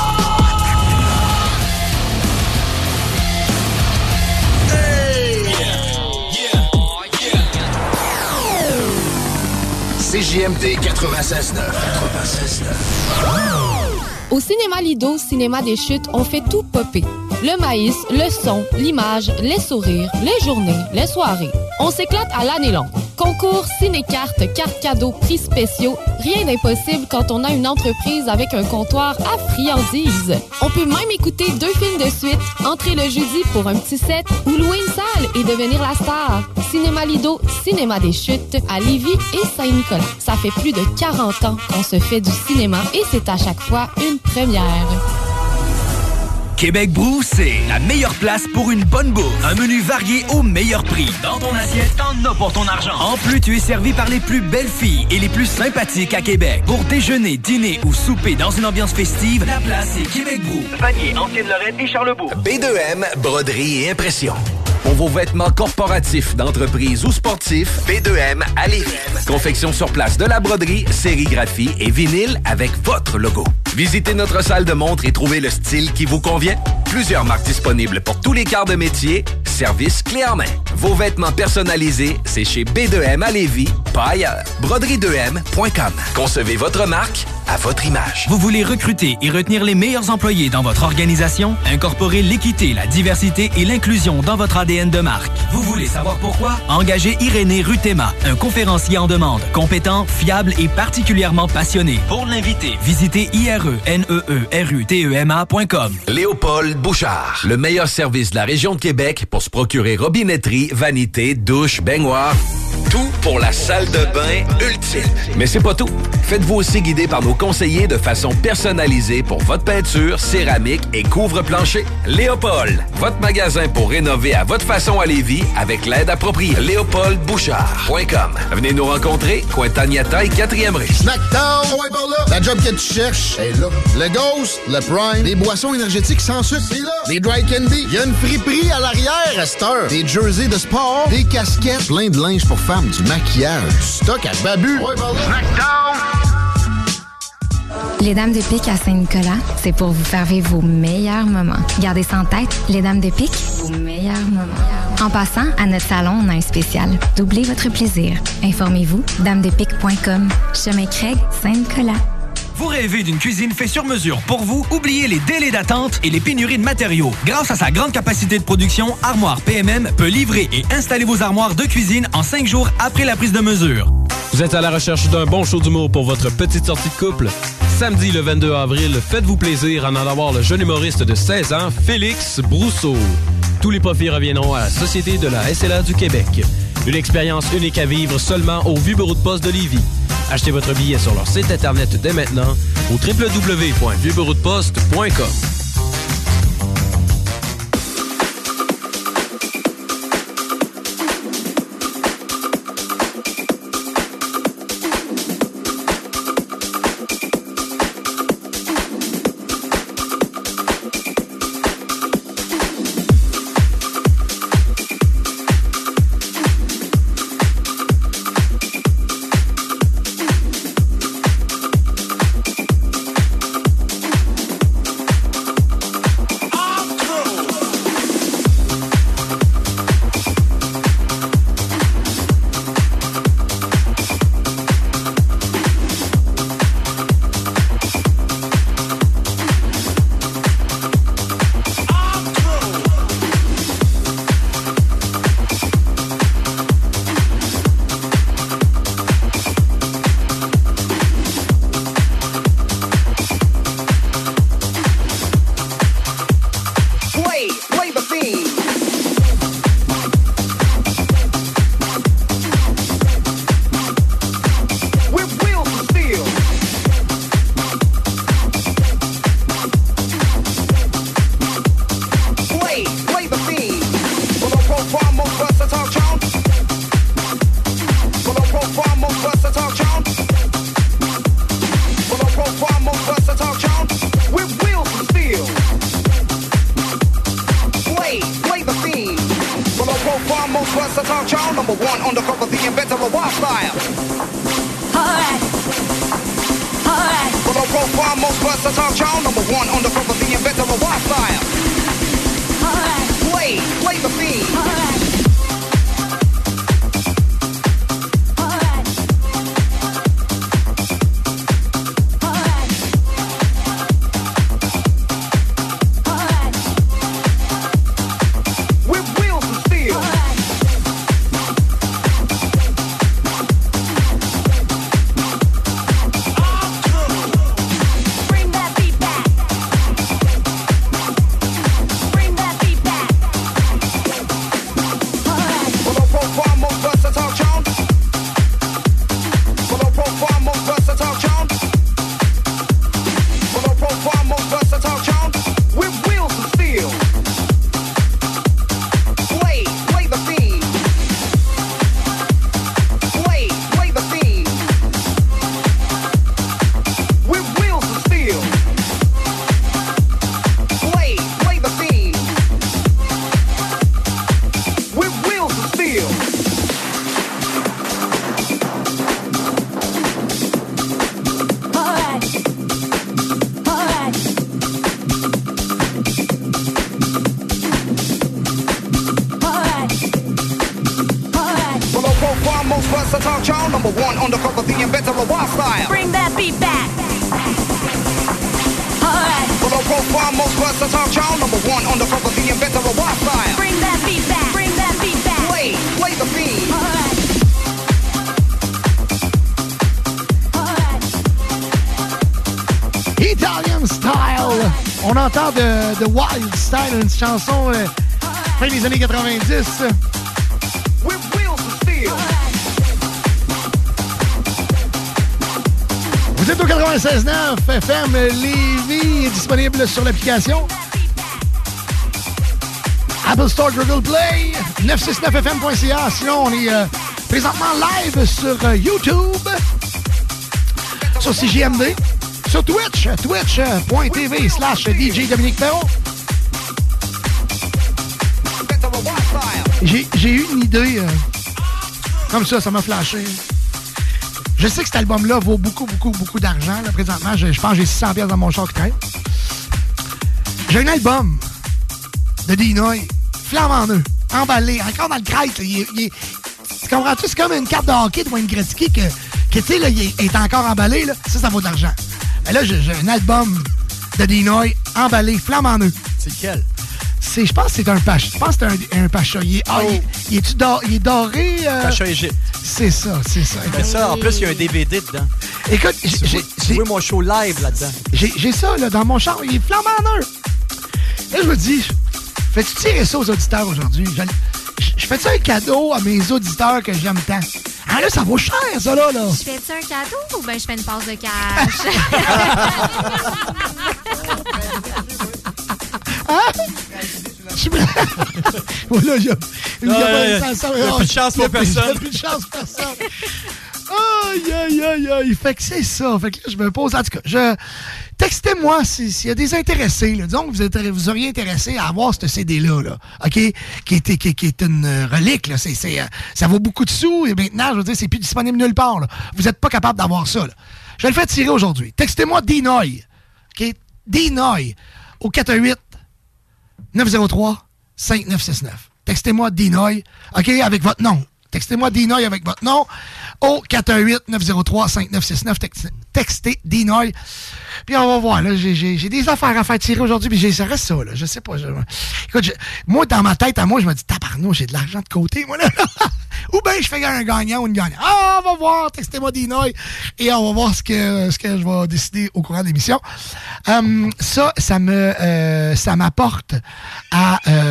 C J M D quatre-vingt-seize neuf. quatre-vingt-seize neuf. Au Cinéma Lido, Cinéma des Chutes, on fait tout popper. Le maïs, le son, l'image, les sourires, les journées, les soirées. On s'éclate à l'année longue. Concours, ciné-cartes, cartes cadeaux, prix spéciaux, rien d'impossible quand on a une entreprise avec un comptoir à friandises. On peut même écouter deux films de suite, entrer le jeudi pour un petit set ou louer une salle et devenir la star. Cinéma Lido, Cinéma des Chutes, à Lévis et Saint-Nicolas. Ça fait plus de quarante ans qu'on se fait du cinéma et c'est à chaque fois une première. Québec Brou, c'est la meilleure place pour une bonne bouffe. Un menu varié au meilleur prix. Dans ton assiette, t'en as pour ton argent. En plus, tu es servi par les plus belles filles et les plus sympathiques à Québec. Pour déjeuner, dîner ou souper dans une ambiance festive, la place est Québec Brou. Vanier, Ancienne-Lorraine et Charlebourg. B deux M, broderie et impression. Pour vos vêtements corporatifs, d'entreprise ou sportifs, B deux M à Lévis. Confection sur place de la broderie, sérigraphie et vinyle avec votre logo. Visitez notre salle de montre et trouvez le style qui vous convient. Plusieurs marques disponibles pour tous les quarts de métier. Service clé en main. Vos vêtements personnalisés, c'est chez B deux M à Lévis, pas ailleurs. broderie deux M point com. Concevez votre marque à votre image. Vous voulez recruter et retenir les meilleurs employés dans votre organisation? Incorporez l'équité, la diversité et l'inclusion dans votre A D N de marque. Vous voulez savoir pourquoi? Engagez Irénée Rutema, un conférencier en demande, compétent, fiable et particulièrement passionné. Pour l'inviter, visitez I R E N E E R U T E M A point com. Léopold Bouchard, le meilleur service de la région de Québec pour se procurer robinetterie, vanité, douche, baignoire. Tout pour la salle de bain ultime. Mais c'est pas tout. Faites-vous aussi guider par nos conseillers de façon personnalisée pour votre peinture, céramique et couvre-plancher. Léopold, votre magasin pour rénover à votre façon à Lévis avec l'aide appropriée. léopold bouchard point com. Venez nous rencontrer, Cointagnata et quatrième rue. Snackdown, ouais, par là. La job que tu cherches est là. Le Ghost, le Prime, des boissons énergétiques sans sucre, c'est là. Des dry candy, il y a une friperie à l'arrière à cette heure. Des jerseys de sport, des casquettes, plein de linge pour femmes, du maquillage, du stock à babu. Ouais, par là. Snackdown! Les Dames de Pique à Saint-Nicolas, c'est pour vous faire vivre vos meilleurs moments. Gardez ça en tête, les Dames de Pique, vos meilleurs moments. En passant, à notre salon, on a un spécial. Doublez votre plaisir. Informez-vous, dames de pique point com. Chemin Craig, Saint-Nicolas. Vous rêvez d'une cuisine faite sur mesure pour vous? Oubliez les délais d'attente et les pénuries de matériaux. Grâce à sa grande capacité de production, Armoire P M M peut livrer et installer vos armoires de cuisine en cinq jours après la prise de mesure. Vous êtes à la recherche d'un bon show d'humour pour votre petite sortie de couple? Samedi le vingt-deux avril, faites-vous plaisir en allant voir le jeune humoriste de seize ans, Félix Brousseau. Tous les profits reviendront à la Société de la S L A du Québec. Une expérience unique à vivre seulement au Vieux Bureau de Poste de Lévis. Achetez votre billet sur leur site internet dès maintenant au w w w point vieux bureau de poste point com. versatile child, number one on the cover, the inventor of wild style. Alright, alright. Below profile, most versatile child, number one on the cover, the inventor of wild style. Alright, play, play the theme. Alright. De, de Wild Style, une chanson euh, fin des années quatre-vingt-dix. Vous êtes au quatre-vingt-seize neuf F M Lévis, disponible sur l'application Apple Store, Google Play, neuf cent soixante-neuf F M point C A. Sinon, on est euh, présentement live sur euh, YouTube, sur C J M D. Sur Twitch, twitch.tv slash D J Dominique Perron. J'ai, j'ai eu une idée, euh, comme ça, ça m'a flashé. Je sais que cet album-là vaut beaucoup, beaucoup, beaucoup d'argent. Là, présentement, je, je pense que j'ai six cents pièces dans mon char qui traîne. J'ai un album de Dinoy, flamant neuf, emballé, encore dans le crête. Là, il est, il est, tu comprends-tu? C'est comme une carte de hockey de Wayne Gretzky que, que tu sais, là, il est, est encore emballé. Là. Ça, ça vaut de l'argent. Mais là, j'ai, j'ai un album de Dinoy emballé, flamant neuf. C'est lequel? C'est, je pense que c'est un pacha. Je pense que c'est un, un pacha. Il est, ah, oh. il, il, est-tu dor, il est doré? Euh... Pacha Égypte. C'est ça, c'est ça. Mais ça, en plus, il y a un D V D dedans. Écoute, j'ai... j'ai tu vois mon show live là-dedans. J'ai, j'ai ça, là, dans mon char. Il est flamant neuf. Là, je me dis, fais-tu tirer ça aux auditeurs aujourd'hui? Je, je, je fais-tu un cadeau à mes auditeurs que j'aime tant? Ah là, ça vaut cher, ça, là, là. Je fais-tu un cadeau ou bien je fais une passe de cash? Hein? Voilà, il y a, il y a, ah, il y a, ça, il y a plus de chance pour personne. Il y a plus de chance pour personne. Aïe, aïe, aïe, aïe. Fait que c'est ça. Fait que là, je me pose... En tout cas, je... textez-moi s'il si y a des intéressés. Là. Disons que vous, êtes, vous auriez intéressé à avoir ce C D-là, là, OK? Qui est, qui, qui est une relique. Là. C'est, c'est, ça vaut beaucoup de sous. Et maintenant, je veux dire, c'est plus disponible nulle part. Là. Vous n'êtes pas capable d'avoir ça. Là. Je vais le faire tirer aujourd'hui. Textez-moi Dinoy. OK? Dinoy. Au quatre un huit neuf zéro trois cinq neuf six neuf. Textez-moi Dinoy. OK? Avec votre nom. Textez-moi Dinoy avec votre nom au quatre un huit neuf zéro trois cinq neuf six neuf. Textez Dinoy. Puis on va voir. Là, j'ai, j'ai, j'ai des affaires à faire tirer aujourd'hui, puis ça reste ça. Là. Je sais pas. Je... Écoute, je... moi, dans ma tête, à moi, je me dis, tabarnouche, j'ai de l'argent de côté, moi, là. Ou bien je fais un gagnant ou une gagnante. Ah, on va voir. Textez-moi Dinoy. Et on va voir ce que, ce que je vais décider au courant de l'émission. Um, ça, ça me, euh, ça m'apporte à... Euh...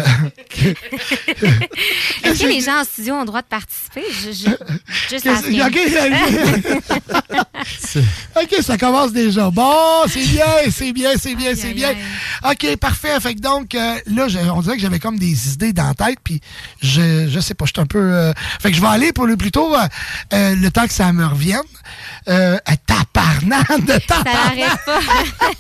Est-ce que les gens en studio ont le droit de participer? Je, je... Juste à OK, OK, ça commence déjà. Bon, c'est bien, c'est bien, c'est bien, c'est bien. OK, parfait. Fait que donc, euh, là, je, on dirait que j'avais comme des idées dans la tête, puis je, je sais pas, je suis un peu... Euh... Fait Fait que je vais aller pour le plutôt euh, euh, le temps que ça me revienne. Euh, tabarnak de tabarnak! Ça n'arrête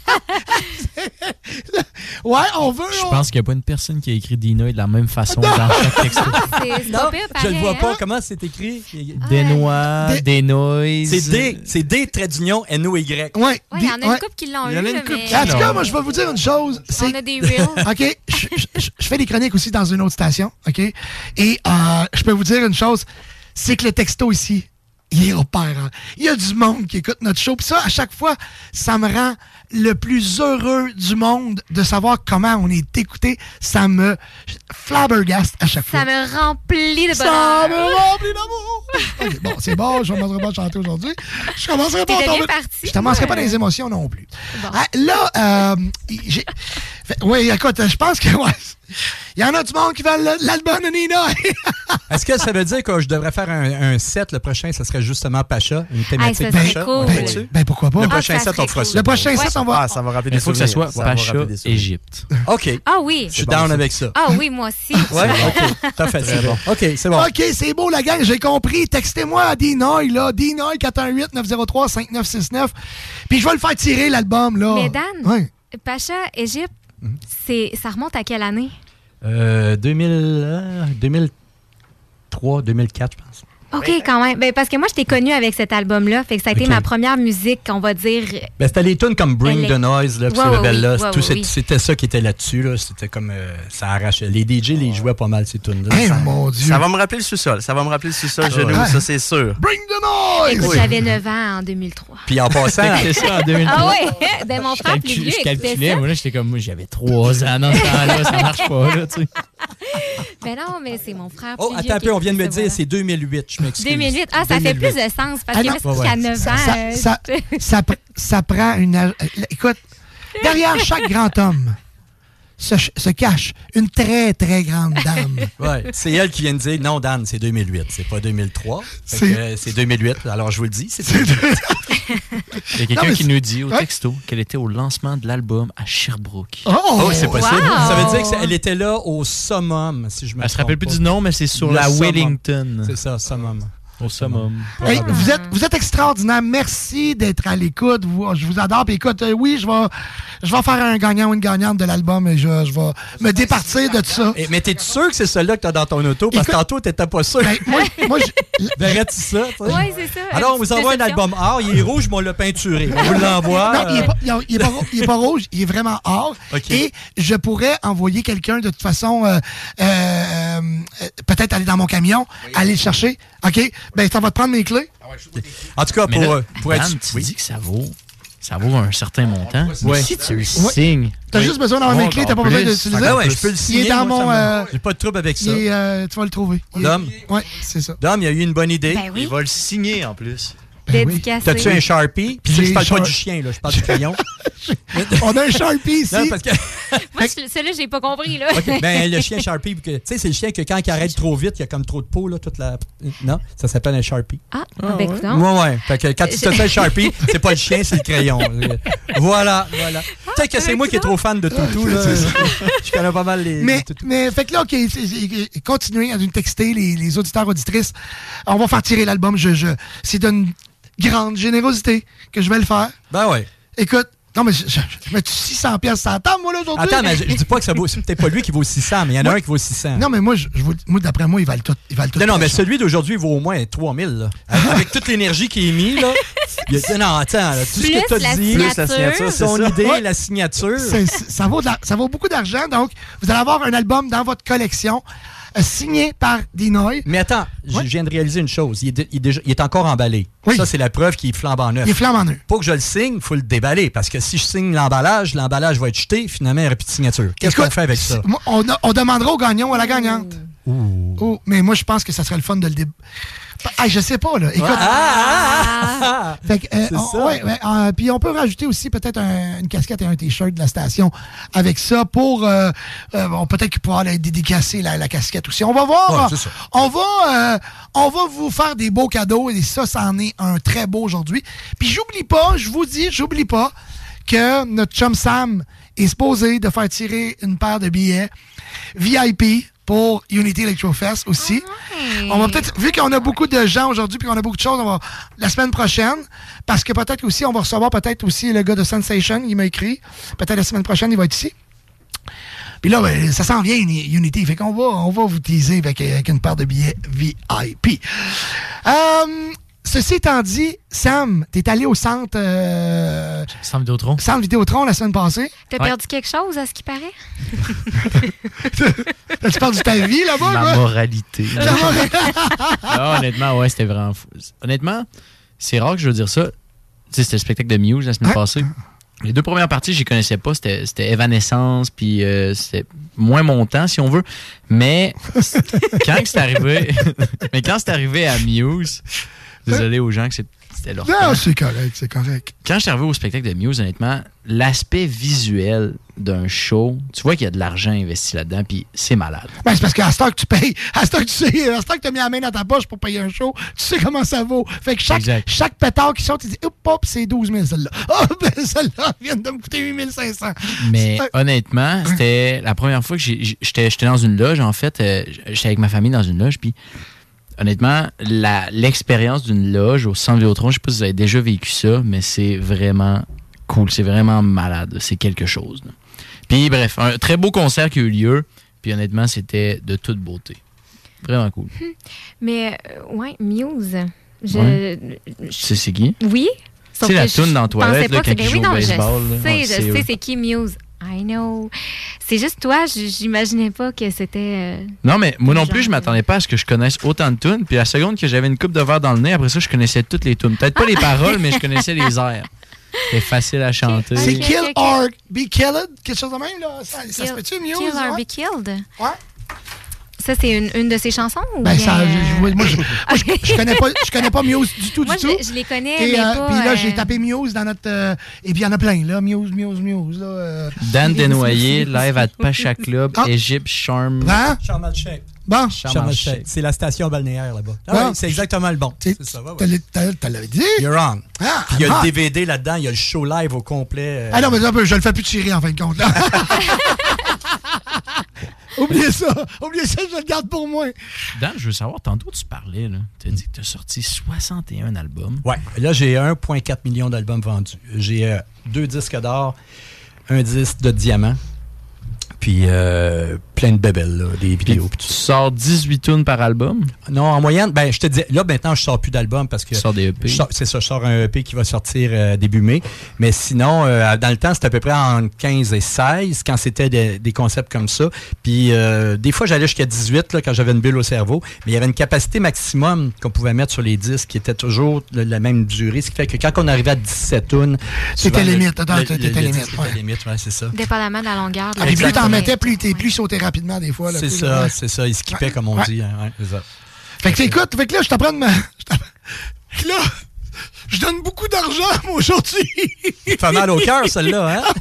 pas. Ouais, on veut... Je on... pense qu'il n'y a pas une personne qui a écrit Dinoy de la même façon dans chaque texto. C'est pas pire, Je le vois pareil, pas. hein? Comment c'est écrit? Denois, Denoise. C'est D. C'est D, trait d'union, N O Y. Ouais. Ouais, il y en a ouais. une couple qui l'ont Il y en a eu, une couple mais... qui En tout cas, moi, je vais vous dire une chose. On a des reels. OK, je, je- je fais des chroniques aussi dans une autre station, OK? Et euh, je peux vous dire une chose, c'est que le texto ici, il est au père. Hein. Il y a du monde qui écoute notre show. Puis ça, à chaque fois, ça me rend le plus heureux du monde de savoir comment on est écouté. Ça me flabbergaste à chaque fois. Ça me remplit de Ça bonheur. me remplit d'amour. OK, bon, c'est bon, je ne commencerai pas à chanter aujourd'hui. Je commencerai pas à T'étais bien tomber- parti, Je commencerai ouais. pas dans les émotions non plus. Bon. Ah, là, euh, j'ai... fait- Oui, écoute, je pense que... Ouais, il y en a du monde qui veulent le- l'album de Nina. Est-ce que ça veut dire que je devrais faire un, un set le prochain? Ça serait justement Pacha, une thématique Hey, ça serait Pacha. cool. On fait dessus? Ben, pourquoi pas? Le Ah, prochain ça set, on serait fera cool. ça. Le prochain Ouais. set, on va... Ah, ça va rappeler Il des faut que ça souvenirs. soit va Pacha, rappeler des souvenirs. Égypte. OK. Ah oui. Je suis down avec ça. Ah oui, moi aussi. Ouais, OK. T'as fait ça. bon. OK, c'est bon. OK, c'est beau, la gang, j'ai compris. Textez-moi à Dinoy, là. Dinoy, quatre un huit, neuf zéro trois, cinq neuf six neuf. Puis je vais le faire tirer, l'album, là. Mais Dan, Ouais. Pacha, Égypte, c'est, ça remonte à quelle année? Euh, deux mille, euh, deux mille trois, deux mille quatre, je pense. OK, quand même. Ben, parce que moi, je t'ai connu avec cet album-là. Fait que ça a été OK. ma première musique, on va dire. Ben, c'était les tunes comme Bring Elle est- the Noise, là, puis Ouais, ce ouais, label-là. oui, ouais, tout ouais, c'est- oui. C'était ça qui était là-dessus. Là. C'était comme... euh, ça arrachait. Les D J les jouaient pas mal, ces tunes-là. Eh, Ça- mon Dieu. Ça va me rappeler le sous-sol. Ça va me rappeler le sous-sol genou, ouais. ça, c'est sûr. Bring the noise! Écoute, j'avais neuf ans en deux mille trois. Puis en passant... C'est ça en deux mille trois. Ah ouais? Ben, mon Je, frère plus calcule- vieux je écoutait calculais, ça. moi là, j'étais comme moi, j'avais trois ans dans ce temps-là, ça marche pas, là, tu sais. Ben non, mais c'est mon frère Oh, plus attends vieux un qui peu, on vient de me écoutait dire, ça, c'est deux mille huit, je m'excuse. voilà. deux mille huit. Ah, ça fait plus de sens. Parce Ah que non, moi, c'est ouais, qu'à ouais. neuf Ça, ans. ça, euh, ça, ça, pr- ça prend une... euh, Écoute, derrière chaque grand homme se, se cache une très, très grande dame. Ouais, c'est elle qui vient de dire, non, Dan, c'est deux mille huit, c'est pas deux mille trois. Fait C'est- que, euh, C'est deux mille huit, alors je vous le dis, c'est Il y a Non, quelqu'un mais qui c'est- nous dit au Ouais. texto qu'elle était au lancement de l'album à Sherbrooke. Oh! Oh, c'est possible. Wow. Ça veut dire qu'elle était là au summum, si je me Elle se trompe rappelle plus pas. du nom, mais c'est sur Le la summum. Wellington. C'est ça, summum. Au summum. Hey, Probablement. vous êtes, vous êtes extraordinaire. Merci d'être à l'écoute. Vous- je vous adore. Puis écoute, euh, oui, je vais, je vais faire un gagnant ou une gagnante de l'album et je, je vais me départir de ça. Et- mais t'es sûr que c'est celui-là que t'as dans ton auto? Parce que Écoute- tantôt, t'étais pas sûr. Ben, moi, moi, je- Verrais-tu ça? tu sais? Oui, c'est ça. Alors, on Une vous envoie un déception. album art. Il est rouge, mais on l'a peinturé. On vous l'envoie. non, il est, euh, pas, il est- il est pas rou- il est pas rouge, il est vraiment or. OK. Et je pourrais envoyer quelqu'un de toute façon, euh, euh, euh, peut-être aller dans mon camion, aller le chercher. OK? Ben, ça va te prendre mes clés. En tout cas, Mais pour, là, euh, pour être... Dan, tu Oui. dis que ça vaut, ça vaut un certain montant. Mais Ouais. si tu le Ouais. signes... T'as juste besoin d'avoir mes Oh, clés, t'as pas encore besoin plus. d'utiliser. Ah ouais, je peux le Il signer. est dans moi, mon... ça me- euh, J'ai pas de trouble avec ça. il est, euh, tu vas le trouver. Il est- Dom? Ouais, c'est ça. Dom, il y a eu une bonne idée. Ben oui. Il va le signer en plus. Ben oui. Dédicacé. T'as-tu un Sharpie? Puis J'ai je parle pas Char- du chien, là. Je parle du crayon. On a un Sharpie ici. Non, parce que... Moi, je- celui-là, j'ai pas compris, là. OK, ben le chien Sharpie, que- tu sais, c'est le chien que quand il arrête trop vite, il y a comme trop de peau, là, toute la... Non, ça s'appelle un Sharpie. Ah, avec non. Ouais, ouais. Fait que quand tu te fais le Sharpie, c'est pas le chien, c'est le crayon. Voilà, voilà. Peut-être que c'est moi qui est trop fan de toutou, là. Je connais pas mal les, Mais, les toutous. mais fait que là, OK, c'est- c'est- continuez à nous texter, les, les auditeurs, auditrices. On va faire tirer l'album. Je, je, c'est d'une grande générosité que je vais le faire. Ben ouais. Écoute, non, mais je, je, je mets six cents pièces sur la table, moi, là, aujourd'hui. Attends, mais je, je dis pas que ça vaut... C'est peut-être pas lui qui vaut six cents, mais il y en a un qui vaut six cents. Non, mais moi, je, je vous- moi d'après moi, il va le tout. Il va le tout Non, non, mais cacher. celui d'aujourd'hui vaut au moins trois mille, là. Avec, avec toute l'énergie qui est mise, là. Il a dit, non, attends, là, tout ce que Plus t'as la dit, signature. plus la signature, c'est son ça. idée, Ouais. la signature. C'est- c'est- ça, vaut de la- ça vaut beaucoup d'argent. Donc, vous allez avoir un album dans votre collection euh, signé par Dinoy. Mais attends, je Ouais. viens de réaliser une chose. Il est, de- il est déjà- il est encore emballé. Oui. Ça, c'est la preuve qu'il est flambant neuf. Il est flambe en neuf. Pour que je le signe, il faut le déballer. Parce que si je signe l'emballage, l'emballage va être jeté. Finalement, il n'y aura plus de signature. Qu'est-ce qu'on Écoute, fait avec ça? moi, on, a- on demandera au gagnant ou à la gagnante. Oh, mais moi, je pense que ça serait le fun de le dé... Ah, je sais pas, là. Écoute. Ah! Fait que, euh, C'est on- ça. ouais, ouais, euh, puis on peut rajouter aussi peut-être un- une casquette et un T-shirt de la station avec ça pour... euh, euh, bon, peut-être qu'il pourra aller dédicacer la, la casquette aussi. On va voir. Ouais, c'est ça. On va, euh, on va vous faire des beaux cadeaux et ça, ça en est un très beau aujourd'hui. Puis j'oublie pas, je vous dis, j'oublie pas que notre chum Sam est supposé de faire tirer une paire de billets V I P pour Unity Electrofest aussi. Hey. On va peut-être, vu qu'on a beaucoup de gens aujourd'hui puis qu'on a beaucoup de choses, on va la semaine prochaine, parce que peut-être aussi, on va recevoir peut-être aussi le gars de Sensation, il m'a écrit. Peut-être la semaine prochaine, il va être ici. Puis là, ben, ça s'en vient, Unity. Fait qu'on va, on va vous teaser avec, avec une paire de billets V I P. Euh, ceci étant dit, Sam, t'es allé au centre... Euh, centre Vidéotron. Centre Vidéotron la semaine passée. T'as Ouais. perdu quelque chose, à ce qui paraît? Tu parles de ta vie là-bas, La quoi? moralité. Non, honnêtement, ouais, c'était vraiment fou. Honnêtement, c'est rare que je veux dire ça. Tu sais, c'était le spectacle de Muse la semaine passée. Les deux premières parties, je les connaissais pas. C'était, c'était Evanescence, puis euh, c'était moins mon temps, si on veut. Mais quand c'est arrivé, mais quand c'est arrivé à Muse, désolé aux gens que c'est- c'était leur Non, temps. c'est correct, c'est correct. Quand je suis arrivé au spectacle de Muse, honnêtement, l'aspect visuel d'un show, tu vois qu'il y a de l'argent investi là-dedans, puis c'est malade. Ben, c'est parce qu'à ce temps que tu payes, à ce temps que tu sais, à ce temps que tu as mis la main dans ta poche pour payer un show, tu sais comment ça vaut. Fait que chaque, Exact. chaque pétard qui sort, tu dis, hop, hop, c'est douze mille celle-là. Oh, ben, celle-là vient de me coûter huit mille cinq cents. Mais C'est- honnêtement, c'était la première fois que j'ai- j'étais j'étais dans une loge, en fait. euh, J'étais avec ma famille dans une loge, puis honnêtement, la- l'expérience d'une loge au Centre Vidéotron, je sais pas si vous avez déjà vécu ça, mais c'est vraiment cool, c'est vraiment malade, c'est quelque chose. là. Puis bref, un très beau concert qui a eu lieu, puis honnêtement, c'était de toute beauté. Vraiment cool. Mais, euh, ouais, Muse. Je... Ouais. je- C'est c'est qui? Oui. C'est la toune dans la toilette, là, quand que... il oui, joue au non, baseball, là. Je sais, Ouais, je c'est sais, eux. c'est qui Muse. I know. C'est juste toi, j- j'imaginais pas que c'était... euh, Non, mais moi non Genre, plus, je m'attendais pas à ce que je connaisse autant de tunes. Puis la seconde que j'avais une coupe de verre dans le nez, après ça, je connaissais toutes les tunes. Peut-être pas les paroles, mais je connaissais les airs. C'était facile à chanter. C'est Ok, Kill ok, ok. or Be Killed, quelque chose de même, là. Ça, ça se Kill- peut-tu, Muse? Kill or ouais? Be Killed. Ouais. Ça, c'est une, une de ses chansons? Ou Ben, bien, ça, je, je- euh, moi, je, moi, je, je connais pas, je connais pas Muse du tout, Moi, du je, tout. je les connais, Et, mais euh, pas... Puis là, euh, j'ai tapé Muse dans notre... euh, et puis il y en a plein, là. Muse, Muse, Muse, là. euh. Dan Muse, Desnoyers, Muse, live à Muse. Pacha Club, Ah. Egypte, Charm. Hein? Sharm el-Sheikh. Bon. Sharm el-Sheikh. C'est la station balnéaire là-bas. Ah Bon. oui, c'est exactement le bon. C'est ça, ouais, ouais. T'as l'as- t'as- t'as l'avais dit? You're wrong. Ah, Puis il y a ah. le D V D là-dedans, il y a le show live au complet. euh, Ah non, mais ça, je le fais plus tirer en fin de compte. Là. Oubliez ça. Oubliez ça, je le garde pour moi. Dan, je veux savoir, tantôt tu parlais, là. Tu as dit que tu as sorti soixante et un albums. Ouais, là j'ai un virgule quatre million d'albums vendus. J'ai euh, deux disques d'or, un disque de diamant, puis euh, plein de bébelles, là, des vidéos. Tu sors dix-huit tunes par album? Non, en moyenne, ben je te dis, là maintenant je sors plus d'albums parce que... Tu sors des E P? je sors- C'est ça, je sors un E P qui va sortir euh, début mai. Mais sinon, euh, dans le temps, c'était à peu près entre quinze et seize quand c'était des, des concepts comme ça. Puis euh, des fois, j'allais jusqu'à dix-huit là, quand j'avais une bulle au cerveau. Mais il y avait une capacité maximum qu'on pouvait mettre sur les disques qui était toujours le- la même durée. Ce qui fait que quand on arrivait à dix-sept tunes... C'était souvent, le- limite, attends, le- t'étais le- le limite, disque ouais. était limite, ouais, c'est ça. Dépendamment de la longueur. de Ah, la puis plus t'en tune. mettais, plus t'es plus sauté rapidement des fois. là, C'est plus, ça, ouais. c'est ça. Il skippait, comme on Ouais. dit. hein, ouais, c'est ça. Fait que écoute, fait que là, je t'apprends de ma... je t'apprends- Fait que là, je donne beaucoup d'argent, moi, aujourd'hui. Ça fait mal au cœur, celle-là, hein?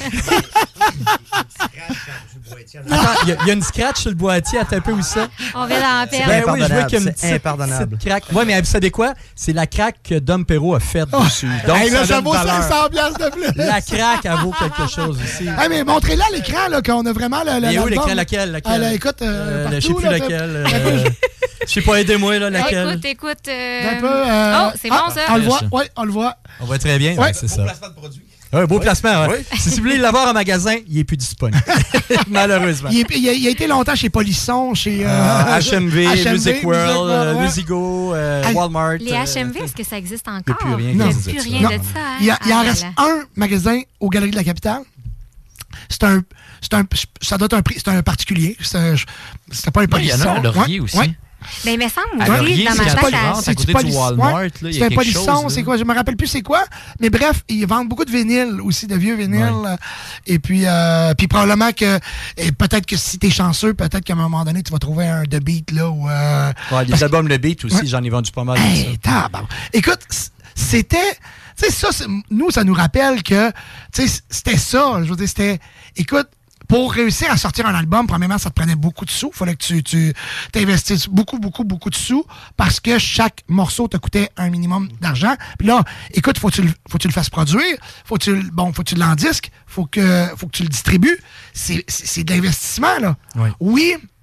Attends, il y, a- il y a une scratch sur le boîtier, attends un peu où ça? On vient d'en perdre. Ben oui, je vois impardonnable, qu'il y a une c'est petite, impardonnable. petite craque. Ouais, mais vous savez quoi? C'est la craque que Dom Perrault a faite dessus. Donc, Hey, là, ça ça donne vaut valeur. cinq cents piastres de plus. La craque, elle vaut quelque chose aussi. Hey, mais montrez-la à l'écran, là, qu'on a vraiment le. le Et où l'album. l'écran, laquelle? laquelle? Ah, là, écoute, euh, Euh, partout, je sais plus là, laquelle. ça- euh, Je sais pas, aidez-moi, là, laquelle. Écoute, écoute. euh, Un peu. euh, Oh, c'est ah, bon, ça? On le voit, oui, on le voit. On voit très bien, Ouais. ouais, c'est ça. Ouais, beau placement, ouais. Si vous voulez l'avoir en magasin, il est plus disponible. Malheureusement. Il, est- il a, il a été longtemps chez Polisson, chez. euh, Euh, H M V, H M V, Music World, euh, ouais. Musigo, euh, Hey, Walmart. Les euh, H M V, est-ce que ça existe encore? Il y a plus rien Il n'y a qui existe plus de rien ça. de ça. hein? Il, y a- il en Ah là reste là. un magasin aux Galeries de la Capitale. C'est un, c'est un, ça doit être un prix, c'est un particulier. C'est un- C'était pas un Ouais, il y en a Polisson. à Laurier Ouais, aussi. ouais. Mais il me semble À aussi, Laurier, dans c'est ma quand tête, tu à- rentres à C'est côté du du Polis- Walmart, ouais, là, il y a c'est un quelque Polisson, chose, là. c'est quoi? Je me rappelle plus c'est quoi. Mais bref, ils vendent beaucoup de vinyles aussi, de vieux vinyles. euh, Et puis, euh, puis probablement que, et peut-être que si t'es chanceux, peut-être qu'à un moment donné, tu vas trouver un The Beat, là, ou... Euh, Ouais, les parce- albums Le Beat aussi, Ouais. j'en ai vendu pas mal. de Hey, ça. tabarnak. Écoute, c- c'était... Tu sais, ça, c'est- nous, ça nous rappelle que, tu sais, c'était ça. Je veux dire, c'était... Écoute, pour réussir à sortir un album, premièrement, ça te prenait beaucoup de sous. Il fallait que tu, tu t'investisses beaucoup, beaucoup, beaucoup de sous parce que chaque morceau te coûtait un minimum d'argent. Puis là, écoute, faut que tu le, faut que tu le fasses produire. Faut que tu, le- bon, faut que tu l'endisques. Faut que, faut que tu le distribues. C'est, c'est, c'est de l'investissement, là. Oui. Oui,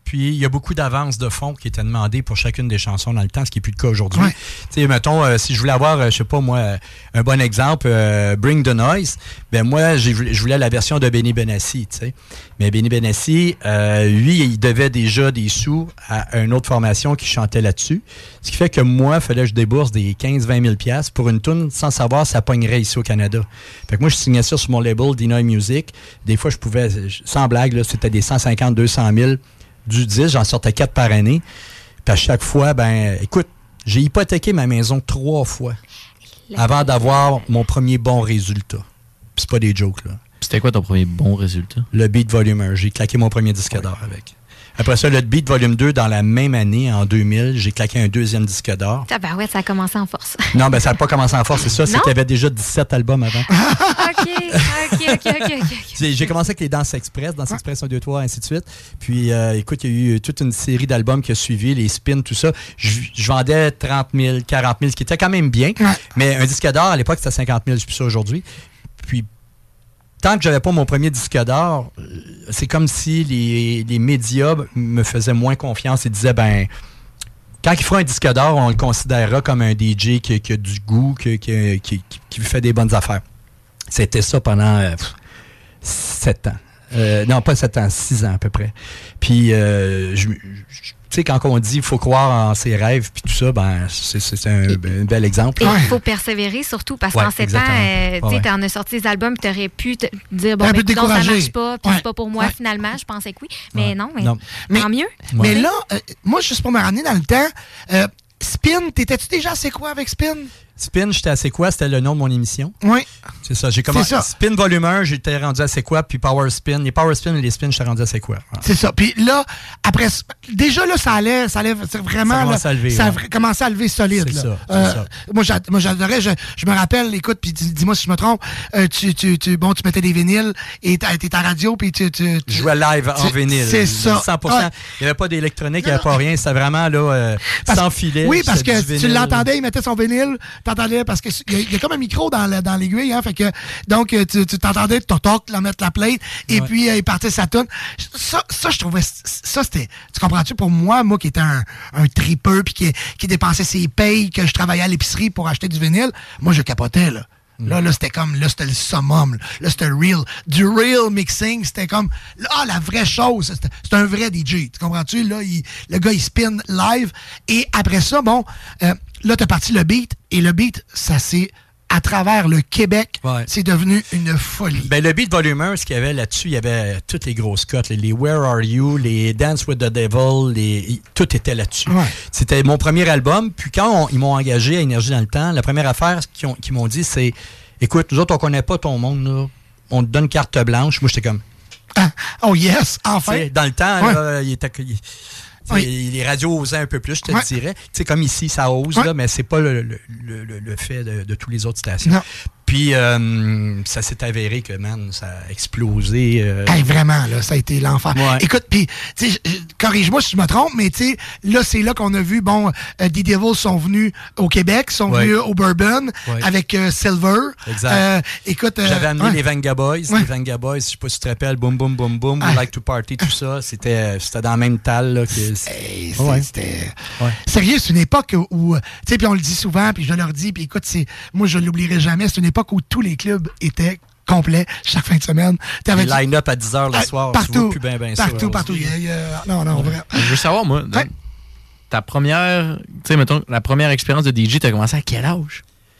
Puis, il y a beaucoup d'avances de fonds qui étaient demandées pour chacune des chansons dans le temps, ce qui n'est plus le cas aujourd'hui. Ouais. Tu sais, mettons, euh, si je voulais avoir, euh, je sais pas moi, un bon exemple, euh, Bring the Noise, ben moi, j'ai, je voulais la version de Benny Benassi, tu sais. Mais Benny Benassi, euh, lui, il devait déjà des sous à une autre formation qui chantait là-dessus. Ce qui fait que moi, il fallait que je débourse des quinze à vingt mille piastres pour une toune sans savoir si ça pognerait ici au Canada. Fait que moi, je signais ça sur mon label Dinoy Music. Des fois, je pouvais, sans blague, là, c'était des cent cinquante à deux cent mille du disque, j'en sortais quatre par année. Puis à chaque fois, ben, écoute, j'ai hypothéqué ma maison trois fois avant d'avoir mon premier bon résultat. Puis c'est pas des jokes, là. C'était quoi ton premier bon résultat? Le Beat Volume un. J'ai claqué mon premier disque d'or avec. Après ça, le Beat Volume deux, dans la même année, en deux mille, j'ai claqué un deuxième disque d'or. Ah ben ouais, ça a commencé en force. Non, ben ça n'a pas commencé en force, c'est ça. C'est Non? qu'il y avait déjà dix-sept albums avant. OK, OK, OK, OK, OK. J'ai, j'ai commencé avec les Danses Express, Danses Express un, deux, trois, ainsi de suite. Puis, euh, écoute, il y a eu toute une série d'albums qui a suivi, les spins, tout ça. Je, je vendais trente mille, quarante mille, ce qui était quand même bien. Ouais. Mais un disque d'or, à l'époque, c'était cinquante mille, je suis plus ça aujourd'hui. Puis, tant que j'avais pas mon premier disque d'or, c'est comme si les, les médias me faisaient moins confiance et disaient, ben, quand il fera un disque d'or, on le considérera comme un D J qui, qui a du goût, qui, qui, qui, qui fait des bonnes affaires. C'était ça pendant euh, sept ans. Euh, non, pas sept ans, six ans à peu près. Puis, euh, je, je, tu sais, quand on dit qu'il faut croire en ses rêves, puis tout ça, ben, c'est, c'est un, un bel exemple. Et il faut persévérer surtout, parce qu'en ouais, sept ans, euh, tu ouais. en as sorti des albums, tu aurais pu te dire, bon, un ben, peu non, ça découragé. marche pas, puis Ouais. c'est pas pour moi Ouais. finalement. Je pensais que oui. Mais Ouais. non, mais Non. tant mieux. Mais là, euh, moi, juste pour me ramener dans le temps, euh, Spin, t'étais-tu déjà assez quoi avec Spin? Spin, j'étais à C'est quoi? C'était le nom de mon émission. Oui. C'est ça. J'ai commencé. C'est ça. Spin Volume un, j'étais rendu à C'est quoi? Puis Power Spin. Les Power Spin et les Spin, j'étais rendu à C'est quoi? Ouais. C'est ça. Puis là, après, déjà, là, ça allait, ça allait c'est vraiment. Ça commençait là, à lever, Ça a ouais. commencé à lever solide. C'est là. ça, c'est Euh, ça. Moi, j'a- moi, j'adorais. Je, je me rappelle, écoute, puis dis- dis-moi si je me trompe, euh, tu, tu, tu, bon, tu mettais des vinyles et t'étais à radio, puis tu, tu, tu. Je jouais live en tu- vinyle. C'est ça. cent pour cent. Ouais. Il n'y avait pas d'électronique, il n'y avait pas rien. C'était vraiment là, euh, Parce- sans filet. Oui, parce c'était que du tu vinyle. l'entendais, il mettait son vinyle, t'entendais, parce que il y, a- il y a comme un micro dans, le- dans l'aiguille, hein, fait que, donc, tu, tu t'entendais, toc, toc, la mettre la plate, et Ouais. puis, euh, il partait sa toune. Ça, ça, je trouvais, ça, c'était, tu comprends-tu, pour moi, moi qui étais un, un tripeux, puis qui, qui dépensait ses payes, que je travaillais à l'épicerie pour acheter du vinyle, moi, je capotais, là. Là, là, c'était comme, là, c'était le summum, là, Là, c'était real. Du real mixing, c'était comme, ah, la vraie chose, c'était, c'était un vrai D J, tu comprends-tu? Là, il- le gars, il spin live, et après ça, bon, euh, là, t'as parti le beat, et le beat, ça s'est, à travers le Québec, Ouais. c'est devenu une folie. Ben, le Beat Volume un, ce qu'il y avait là-dessus, il y avait toutes les grosses cotes, les, les Where Are You, les Dance with the Devil, les, tout était là-dessus. Ouais. C'était mon premier album. Puis quand on- ils m'ont engagé à Énergie dans le temps, la première affaire qu'ils, ont- qu'ils m'ont dit, c'est écoute, nous autres, on connaît pas ton monde, là. On te donne carte blanche. Moi, j'étais comme. Ah, oh yes, enfin. Tu sais, dans le temps, Ouais. là, il était. il- tu sais, Oui. les radios osaient un peu plus, je te Ouais. le dirais. Tu sais, comme ici, ça ose, Ouais. là, mais c'est pas le, le, le, le- le fait de, de toutes les autres stations. Non. Puis, euh, ça s'est avéré que, man, ça a explosé. euh, Hey, vraiment, là, ça a été l'enfer. Ouais. Écoute, puis, tu sais, je- je- corrige-moi si je me trompe, mais tu sais, là, c'est là qu'on a vu, bon, euh, des Devils sont venus au Québec, sont Ouais. venus au Bourbon Ouais. avec euh, Silver. Exact. Euh, écoute, euh, J'avais amené ouais. les Venga Boys. Ouais. Les Venga Boys, je sais pas si tu te rappelles, Boom Boom Boom Boom, We Ah. Like to Party, tout ça. C'était, c'était dans la même talle. Là, que, Hey, c'est- Ouais. C'était. Ouais. Sérieux, c'est une époque où. Tu sais, puis on le dit souvent, puis je leur dis, puis écoute, c'est, moi, je l'oublierai jamais. C'est une époque où tous les clubs étaient complets chaque fin de semaine. T'avais Les du- line-up à dix heures le Ah, soir. Partout. Tu vois plus ben, ben ça, partout, là, partout. aujourd'hui. Il y a- il y a- non, non, vraiment. Je veux savoir, moi, Ouais. ta première, tu sais, mettons, la première expérience de D J, t'as commencé à quel âge?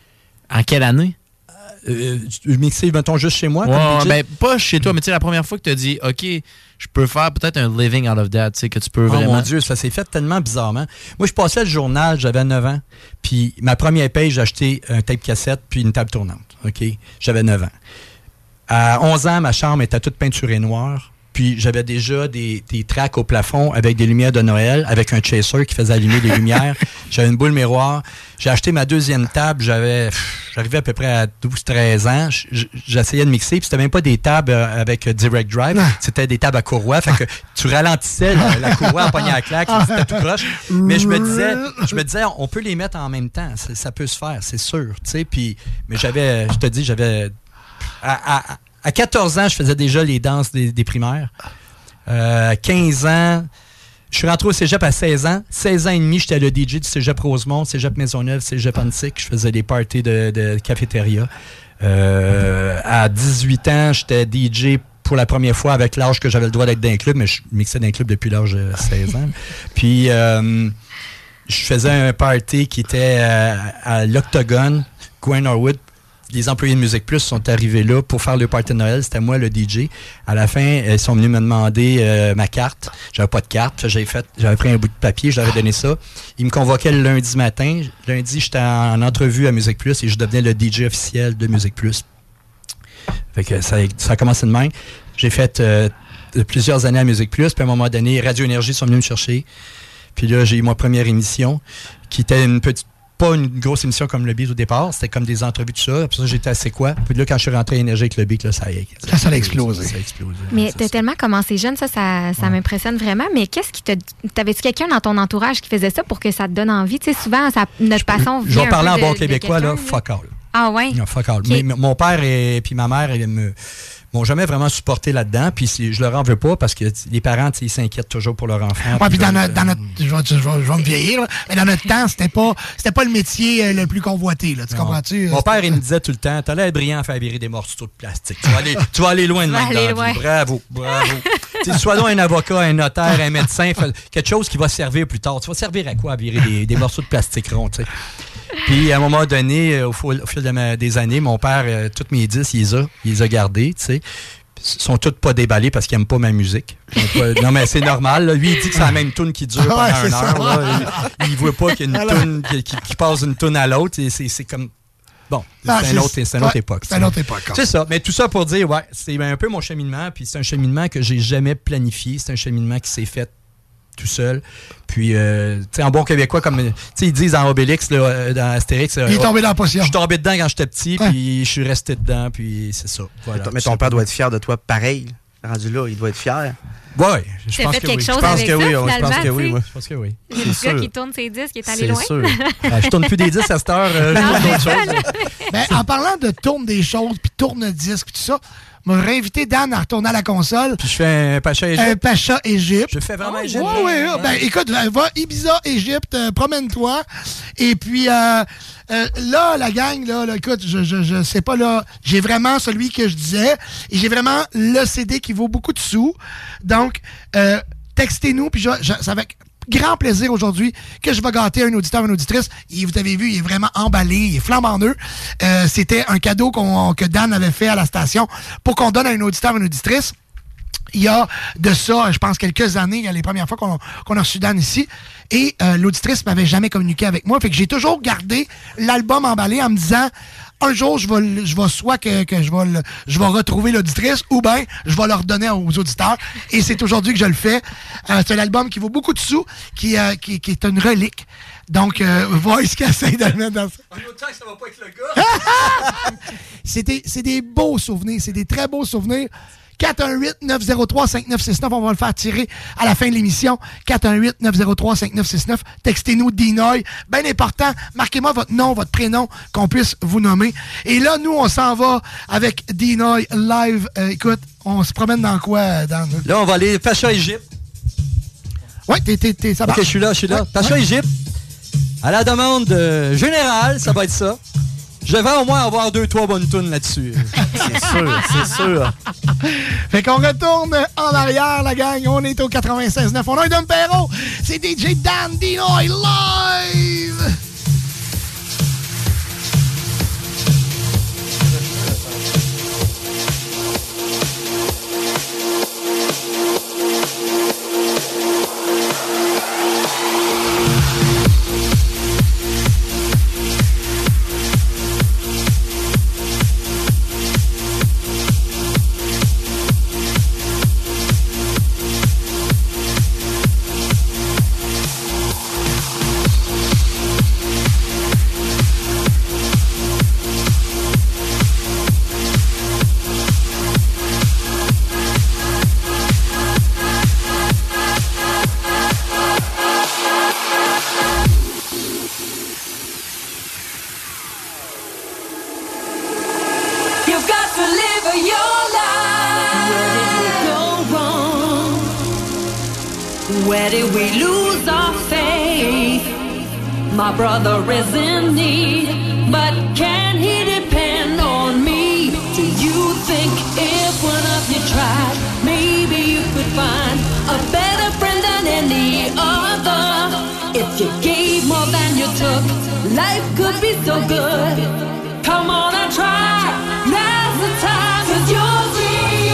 En quelle année? Euh, tu- mixer, mettons, juste chez moi. Ouais, comme D J? ben, pas chez toi, mais tu sais, la première fois que tu as dit, OK, je peux faire peut-être un living out of that, tu sais, que tu peux Oh vraiment. mon Dieu, ça s'est fait tellement bizarrement. Moi, je passais le journal, j'avais neuf ans, puis ma première paye, j'ai acheté un tape cassette puis une table tournante. OK? J'avais neuf ans. À onze ans, ma chambre était toute peinturée noire. Puis j'avais déjà des, des tracks au plafond avec des lumières de Noël, avec un chaser qui faisait allumer les lumières. J'avais une boule miroir. J'ai acheté ma deuxième table. J'avais, pff, j'arrivais à peu près à douze treize ans. J- J'essayais de mixer. Puis c'était même pas des tables euh, avec euh, Direct Drive. C'était des tables à courroie. Fait que tu ralentissais la, la courroie en pognant à claque. C'était tout croche. Mais je me disais, je me disais, on peut les mettre en même temps. Ça, ça peut se faire, c'est sûr. Tu sais. Puis, mais j'avais, je te dis, j'avais à, à, à quatorze ans, je faisais déjà les danses des, des primaires. Euh, à quinze ans, Je suis rentré au cégep à seize ans. seize ans et demi, j'étais le D J du cégep Rosemont, cégep Maisonneuve, cégep Antique. Je faisais des parties de, de cafétéria. Euh, à dix-huit ans, j'étais D J pour la première fois avec l'âge que j'avais le droit d'être dans un club, mais je mixais dans un club depuis l'âge de seize ans. Puis, euh, je faisais un party qui était euh, à l'Octogone, Gwen Norwood. Les employés de Musique Plus sont arrivés là pour faire le party de Noël. C'était moi le D J. À la fin, ils sont venus me demander euh, ma carte. J'avais pas de carte. J'avais fait, j'avais pris un bout de papier, je leur ai donné ça. Ils me convoquaient le lundi matin. Lundi, j'étais en entrevue à Musique Plus et je devenais le D J officiel de Musique Plus. Fait que ça, ça a commencé de même. J'ai fait euh, plusieurs années à Musique Plus. Puis à un moment donné, Radio Énergie sont venus me chercher. Puis là, j'ai eu ma première émission qui était une petite pas une grosse émission comme le Beat au départ, c'était comme des entrevues de ça. Puis ça, j'étais assez quoi. Puis là, quand je suis rentré à Énergie avec le Beat, là, ça, ça, ça, ça a explosé. Ça a explosé. Mais t'as tellement commencé jeune, ça, ça, ça ouais. m'impressionne vraiment. Mais qu'est-ce qui te. T'avais-tu quelqu'un dans ton entourage qui faisait ça pour que ça te donne envie? Tu sais, souvent, ça, notre passion vient. Je vais parler en de, bon québécois, là, là, fuck all. Ah ouais? Non, fuck all. Okay. Mais, mon père et puis ma mère, ils me. m'ont jamais vraiment supporté là-dedans, puis je leur en veux pas parce que les parents, ils s'inquiètent toujours pour leur enfant. Ouais, puis dans, notre, dans notre, je vais, je vais, je vais me vieillir, là, mais dans notre temps, c'était pas, c'était pas le métier le plus convoité, là, tu non. comprends-tu? Mon père, il me disait tout le temps, t'as l'air brillant à faire virer des morceaux de plastique. Tu vas aller, tu vas aller loin de même dans la vie. Bravo, bravo. Sois donc un avocat, un notaire, un médecin, quelque chose qui va servir plus tard. Tu vas servir à quoi à virer des, des morceaux de plastique ronds, tu sais? Puis, à un moment donné, au fil, au fil de ma, des années, mon père, euh, tous mes disques, il les a, il les a gardés, tu sais. Ils sont tous pas déballés parce qu'il n'aime pas ma musique. Pas, non, mais c'est normal. Là. Lui, il dit que c'est la même toune qui dure pendant ouais, une heure. Là. Il ne voit pas qu'il y a une toune qui, qui passe d'une toune à l'autre. Et c'est, c'est comme... Bon, ah, c'est, c'est, un autre, c'est une autre ouais, époque. C'est une autre époque. C'est ça. Mais tout ça pour dire, ouais, c'est un peu mon cheminement. Puis c'est un cheminement que j'ai jamais planifié. C'est un cheminement qui s'est fait tout seul. Puis, euh, tu sais, en bon québécois, comme, tu sais, ils disent dans Obélix, là, dans Astérix. Il est tombé dans la potion. Je suis tombé dedans quand j'étais petit, ouais. Puis je suis resté dedans, puis c'est ça. Voilà, mais ton père doit être fier de toi pareil. Rendu là, il doit être fier. Oui, je pense que oui. Je pense que oui. Je pense que oui. Je pense que oui. Le gars qui tourne ses disques, qui est allé loin. C'est sûr. Ah, je tourne plus des disques à cette heure. Euh, non, je tourne d'autres choses. Ben, en parlant de tourne des choses, puis tourne disques, puis tout ça, m'a réinvité Dan à retourner à la console. Puis je fais un Pacha Égypte. Un Pacha Égypte. Je fais vraiment Égypte. Oui, oui. Ouais. Ben, écoute, va Ibiza, Égypte, euh, promène-toi. Et puis, euh, euh, là, la gang, là, là écoute, je, je, je sais pas, là, j'ai vraiment celui que je disais. Et j'ai vraiment le C D qui vaut beaucoup de sous. Donc, euh, textez-nous, puis je, je, ça va être grand plaisir aujourd'hui que je vais gâter un auditeur, une auditrice. Et vous avez vu, il est vraiment emballé, il est flambant neuf. Euh, c'était un cadeau qu'on, que Dan avait fait à la station pour qu'on donne à un auditeur, une auditrice. Il y a de ça, je pense, quelques années, il y a les premières fois qu'on, qu'on a reçu Dan ici. Et euh, l'auditrice m'avait jamais communiqué avec moi. Fait que j'ai toujours gardé l'album emballé en me disant... Un jour, je vais, je vais soit que, que je, vais le, je vais retrouver l'auditrice ou bien je vais le redonner aux auditeurs. Et c'est aujourd'hui que je le fais. Euh, c'est un album qui vaut beaucoup de sous, qui, euh, qui, qui est une relique. Donc, euh, Voice qui essaie de le mettre dans ça. En autant que ça va pas être le gars. c'est, des, c'est des beaux souvenirs. C'est des très beaux souvenirs. quatre un huit, neuf zéro trois, cinq neuf six neuf. On va le faire tirer à la fin de l'émission. quatre un huit, neuf zéro trois, cinq neuf six neuf. Textez-nous Dinoy. Bien important. Marquez-moi votre nom, votre prénom, qu'on puisse vous nommer. Et là, nous, on s'en va avec Dinoy live. Euh, écoute, on se promène dans quoi? Dans... Là, on va aller Pacha Égypte. Oui, t'es, t'es, t'es, ça va. OK, je suis là, je suis là. Ouais, Pacha ouais. Égypte. À la demande euh, générale, ça va être ça. Je vais au moins avoir deux, trois bonnes tunes là-dessus. C'est sûr, c'est sûr. Fait qu'on retourne en arrière, la gang. On est au quatre-vingt-seize neuf. On a un Dom Perrault. C'est D J Dan Dinoy live. Where did we lose our faith? My brother is in need, but can he depend on me? Do you think if one of you tried, maybe you could find a better friend than any other? If you gave more than you took, life could be so good. Come on and try, now's the time, 'cause you're free.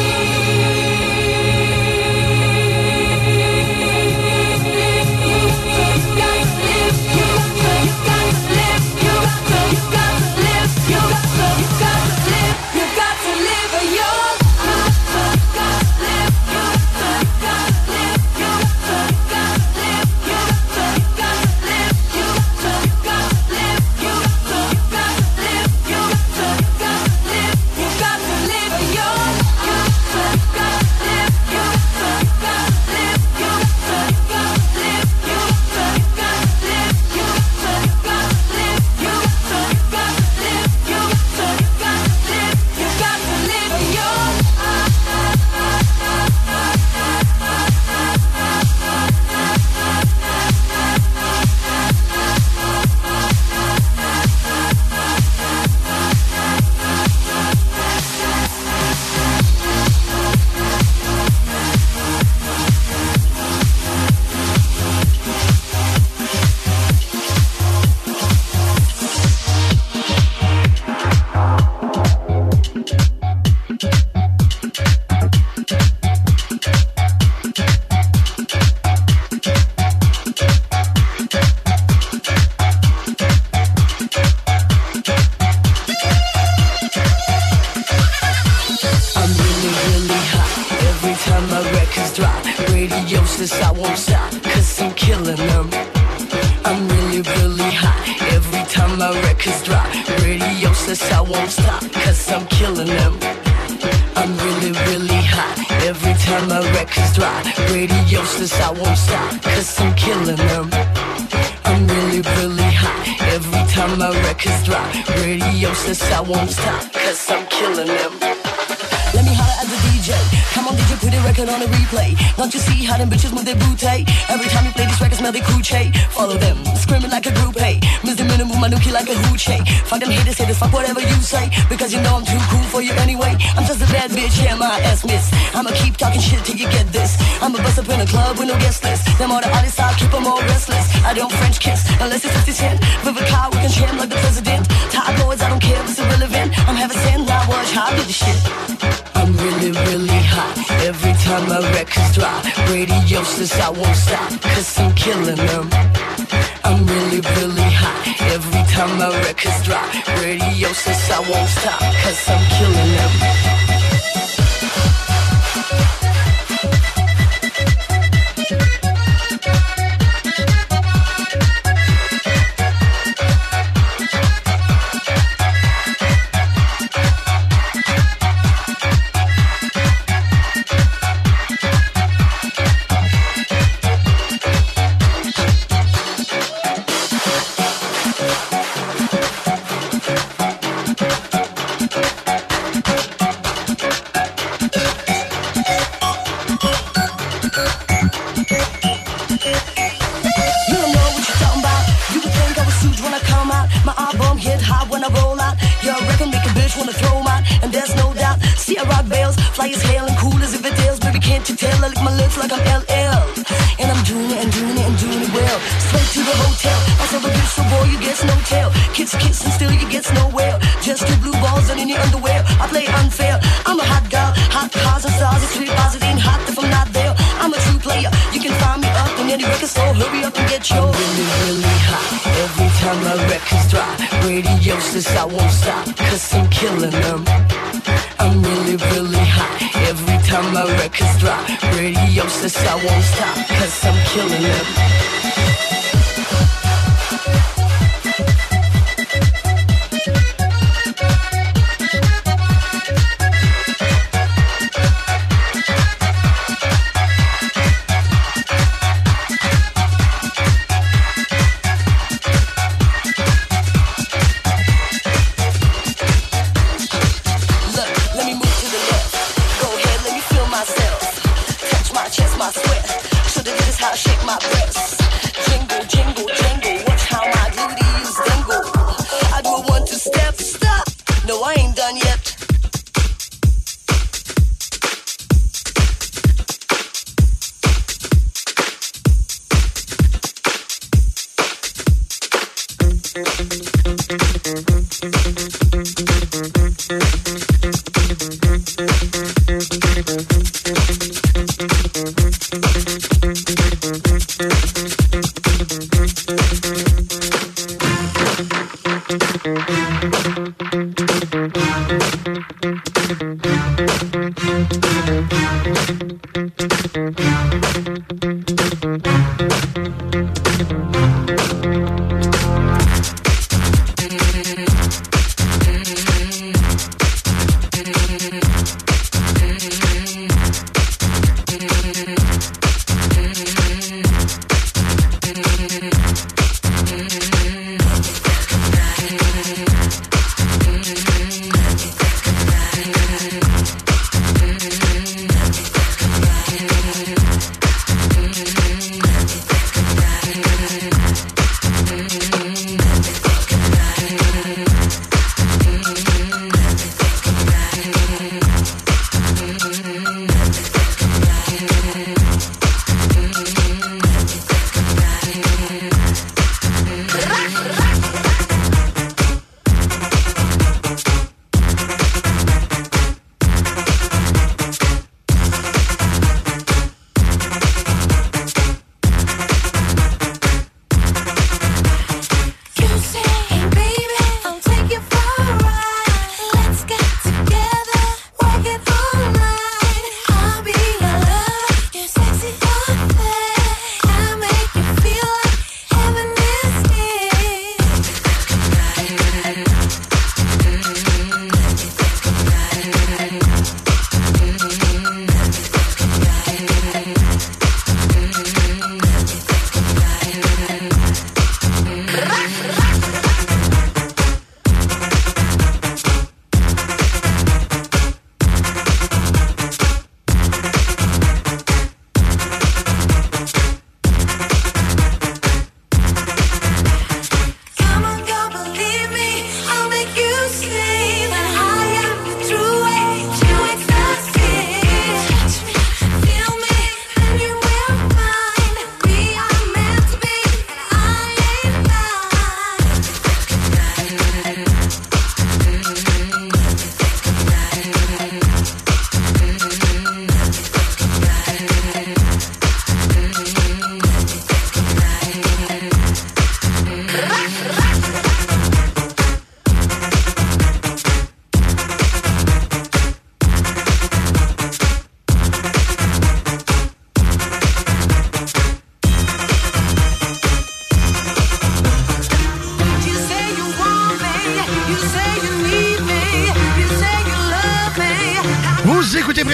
I won't stop, 'cause I'm killing them. I'm really, really hot every time my records drop. Radio says I won't stop, 'cause I'm killing them. I'm really, really hot every time my records drop. Radio says I won't stop, 'cause I'm killing them. I'm really, really hot every time my records drop. Radio says I won't stop, 'cause I'm killing them. Let me holler at the D J. Come on, D J, put a record on a replay. Don't you see how them bitches move their booty? Every time you play these records, smell they coochie. Follow them, screaming like a group, hey. Misdemeanor, move my nookie like a hoochie. Fuck them haters, haters, fuck whatever you say. Because you know I'm too cool for you anyway. I'm just a bad bitch, yeah, my ass miss. I'ma keep talking shit till you get this. I'ma bust up in a club with no guest list. Them all the artists, I'll keep them all restless. I don't French kiss, unless it's fifty cent. With a car, we can sham like the president. Tabloids, I don't care if it's irrelevant. I'm having sand, now watch how I do the shit. I'm really, really hot every time my records drop. Radio says I won't stop, 'cause I'm killing them. I'm really, really hot every time my records drop. Radio says I won't stop, 'cause I'm killing them. Like I'm L L, and I'm doing it and doing it and doing it well. Straight to the hotel, I said, but bitch, so boy, you get no tail. Kiss, kiss, and still you get nowhere. Just two blue balls and in your underwear. I play unfair. I'm a hot girl, hot cars and stars. It's sweet bars, it ain't hot if I'm not there. I'm a true player. You can find me up in any record store. Hurry up and get your. I'm really, really hot every time my records drop. Radio says I won't stop, 'cause I'm killing them. I'm really, really hot every time my records drop. Radio says I won't stop, 'cause I'm killing them. How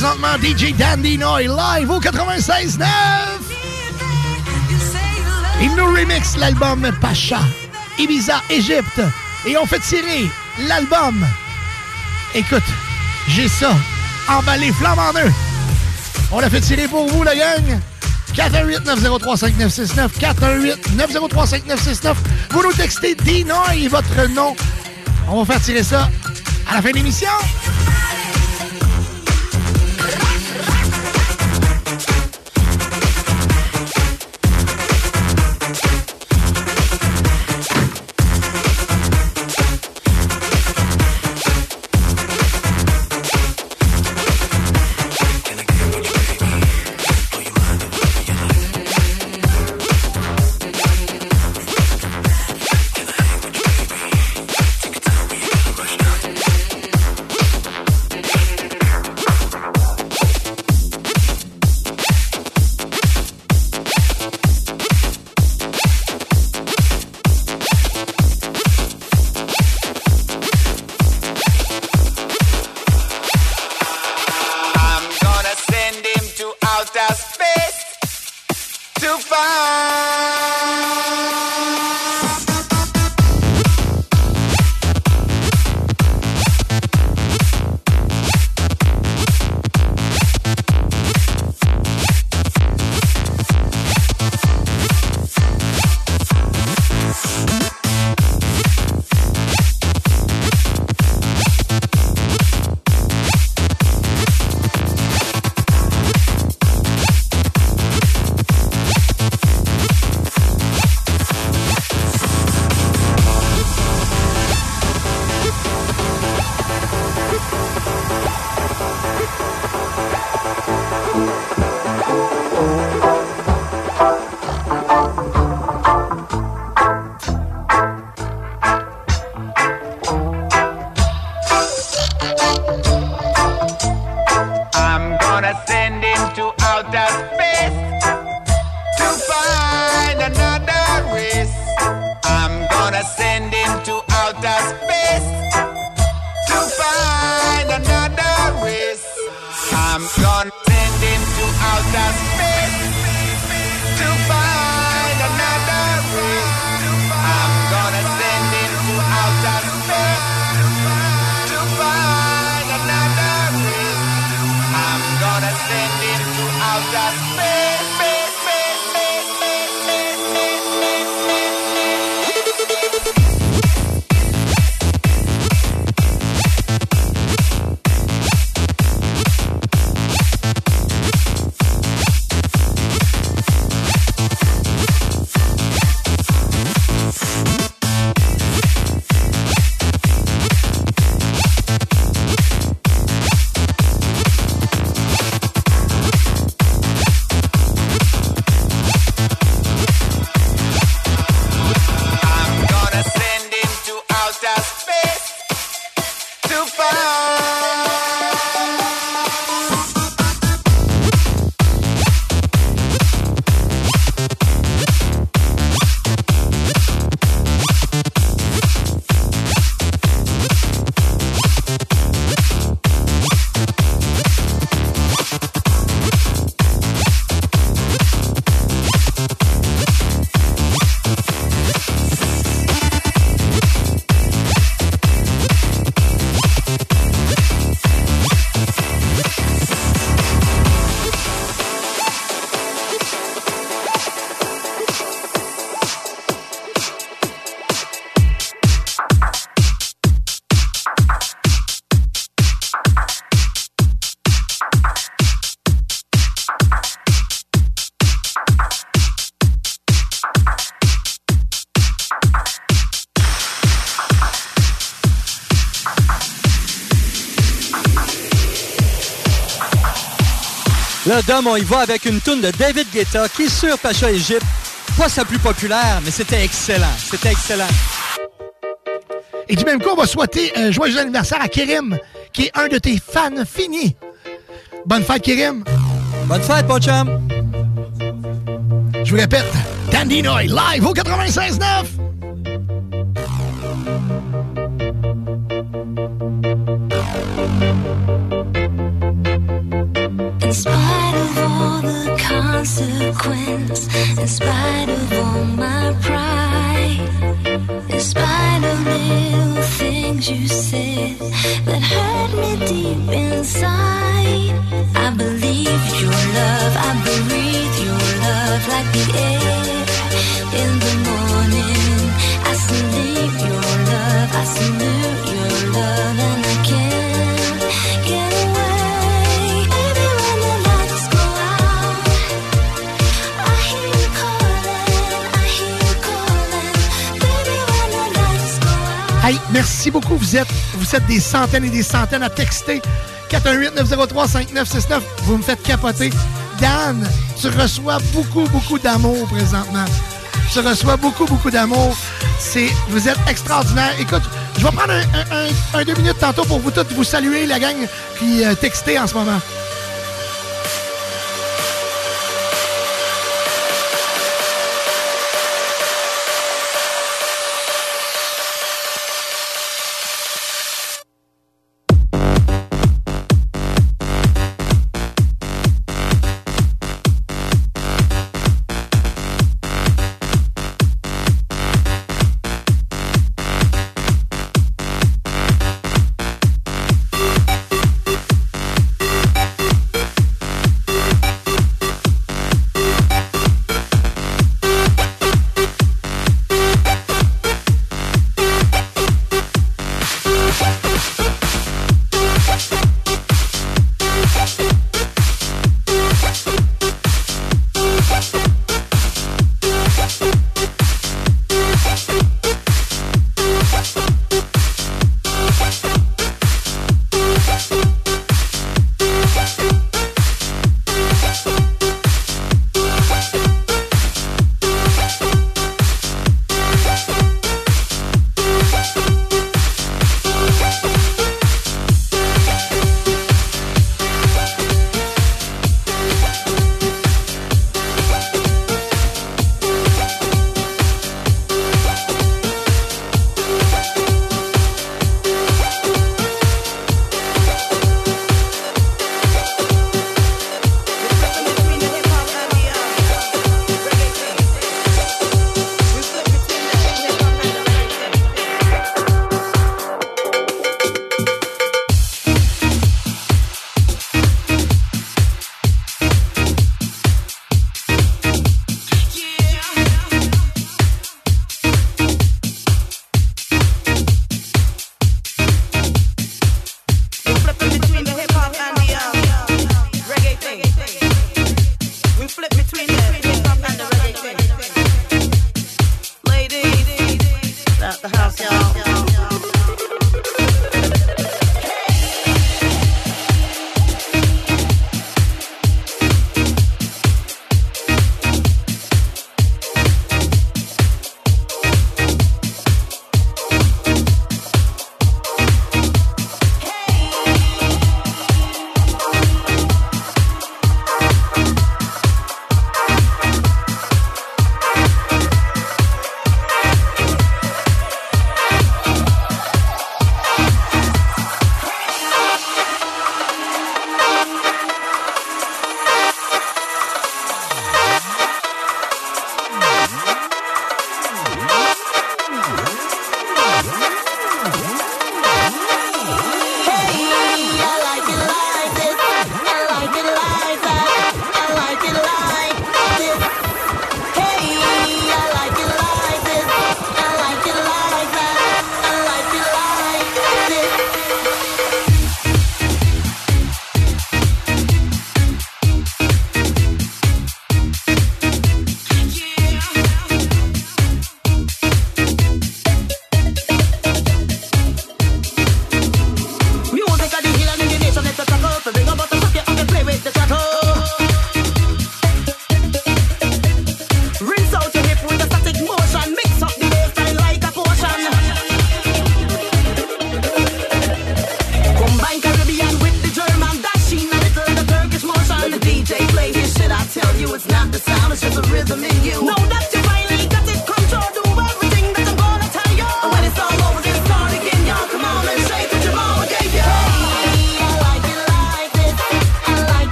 présentement D J Dandy Noy live au quatre-vingt-seize neuf. Il nous remix l'album Pacha, Ibiza, Égypte. Et on fait tirer l'album. Écoute, j'ai ça, emballé flamme en eux. On l'a fait tirer pour vous, la gang. quatre un huit neuf zéro trois cinq neuf six neuf, quatre un huit neuf zéro trois cinq neuf six neuf. Vous nous textez D-Noy et votre nom. On va faire tirer ça à la fin de l'émission. Là, Dom, on y va avec une toune de David Guetta qui est sur Pacha Égypte. Pas sa plus populaire, mais c'était excellent. C'était excellent. Et du même coup, on va souhaiter un joyeux anniversaire à Kérim, qui est un de tes fans finis. Bonne fête, Kérim. Bonne fête, mon chum. Je vous répète, Dandy Noy, live au quatre-vingt-seize neuf. consequence. In spite of all my pride, in spite of little things you said that hurt me deep inside, I believe your love, I breathe your love like the air in the morning. I salute your love, I salute your love, and I can't get away. Baby, when the lights go out, I hear you calling, I hear you calling. Baby, when the lights go out. Hey, merci beaucoup. Vous êtes, vous êtes des centaines et des centaines à texter. quatre un huit neuf zéro trois cinq neuf six neuf. Vous me faites capoter. Dan, tu reçois beaucoup, beaucoup d'amour présentement. Tu reçois beaucoup, beaucoup d'amour. C'est, vous êtes extraordinaire. Écoute, je vais prendre un, un, un, un deux minutes tantôt pour vous toutes vous saluer, la gang qui euh, textez en ce moment.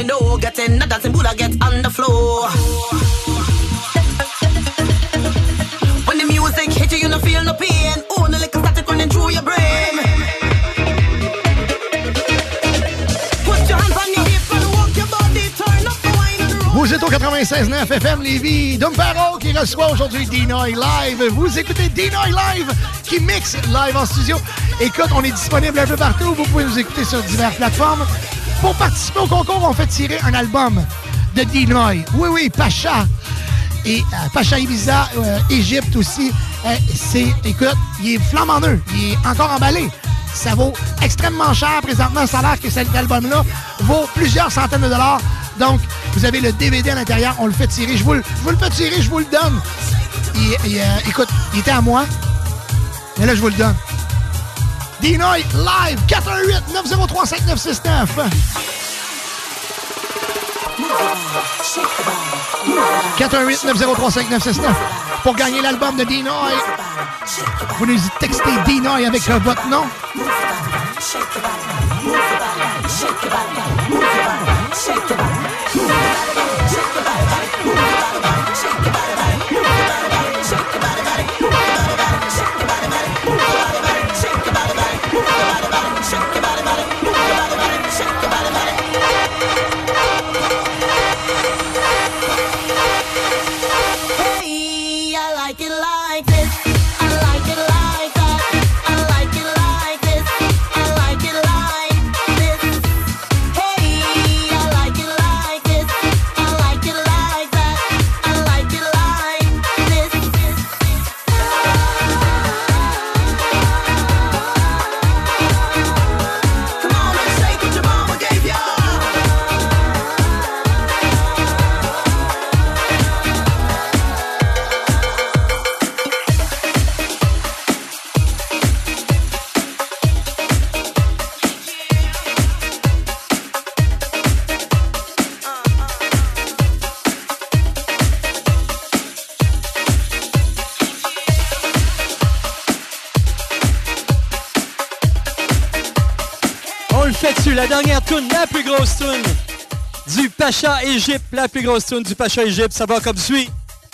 me know. Get in the dancing Buddha, get on the floor. When the music hit you, you don't feel no pain. Oh, the liquor started running through your brain. Put your hands on your hips and walk your body, turn up the wine and roll. Vous êtes au quatre-vingt-seize neuf F M Lévis. Dom Paro qui reçoit aujourd'hui Dinoy Live. Vous écoutez Dinoy Live qui mixe live en studio. Écoute, on est disponible un peu partout. Vous pouvez nous écouter sur diverses plateformes. Pour participer au concours, on fait tirer un album de Dinoy. Oui, oui, Pacha. Et euh, Pacha Ibiza, euh, Égypte aussi. Euh, c'est, écoute, il est flambe en eux. Il est encore emballé. Ça vaut extrêmement cher présentement. Ça a l'air que cet album-là vaut plusieurs centaines de dollars. Donc, vous avez le D V D à l'intérieur. On le fait tirer. Je vous le, je vous le fais tirer, je vous le donne. Et, et, euh, écoute, il était à moi. Mais là, je vous le donne. Dinoy Live, quatre un huit neuf zéro trois cinq neuf six neuf. quatre un huit neuf zéro trois cinq neuf six neuf. Pour gagner l'album de Dinoy, vous nous textez Dinoy avec euh, votre nom. Hey, I like it like this. I like it like that. I like it like this. I like it like this. Hey, I like it like this. I like it like that. I like it like this. Come on and shake what your mama gave ya. On le fait dessus, la dernière toune, la plus grosse toune du Pacha Égypte, la plus grosse toune du Pacha Égypte, ça va comme suit.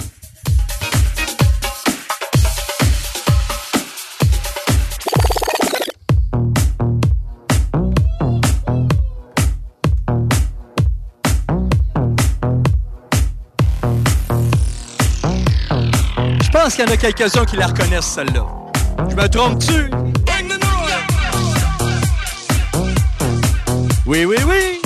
Je pense qu'il y en a quelques-uns qui la reconnaissent, celle-là. Je me trompe-tu? Oui, oui, oui!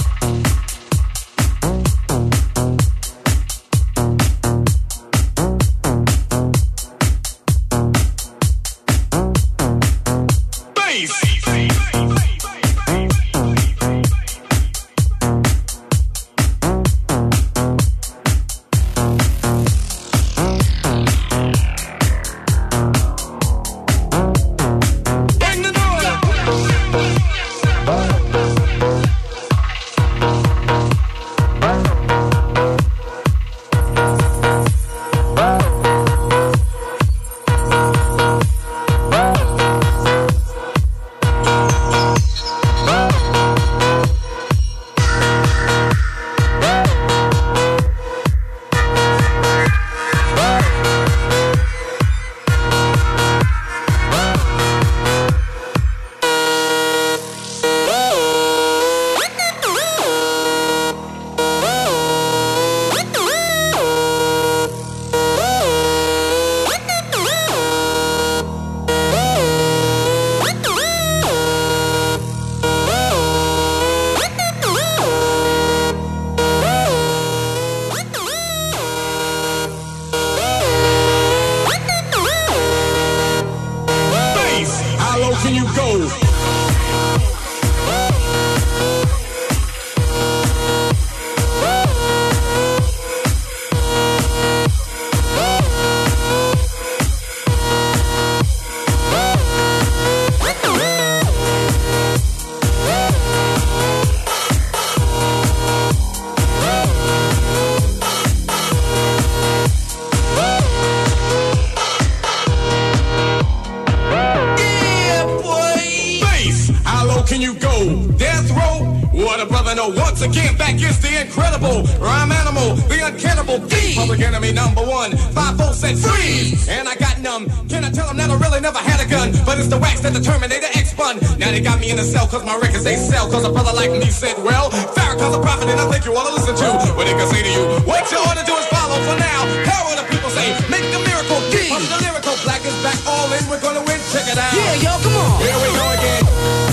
can you go? Can you go? Death row? What a brother know. Once again, back is the incredible rhyme animal, the uncannibal thief. Public enemy number one. Five volts said freeze, and I got numb. Can I tell them that I really never had a gun? But it's the wax that the Terminator X spun. Now they got me in the cell cause my records they sell. Cause a brother like me said, well, Farrakhan's a prophet and I think you wanna listen to what they can say to you. What you ought to do is follow for now. How will the people say, make the miracle D. From the lyrical, black is back, all in, we're gonna win, check it out. Yeah, yo, come on. Here we go again.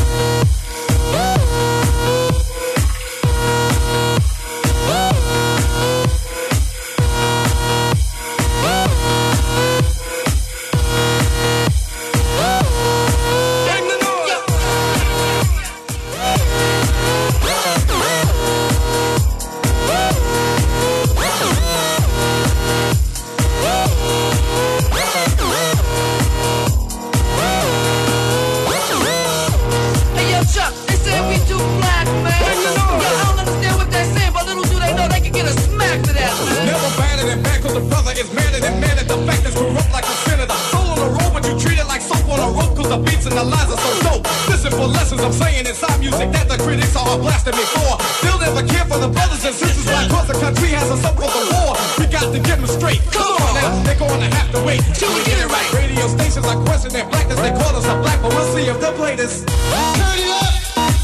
The beats and the lines are so dope. Listen for lessons I'm saying inside music that the critics are blasting me for. Still never care for the brothers and sisters. Why cause the country has a so-called war. We got to get them straight. Come on now, they're gonna have to wait till we get it right. Radio stations are questioning their blackness. They call us a black, but we'll see if they'll play this. Turn it up.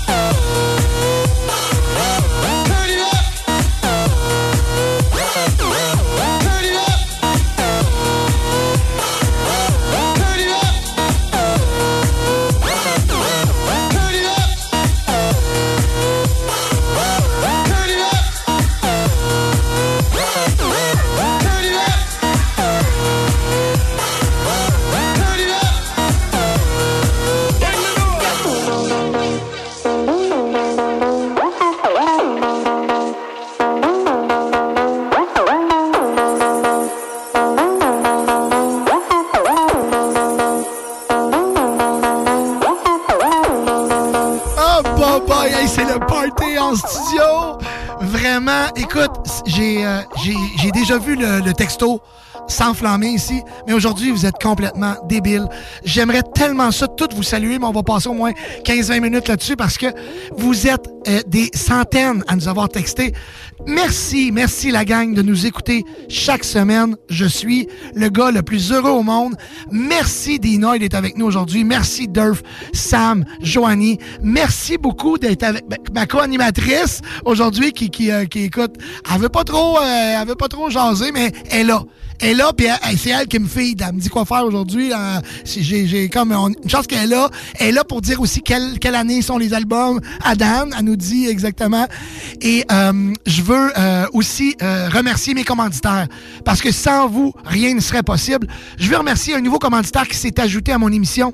Studio, vraiment, écoute, j'ai euh, j'ai j'ai déjà vu le, le texto s'enflammer ici, mais aujourd'hui, vous êtes complètement débiles. J'aimerais tellement ça, toutes vous saluer, mais on va passer au moins quinze à vingt minutes là-dessus parce que vous êtes euh, des centaines à nous avoir texté. Merci, merci la gang de nous écouter chaque semaine. Je suis le gars le plus heureux au monde. Merci Dinoy d'être avec nous aujourd'hui. Merci Durf, Sam, Joanie. Merci beaucoup d'être avec ma co-animatrice aujourd'hui qui, qui, euh, qui écoute. Elle veut pas trop, euh, elle veut pas trop jaser, mais elle est là. Elle est là, puis c'est elle qui me feed. Elle me dit quoi faire aujourd'hui. Euh, j'ai, j'ai comme on, une chance qu'elle est là. Elle est là pour dire aussi quelle, quelle année sont les albums à Dan. Elle nous dit exactement. Et euh, je veux euh, aussi euh, remercier mes commanditaires. Parce que sans vous, rien ne serait possible. Je veux remercier un nouveau commanditaire qui s'est ajouté à mon émission.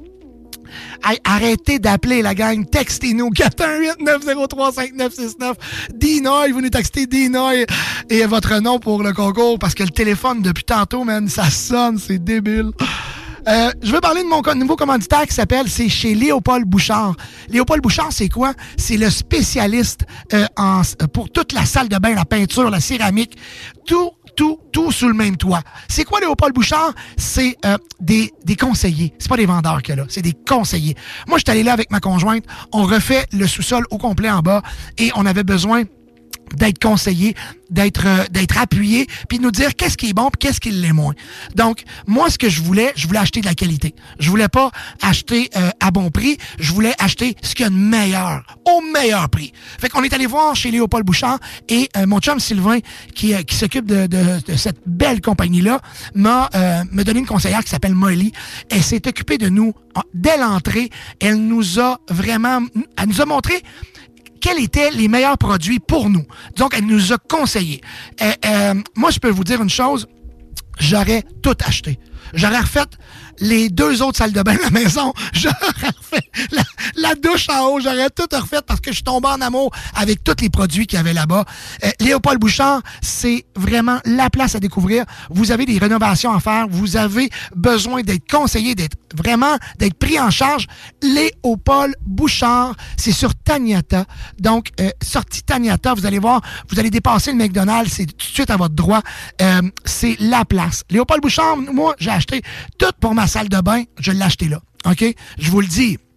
Hey, arrêtez d'appeler la gang, textez-nous quatre un huit neuf zéro trois cinq neuf six neuf. Dinoy, vous nous textez Dinoy et votre nom pour le concours parce que le téléphone depuis tantôt, man, ça sonne, c'est débile. Euh, je veux parler de mon nouveau commanditaire qui s'appelle, c'est chez Léopold Bouchard. Léopold Bouchard, c'est quoi? C'est le spécialiste euh, en, pour toute la salle de bain, la peinture, la céramique, tout Tout, tout sous le même toit. C'est quoi Léopold Bouchard? C'est euh, des, des conseillers. C'est pas des vendeurs que là, c'est des conseillers. Moi, je suis allé là avec ma conjointe. On refait le sous-sol au complet en bas et on avait besoin d'être conseillé, d'être euh, d'être appuyé, puis de nous dire qu'est-ce qui est bon, puis qu'est-ce qui l'est moins. Donc, moi, ce que je voulais, je voulais acheter de la qualité. Je voulais pas acheter euh, à bon prix, je voulais acheter ce qu'il y a de meilleur, au meilleur prix. Fait qu'on est allé voir chez Léopold Bouchard et euh, mon chum Sylvain, qui, euh, qui s'occupe de, de, de cette belle compagnie-là, m'a euh, me donné une conseillère qui s'appelle Molly. Elle s'est occupée de nous dès l'entrée. Elle nous a vraiment, elle nous a montré quels étaient les meilleurs produits pour nous. Donc, elle nous a conseillé. Euh, euh, moi, je peux vous dire une chose, j'aurais tout acheté. J'aurais refait les deux autres salles de bain de la maison. J'aurais refait la, la douche en haut. J'aurais tout refait parce que je suis tombé en amour avec tous les produits qu'il y avait là-bas. Euh, Léopold Bouchard, c'est vraiment la place à découvrir. Vous avez des rénovations à faire. Vous avez besoin d'être conseillé, d'être vraiment, d'être pris en charge. Léopold Bouchard, c'est sur Taniata. Donc, euh, sortie Taniata, vous allez voir, vous allez dépasser le McDonald's. C'est tout de suite à votre droit. Euh, c'est la place. Léopold Bouchard, moi, j'ai acheté tout pour ma salle de bain. Je l'ai acheté là. OK? Je vous le dis.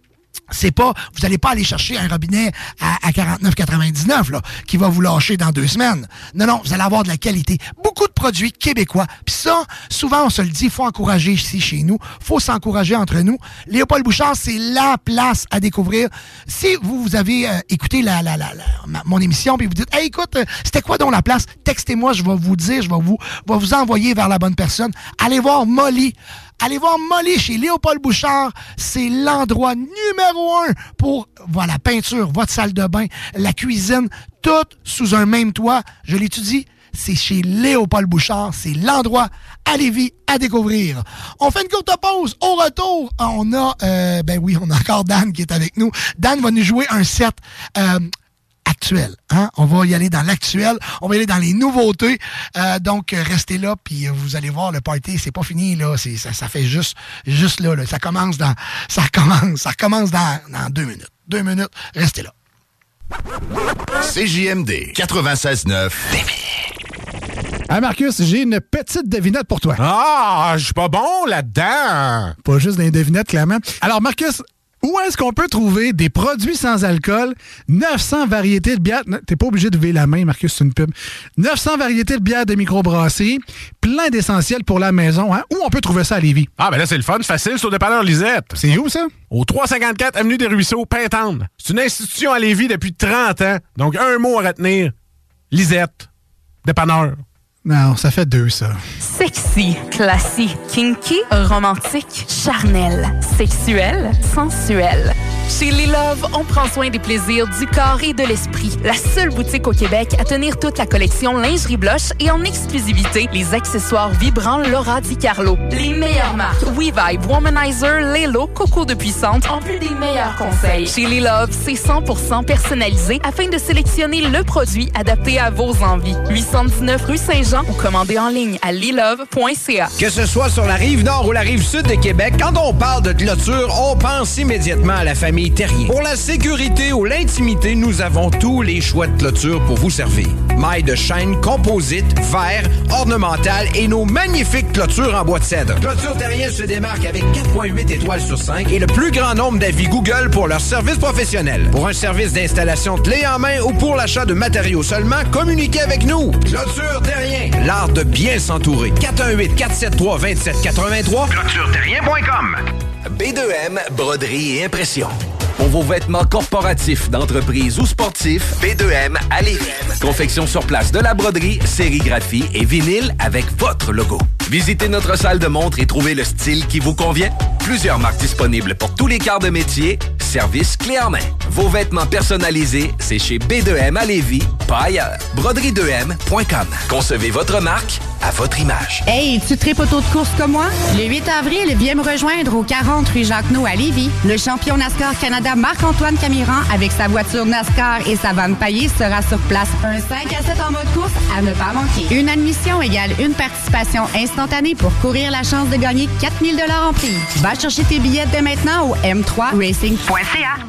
C'est pas, vous n'allez pas aller chercher un robinet à, à quarante-neuf quatre-vingt-dix-neuf là, qui va vous lâcher dans deux semaines. Non, non, vous allez avoir de la qualité. Beaucoup de produits québécois. Puis ça, souvent, on se le dit, il faut encourager ici, chez nous. Il faut s'encourager entre nous. Léopold Bouchard, c'est la place à découvrir. Si vous, vous avez euh, écouté la, la, la, la, ma, mon émission, puis vous dites, hey, écoute, euh, c'était quoi donc la place? Textez-moi, je vais vous dire, je vais vous, vais vous envoyer vers la bonne personne. Allez voir Molly. Allez voir Molly chez Léopold Bouchard. C'est l'endroit numéro un pour voilà, la peinture, votre salle de bain, la cuisine, tout sous un même toit. Je l'étudie, c'est chez Léopold Bouchard. C'est l'endroit à Lévis à découvrir. On fait une courte pause. Au retour, on a, euh, ben oui, on a encore Dan qui est avec nous. Dan va nous jouer un set... Euh, actuel. Hein? On va y aller dans l'actuel. On va y aller dans les nouveautés. Euh, donc, restez là, puis vous allez voir, le party, c'est pas fini, là. C'est, ça, ça fait juste, juste là, là. Ça commence dans, ça commence, ça commence dans, dans deux minutes. Deux minutes. Restez là. C J M D quatre-vingt-seize neuf. Ah, Marcus, j'ai une petite devinette pour toi. Ah, je suis pas bon là-dedans. Pas juste des devinettes, clairement. Alors, Marcus, où est-ce qu'on peut trouver des produits sans alcool, neuf cents variétés de bières... T'es pas obligé de lever la main, Marcus, c'est une pub. neuf cents variétés de bières de microbrasserie, plein d'essentiels pour la maison. Hein? Où on peut trouver ça à Lévis? Ah, ben là, c'est le fun, facile, c'est au dépanneur Lisette. C'est où, ça? Au trois cent cinquante-quatre Avenue des Ruisseaux, Pintendre. C'est une institution à Lévis depuis trente ans. Donc, un mot à retenir. Lisette. Dépanneur. Non, ça fait deux, ça. Sexy, classique, kinky, romantique, charnel, sexuel, sensuel. Chez Les Love, on prend soin des plaisirs du corps et de l'esprit. La seule boutique au Québec à tenir toute la collection lingerie blush et en exclusivité, les accessoires vibrants Laura Di Carlo. Les meilleures marques WeVibe, Womanizer, Lelo, Coco de Puissante, en plus des meilleurs conseils. Chez Les Love, c'est cent pour cent personnalisé afin de sélectionner le produit adapté à vos envies. huit cent dix-neuf rue Saint-Jean ou commandez en ligne à lilove point c a. Que ce soit sur la rive nord ou la rive sud de Québec, quand on parle de clôture, on pense immédiatement à la famille Terrien. Pour la sécurité ou l'intimité, nous avons tous les choix de clôture pour vous servir. Mailles de chaîne, composite, verre, ornementales et nos magnifiques clôtures en bois de cèdre. Clôture Terrien se démarque avec quatre virgule huit étoiles sur cinq et le plus grand nombre d'avis Google pour leur service professionnel. Pour un service d'installation clé en main ou pour l'achat de matériaux seulement, communiquez avec nous. Clôture Terrien, l'art de bien s'entourer. quatre un huit, quatre sept trois, deux sept huit trois. clôture terrien point com. B deux M, broderie et impression. Pour vos vêtements corporatifs, d'entreprise ou sportifs, B deux M à Lévis. Confection sur place de la broderie, sérigraphie et vinyle avec votre logo. Visitez notre salle de montre et trouvez le style qui vous convient. Plusieurs marques disponibles pour tous les quarts de métier. Service clé en main. Vos vêtements personnalisés, c'est chez B deux M à Lévis, pas ailleurs. broderie deux M point com. Concevez votre marque à votre image. Hey, tu tripes auto de course comme moi? Le huit avril, viens me rejoindre au quarante rue Jacques-No à Lévis. Le champion NASCAR Canada Marc-Antoine Camiran, avec sa voiture NASCAR et sa vanne paillée, sera sur place. Un cinq à sept en mode course à ne pas manquer. Une admission égale une participation instantanée pour courir la chance de gagner quatre mille dollars en prix. Va chercher tes billets dès maintenant au m trois racing point c a.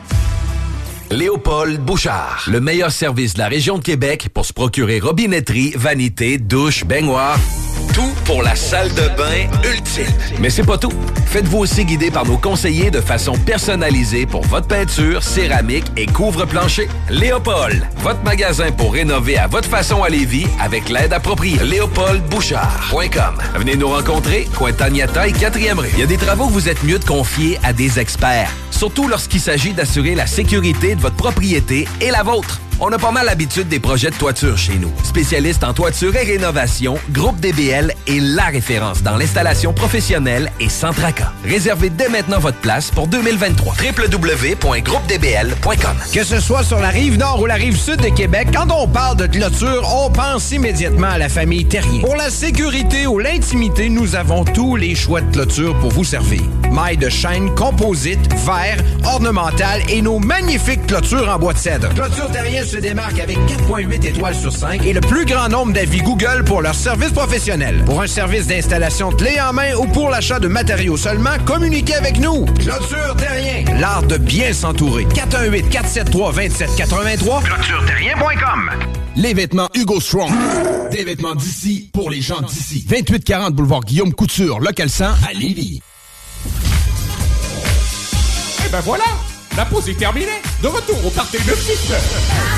Léopold Bouchard, le meilleur service de la région de Québec pour se procurer robinetterie, vanité, douche, baignoire. Tout pour la salle de bain ultime. Mais c'est pas tout. Faites-vous aussi guider par nos conseillers de façon personnalisée pour votre peinture, céramique et couvre-plancher. Léopold, votre magasin pour rénover à votre façon à Lévis avec l'aide appropriée. léopold bouchard point com. Venez nous rencontrer, Cointagnata et quatrième rue. Il y a des travaux que vous êtes mieux de confier à des experts. Surtout lorsqu'il s'agit d'assurer la sécurité de votre propriété et la vôtre. On a pas mal l'habitude des projets de toiture chez nous. Spécialiste en toiture et rénovation, Groupe D B L est la référence dans l'installation professionnelle et sans tracas. Réservez dès maintenant votre place pour deux mille vingt-trois. w w w point groupe d b l point com. Que ce soit sur la rive nord ou la rive sud de Québec, quand on parle de clôture, on pense immédiatement à la famille Terrien. Pour la sécurité ou l'intimité, nous avons tous les choix de clôture pour vous servir. Mailles de chaîne, composite, verre, ornementales et nos magnifiques clôtures en bois de cèdre. Clôture Terrien se démarque avec quatre virgule huit étoiles sur cinq et le plus grand nombre d'avis Google pour leur service professionnel. Pour un service d'installation clé en main ou pour l'achat de matériaux seulement, communiquez avec nous. Clôture Terrien, l'art de bien s'entourer. quatre un huit, quatre sept trois, deux sept huit trois. clôture terrien point com. Les vêtements Hugo Strong. Des vêtements d'ici pour les gens d'ici. vingt-huit quarante boulevard Guillaume Couture, local cent à Lévis. Et ben voilà! La pause est terminée. De retour au party de six heures.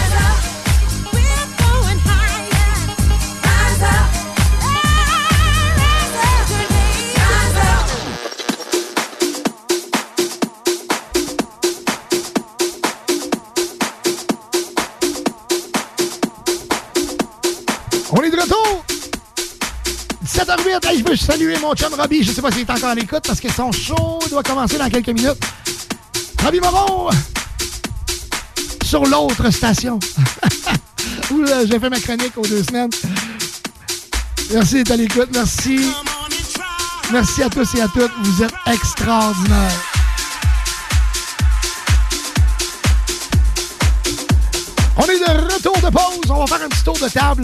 On est de retour! dix-sept heures huit, hey, je veux saluer mon chum Robbie. Je sais pas s'il est encore à l'écoute parce que son show doit commencer dans quelques minutes. Robbie Moreau! Sur l'autre station. Où euh, j'ai fait ma chronique aux deux semaines. Merci d'être à l'écoute. Merci. Merci à tous et à toutes. Vous êtes extraordinaires. On est de retour de pause. On va faire un petit tour de table.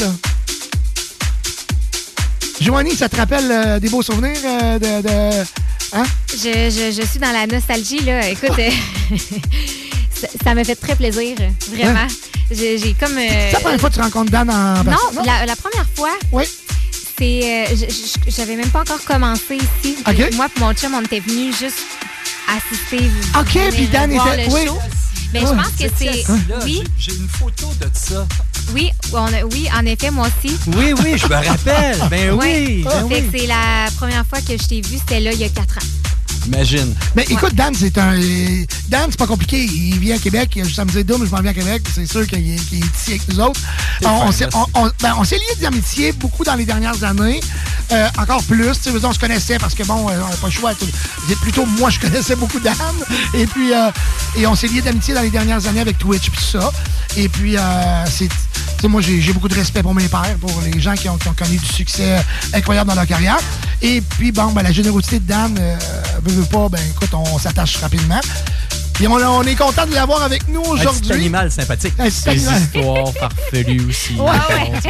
Joanie, ça te rappelle euh, des beaux souvenirs euh, de... de... Hein? Je, je, je suis dans la nostalgie, là. Écoute, euh, ça, ça m'a fait très plaisir, vraiment. Hein? J'ai, j'ai comme... Euh, c'est la première fois que tu rencontres Dan en... Non, non? La, la première fois... Oui. C'est... Euh, j'avais même pas encore commencé ici. Okay. Moi et mon chum, on était venus juste assister. OK, puis Dan était... Oui. Mais ben, ouais, je pense que c'est... Là, oui. J'ai, j'ai une photo de ça. Oui, on a, oui, en effet, moi aussi. Oui, oui, je me rappelle. Ben oui. Ouais. Ben oui. C'est la première fois que je t'ai vu, c'était là, il y a quatre ans. Imagine. Mais ouais. Écoute, Dan, c'est un... Dan, c'est pas compliqué. Il vient à Québec. Il a juste à me dire, Doom, je m'en viens à Québec. C'est sûr qu'il est, qu'il est ici avec nous autres. On, on, s'est, on, on, ben, on s'est liés d'amitié beaucoup dans les dernières années. Euh, encore plus. On se connaissait parce que, bon, on n'a pas le choix. Plutôt, moi, je connaissais beaucoup Dan. Et puis, euh, et on s'est liés d'amitié dans les dernières années avec Twitch et tout ça. Et puis, euh, c'est... T'sais, moi, j'ai, j'ai beaucoup de respect pour mes pères, pour les gens qui ont, qui ont connu du succès incroyable dans leur carrière. Et puis, bon, ben, la générosité de Dan, euh, veut, veut pas, ben, écoute, on s'attache rapidement. Et on, on est content de l'avoir avec nous aujourd'hui. Un petit animal sympathique. Un petit les animal. histoires farfelues aussi. Ouais, ouais.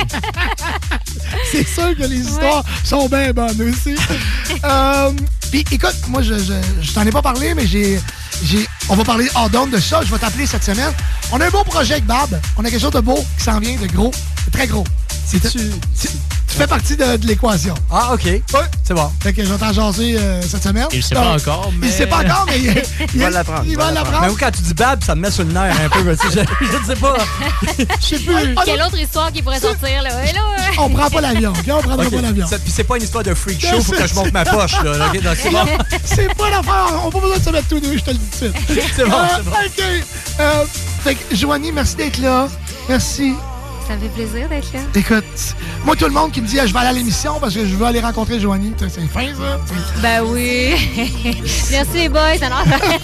C'est sûr que les histoires ouais. sont bien bonnes aussi. euh, puis, écoute, moi, je, je, je t'en ai pas parlé, mais j'ai... J'ai, on va parler hors d'onde de ça. Je vais t'appeler cette semaine. On a un beau projet avec Bab. On a quelque chose de beau qui s'en vient, de gros, de très gros. C'est tu, tu, tu fais partie de, de l'équation. Ah, OK. Ouais. C'est bon. Fait que je vais t'en jaser euh, cette semaine. Il ne sait pas encore, mais... Il sait pas encore, mais... il, il va l'apprendre. Il va l'apprendre. Mais quand tu dis Bab, ça me met sur le nerf un peu. je, je ne sais pas. Je sais plus. Quelle autre histoire qui pourrait sortir, là? là? On prend pas l'avion, OK? On prendra okay. pas l'avion. Puis c'est pas une histoire de freak show pour que je monte ma poche, là. Okay? Donc, c'est bon. C'est pas l'affaire. On n'a pas besoin de se mettre tous deux, je te le dis tout de suite. C'est bon, euh, c'est bon. OK. Euh, fait que, Joanie, merci d'être là. Merci. Ça me fait plaisir d'être là. Écoute, moi, tout le monde qui me dit ah, « je vais aller à l'émission parce que je veux aller rencontrer Joanie », c'est fin, ça? Ben oui. Merci, les boys. Ça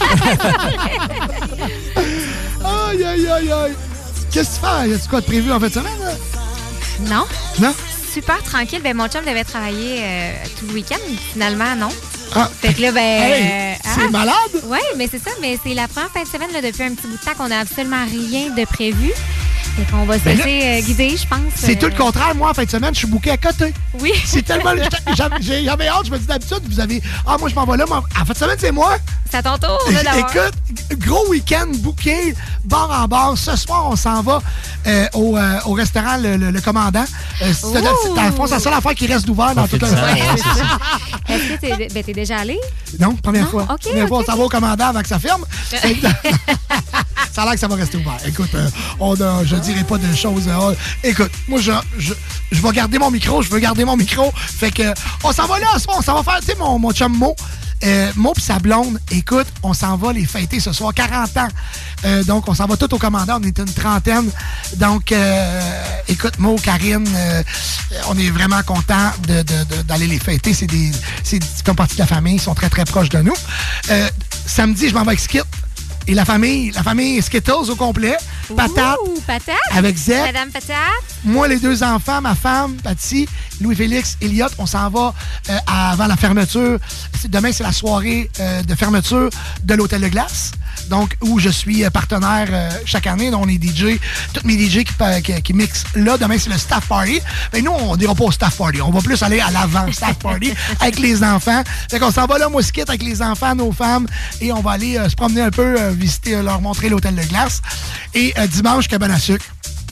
Aïe, aïe, aïe, aïe. Qu'est-ce que tu fais? Y a-tu quoi de prévu en fin de semaine? Là? Non. Non? Super tranquille. Ben, mon chum devait travailler euh, tout le week-end. Finalement, non. Ah. Fait que là, ben... Hey, euh, c'est ah, malade? Oui, mais c'est ça. Mais c'est la première fin de semaine là, depuis un petit bout de temps qu'on n'a absolument rien de prévu. Fait qu'on va se ben laisser euh, guider, je pense. C'est euh... tout le contraire. Moi, en fin de semaine, je suis booké à côté. Oui. C'est tellement... J'avais, j'avais hâte. Je me dis d'habitude, vous avez... Ah, moi, je m'en vais là. Mais en fin de semaine, c'est moi. C'est à ton tour, là, d'avoir. Écoute, gros week-end booké, bar en bar. Ce soir, on s'en va euh, au, euh, au restaurant Le, le, le Commandant. Euh, c'est, dans le fond, c'est la seule affaire qui reste d'ouvert dans toute la ouais, Est-ce que t'es, ben, t'es déjà allé? Non, première non? fois. Okay, première okay. fois, on s'en va au Commandant avant que ça ferme. Ça a l'air que ça va rester ouvert. Écoute, euh, on a, je dirais pas de choses. Euh, écoute, moi, je, je, je vais garder mon micro. Je veux garder mon micro. Fait que, on s'en va là, ce soir. On s'en va faire, tu sais, mon, mon chum Mo. Euh, Mo pis sa blonde, écoute, on s'en va les fêter ce soir, quarante ans. Euh, donc, on s'en va tout au Commandant. On est une trentaine. Donc, euh, écoute, Mo, Karine, euh, on est vraiment contents de, de, de, d'aller les fêter. C'est des, c'est comme partie de la famille. Ils sont très, très proches de nous. Euh, samedi, je m'en vais avec Skip. Et la famille, la famille Skittles au complet. Patate. Ouh, patate. Avec Z. Madame Patate. Moi, les deux enfants, ma femme, Patty, Louis-Félix, Elliot, on s'en va euh, avant la fermeture. Demain, c'est la soirée euh, de fermeture de l'Hôtel de Glace. Donc, où je suis partenaire euh, chaque année. Donc, on est D J. Tous mes D J qui, qui, qui mixent là. Demain, c'est le staff party. Mais nous, on ne dira pas au staff party. On va plus aller à l'avant, staff party, avec les enfants. Fait qu'on s'en va là, moi, skit avec les enfants, nos femmes. Et on va aller euh, se promener un peu, euh, visiter, euh, leur montrer l'Hôtel de Glace. Et euh, dimanche, cabane à sucre.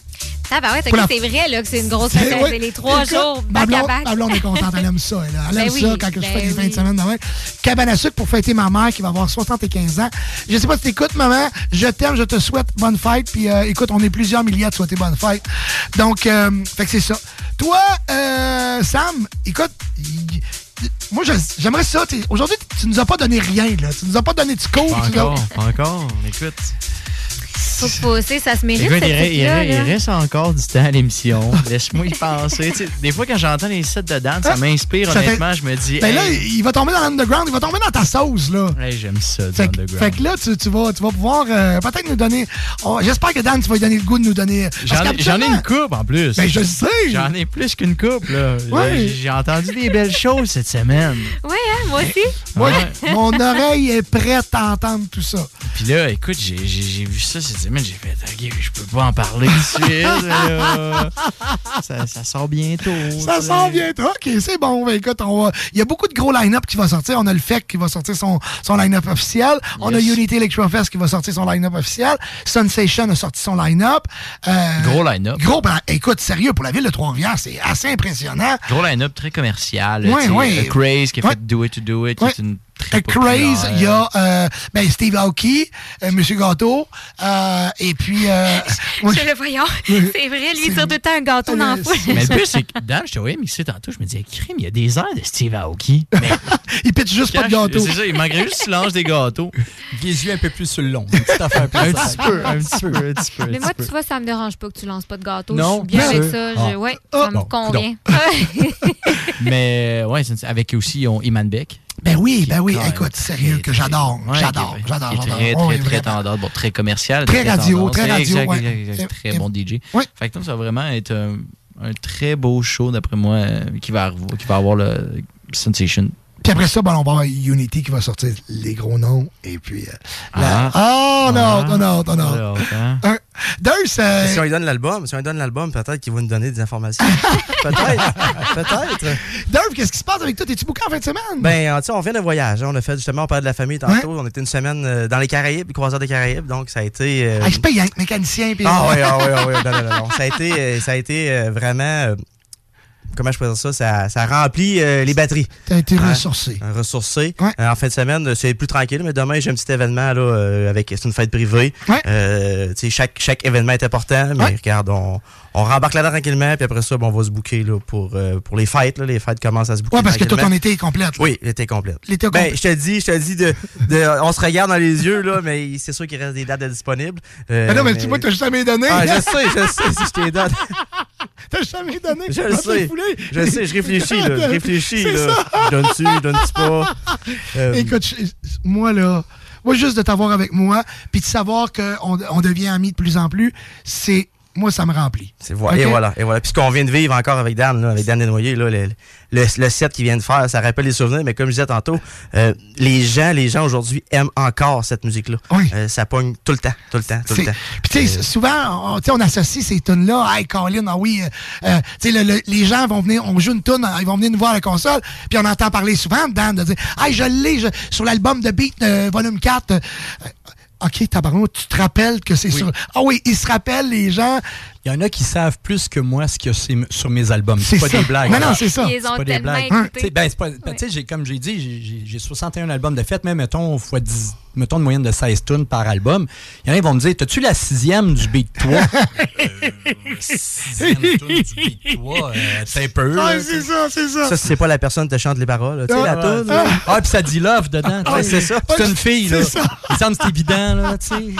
Ah, ben ouais, Pour la- c'est vrai là, que c'est une grosse C'est- fête. oui. C'est les trois Écoute, jours ma back blonde, à back. ma blonde est contente, elle aime ça. Elle, elle Ben aime oui, ça quand je ben fais des fins oui. de semaine. de même. Cabane à sucre pour fêter ma mère qui va avoir soixante-quinze ans. Je sais pas si t'écoutes, maman. Je t'aime, je te souhaite bonne fête. Puis euh, écoute, on est plusieurs milliers à te souhaiter bonne fête. Donc, euh, fait que c'est ça. Toi, euh, Sam, écoute, y- moi, je- j'aimerais ça. t'sais, Aujourd'hui, tu nous as pas donné rien. Là. Tu nous as pas donné de cours. Pas tu nous as- encore, pas encore. Écoute. Faut pousser, ça se mérite. Écoute, cette il, reste- il truc-là, reste- il là. reste encore du temps à l'émission. Laisse-moi y penser. Tu sais, des fois, quand j'entends les sets de danse, ça m'inspire, Ça fait- honnêtement. Je me dis. Ben là, hey, il va tomber dans l'underground, il va tomber dans ta sauce, là. hey, j'aime ça, du Fait que, underground. fait que là, tu, tu, vas, tu vas pouvoir euh, peut-être nous donner. oh, J'espère que Dan, tu vas lui donner le goût de nous donner. parce J'en ai, j'en ai qu'habituellement- une coupe en plus. Ben, je sais. J'en ai plus qu'une coupe, là. Ouais. J'ai- J'ai entendu des belles choses cette semaine. Ouais, hein, moi aussi. Moi, Ouais. mon oreille est prête à entendre tout ça. Puis là, écoute, j'ai, j'ai, j'ai vu ça cette semaine, j'ai fait, OK, je peux pas en parler tout de suite. là. Ça, ça sort bientôt. Ça tu sais. sent bientôt. OK, c'est bon. Ben, écoute, on va... il y a beaucoup de gros line-up qui va sortir. On a le F E C qui va sortir son, son line-up officiel. On a Yes. Unity Electrofest qui va sortir son line-up officiel. Sensation a sorti son line-up. Euh, Gros line-up. Gros, ben, écoute, sérieux, pour la ville de Trois-Rivières, c'est assez impressionnant. Gros line-up très commercial. Ouais, tu sais, ouais. A Craze qui a Ouais. fait Do It to Do It, qui Ouais. est une très A Craze, populaire. il y a euh, ben, Steve Aoki, euh, Monsieur Gâteau, euh, et puis... Euh, oui. Je le voyons. C'est vrai, lui, il tire tout le temps un gâteau dans la foule. Mais le pire, c'est que, Dan, je te voyais mixer tantôt, je me disais, crime, il y a des airs de Steve Aoki. Mais il pitch juste pas de quand je- gâteau. C'est ça, il manquerait juste qu'il lance des gâteaux. Les yeux un peu plus sur le long. Une petite affaire plus Un simple. petit peu, un petit peu, un petit peu. un Mais petit moi, peu. tu vois, ça me dérange pas que tu lances pas de gâteau. Non, je suis bien bien avec sûr. ça. Je, Ah. ouais, Ah, ça bon, me convient. Mais ouais, c'est- avec aussi ils ont Iman Beck. Ben oui, ben oui. Ouais, Écoute, sérieux, que j'adore. Ouais, J'adore, qui est- j'adore, qui est j'adore. Très, Oh, très, oui, très vraiment. tendance. Bon, très commercial. Très radio, tendance. très radio, Exact, ouais. exact, exact. Et- Très bon D J. Oui. Fait que donc, ça va vraiment être un, un très beau show, d'après moi, euh, qui va, arriver- qui va avoir le Sensation. Puis après ça, ben, on va avoir Unity qui va sortir les gros noms. Et puis. euh, la- Ah. Oh non, Ah. non, non, non, non. Alors, hein? Un- Deuce, euh, Si on lui donne l'album, si on lui donne l'album, peut-être qu'il va nous donner des informations. peut-être, peut-être. Dave, qu'est-ce qui se passe avec toi? T'es-tu bouqué en fin de semaine? Ben, tu sais, on vient de voyage. hein. On a fait justement, on parlait de la famille tantôt. On était une semaine euh, dans les Caraïbes, les croiseurs des Caraïbes. Donc, ça a été. euh, Ah, je paye avec mécanicien. Puis... Ah oui, ah oui, ah oui. Non, non, non, non. Ça a été, euh, ça a été euh, vraiment. euh, Comment je peux dire ça? Ça, ça remplit euh, les batteries. T'as été Hein? ressourcé. Euh, Ressourcé. Euh, en fin de semaine, euh, c'est plus tranquille, mais demain, j'ai un petit événement là, euh, avec. C'est une fête privée. Euh, tu sais, chaque, chaque événement est important, mais regarde, on, on rembarque là-dedans tranquillement, puis après ça, bon, on va se booker là, pour, euh, pour les fêtes. Là. Les fêtes commencent à se booker. Ouais, parce que toi, ton tranquillement. été est complète. là. Oui, l'été complète. L'été Ben, complet. je te le dis, je te le dis, de, de- on se regarde dans les yeux, là, mais c'est sûr qu'il reste des dates de disponibles. Euh, Mais non, mais tu vois, t'as jamais donné. Ah, je sais, je sais, si je t'ai donné. T'as jamais donné. Je le Ah, sais. c'est foulé. Je le sais, je réfléchis, là. Je réfléchis, C'est là. ça. Je donne-tu, je donne-tu pas. Euh, Écoute, je- moi, là, moi, juste de t'avoir avec moi, puis de savoir qu'on on devient amis de plus en plus, c'est. Moi, ça me remplit. C'est voilà, Ok? et voilà, et voilà. Puis ce qu'on vient de vivre encore avec Dan, là, avec Dan Desnoyers, là, le, le, le set qu'il vient de faire, ça rappelle les souvenirs, mais comme je disais tantôt, euh, les gens, les gens aujourd'hui aiment encore cette musique-là. Euh, ça pogne tout le temps, tout le temps, tout le C'est- temps. Puis tu sais, souvent, on, tu sais, on associe ces tunes-là. Hey, Colin, ah oui, euh, euh, tu sais, le- le- les gens vont venir, on joue une tune, ils vont venir nous voir à la console, puis on entend parler souvent de Dan, de dire, hey, je l'ai je- sur l'album de Beat euh, volume quatre. euh, OK, tabarnak, tu te rappelles que c'est Oui. sur. Ah oui, ils se rappellent, les gens. Il y en a qui savent plus que moi ce qu'il y a sur- sur mes albums. C'est C'est pas ça. des blagues. Non, là. non, c'est ça. Ils les ont C'est pas des tellement blagues. écoutés. Tu sais, ben, c'est pas- ben, tu sais, j'ai- comme j'ai dit, j'ai- j'ai- j'ai soixante et un albums de fête, mais mettons, fois dix, mettons une moyenne de seize tunes par album. Il y en a qui vont me dire, t'as-tu la sixième du Beat trois? euh, sixième tune du Beat trois, euh, c'est un peu. Ah, là, c'est ça, c'est ça. Ça, c'est pas la personne qui te chante les paroles, là. tu sais, la Ah, toune. ouais. là. Ah, puis ça dit love dedans. Ouais, c'est ça. C'est une fille, C'est là. ça. Il me semble que c'est évident, là, tu sais.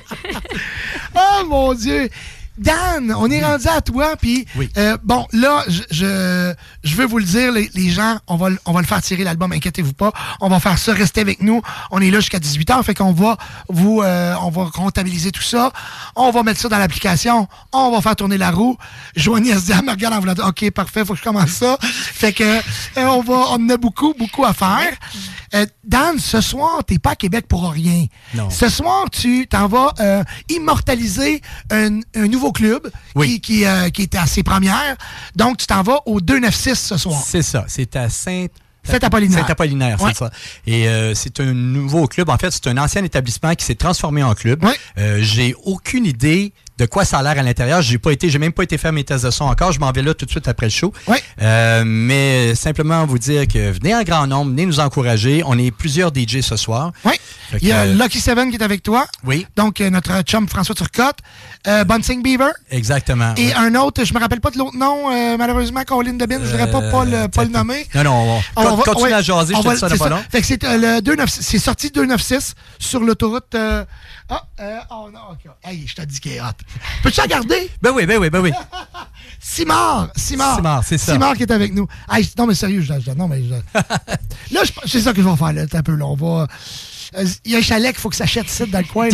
Oh mon Dieu! Dan, on est rendu à toi, puis euh, bon, là, je, je, je veux vous le dire, les, les gens, on va, le- on va le faire tirer l'album, inquiétez-vous pas. On va faire ça, restez avec nous. On est là jusqu'à dix-huit heures, fait qu'on va vous, euh, on va comptabiliser tout ça. On va mettre ça dans l'application. On va faire tourner la roue. Joanie, elle se dit, ah, me regarde en voulant dire, OK, parfait, faut que je commence ça. Fait que, euh, on va, on en a beaucoup, beaucoup à faire. Euh, Dan, ce soir, t'es pas à Québec pour rien. Non. Ce soir, tu t'en vas euh, immortaliser un, un nouveau club qui, qui, euh, qui est à ses premières. Donc, tu t'en vas au deux neuf six ce soir. C'est ça. C'est à Saint... Saint-Apollinaire. Saint-Apollinaire, Ouais. c'est ça. Et euh, c'est un nouveau club. En fait, c'est un ancien établissement qui s'est transformé en club. Euh, j'ai aucune idée de quoi ça a l'air à l'intérieur. J'ai pas été, j'ai même pas été faire mes tests de son encore. Je m'en vais là tout de suite après le show. Oui. Euh, mais simplement vous dire que venez en grand nombre, venez nous encourager. On est plusieurs D J ce soir. Oui. Fait Il y a que, Lucky Seven qui est avec toi. Oui. Donc, euh, notre chum François Turcotte. Euh, Bouncing Beaver. Exactement. Et oui. un autre, je me rappelle pas de l'autre nom, euh, malheureusement, Colin Debin, je voudrais pas, pas, le, pas le nommer. Non, non, on, on va continuer ouais, à jaser, je te va, dis ça dans pas long. Fait que c'est euh, le deux neuf six, c'est sorti deux neuf six sur l'autoroute. Euh, ah, euh, oh non, ok. Hey, je te dis qu'il est hot. Peux-tu regarder? Ben oui, ben oui, ben oui. Simard, Simard. Simard, c'est ça. Simard qui est avec nous. Hey, non, mais sérieux, je, je, non, mais je, là, je, c'est ça que je vais faire, là, un peu, là. On va. Il euh, y a un chalet qu'il faut que ça achète ici dans le coin. Là.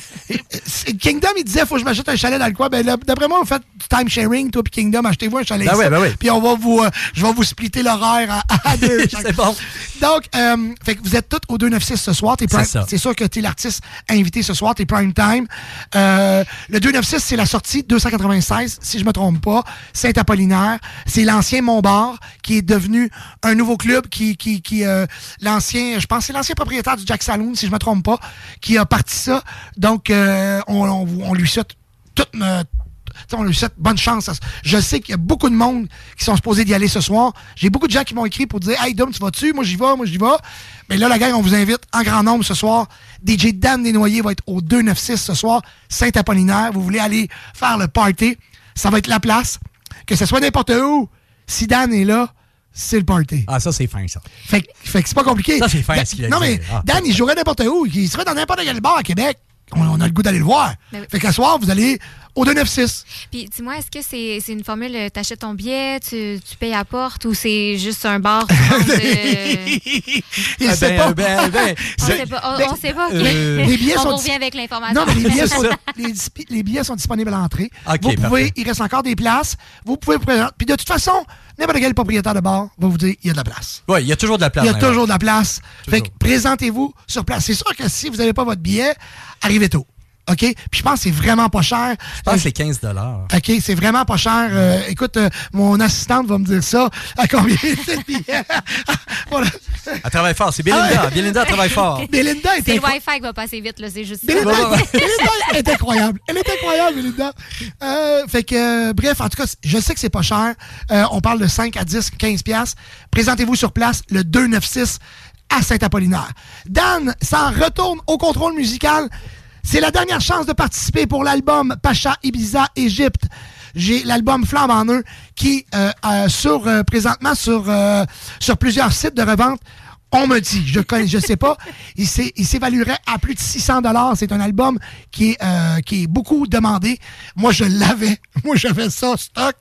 Et, Kingdom, il disait qu'il faut que je m'achète un chalet dans le coin. Ben, là, d'après moi, vous faites du time sharing, toi puis Kingdom, achetez-vous un chalet ben ici. Ouais, ben ouais. Puis on va vous, euh, je vais vous splitter l'horaire à, à deux. C'est bon. Donc, euh, fait que vous êtes tous au deux neuf six ce soir. T'es prime, c'est, c'est sûr que tu es l'artiste invité ce soir. T'es prime time. Euh, le deux neuf six, c'est la sortie deux cent quatre-vingt-seize, si je me trompe pas. Saint-Apollinaire. C'est l'ancien Montbar qui est devenu un nouveau club qui, qui, qui euh, l'ancien, je pense que c'est l'ancien propriétaire du Jack Saloon, si je me trompe pas, qui a parti ça. Donc, euh, on, on, on lui souhaite toute notre on lui souhaite bonne chance. Je sais qu'il y a beaucoup de monde qui sont supposés d'y aller ce soir. J'ai beaucoup de gens qui m'ont écrit pour dire « Hey, Dom, tu vas-tu? Moi, j'y vais, moi, j'y vais. » Mais là, la gang, on vous invite en grand nombre ce soir. D J Dan Desnoyers va être au deux neuf six ce soir, Saint-Apollinaire. Vous voulez aller faire le party, ça va être la place. Que ce soit n'importe où, si Dan est là, c'est le party. Ah, ça, c'est fin, ça. Fait, fait que c'est pas compliqué. Ça, c'est fin, da- ce qu'il a Non, dit. mais Ah. Dan, il jouerait n'importe où. Il serait dans n'importe quel bar à Québec. On, on a le goût d'aller le voir. Ben oui. Fait qu'à soir, vous allez au deux neuf six. Puis dis-moi, est-ce que c'est c'est une formule, euh, t'achètes ton billet, tu, tu payes à porte ou c'est juste un bar? Tu rentres, euh... Il Ah, sait ben, pas. ben, ben, on je- sait pas. On, Ben, on sait pas. ok. euh, les billets on sont vous dis- revient avec l'information. Non, mais les billets, C'est sont, ça. les, dispi- les billets sont disponibles à l'entrée. Ok, vous pouvez, parfait. il reste encore des places. Vous pouvez vous présenter. Puis de toute façon, n'importe quel propriétaire de bar va vous dire il y a de la place. Oui, il y a toujours de la place. Il y a dans les toujours bars. de la place. Fait que présentez-vous sur place. C'est sûr que si vous n'avez pas votre billet, arrivez tôt. OK? Puis je pense que c'est vraiment pas cher. Je pense que c'est quinze dollars. OK, c'est vraiment pas cher. Euh, écoute, euh, mon assistante va me dire ça. À combien c'est le billet? Voilà. Elle travaille fort. C'est Belinda. Ah ouais. Belinda travaille fort. Belinda est C'est le incro- Wi-Fi qui va passer vite, là, c'est juste ça. Belinda, Belinda est incroyable. Elle est incroyable, Belinda. Euh, fait que, euh, bref, en tout cas, je sais que c'est pas cher. Euh, on parle de cinq à dix, quinze piastres. Présentez-vous sur place le deux neuf six à Saint-Apollinaire. Dan s'en retourne au contrôle musical. C'est la dernière chance de participer pour l'album Pacha Ibiza Égypte. J'ai l'album Flamme en eux qui, euh, euh, sur euh, présentement sur, euh, sur plusieurs sites de revente, on me dit, je connais, je sais pas, il, s'é- il s'évaluerait à plus de six cents dollars. C'est un album qui est, euh, qui est beaucoup demandé. Moi, je l'avais. Moi, j'avais ça stock.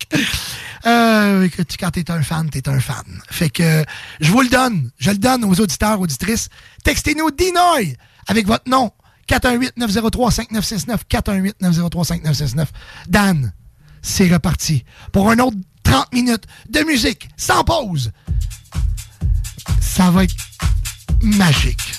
Euh, écoute, quand t'es un fan, t'es un fan. Fait que euh, je vous le donne. Je le donne aux auditeurs, auditrices. Textez-nous Dinoy avec votre nom. quatre un huit neuf zéro trois cinq neuf six neuf. quatre un huit neuf zéro trois cinq neuf six neuf. Dan, c'est reparti pour un autre trente minutes de musique sans pause. Ça va être magique.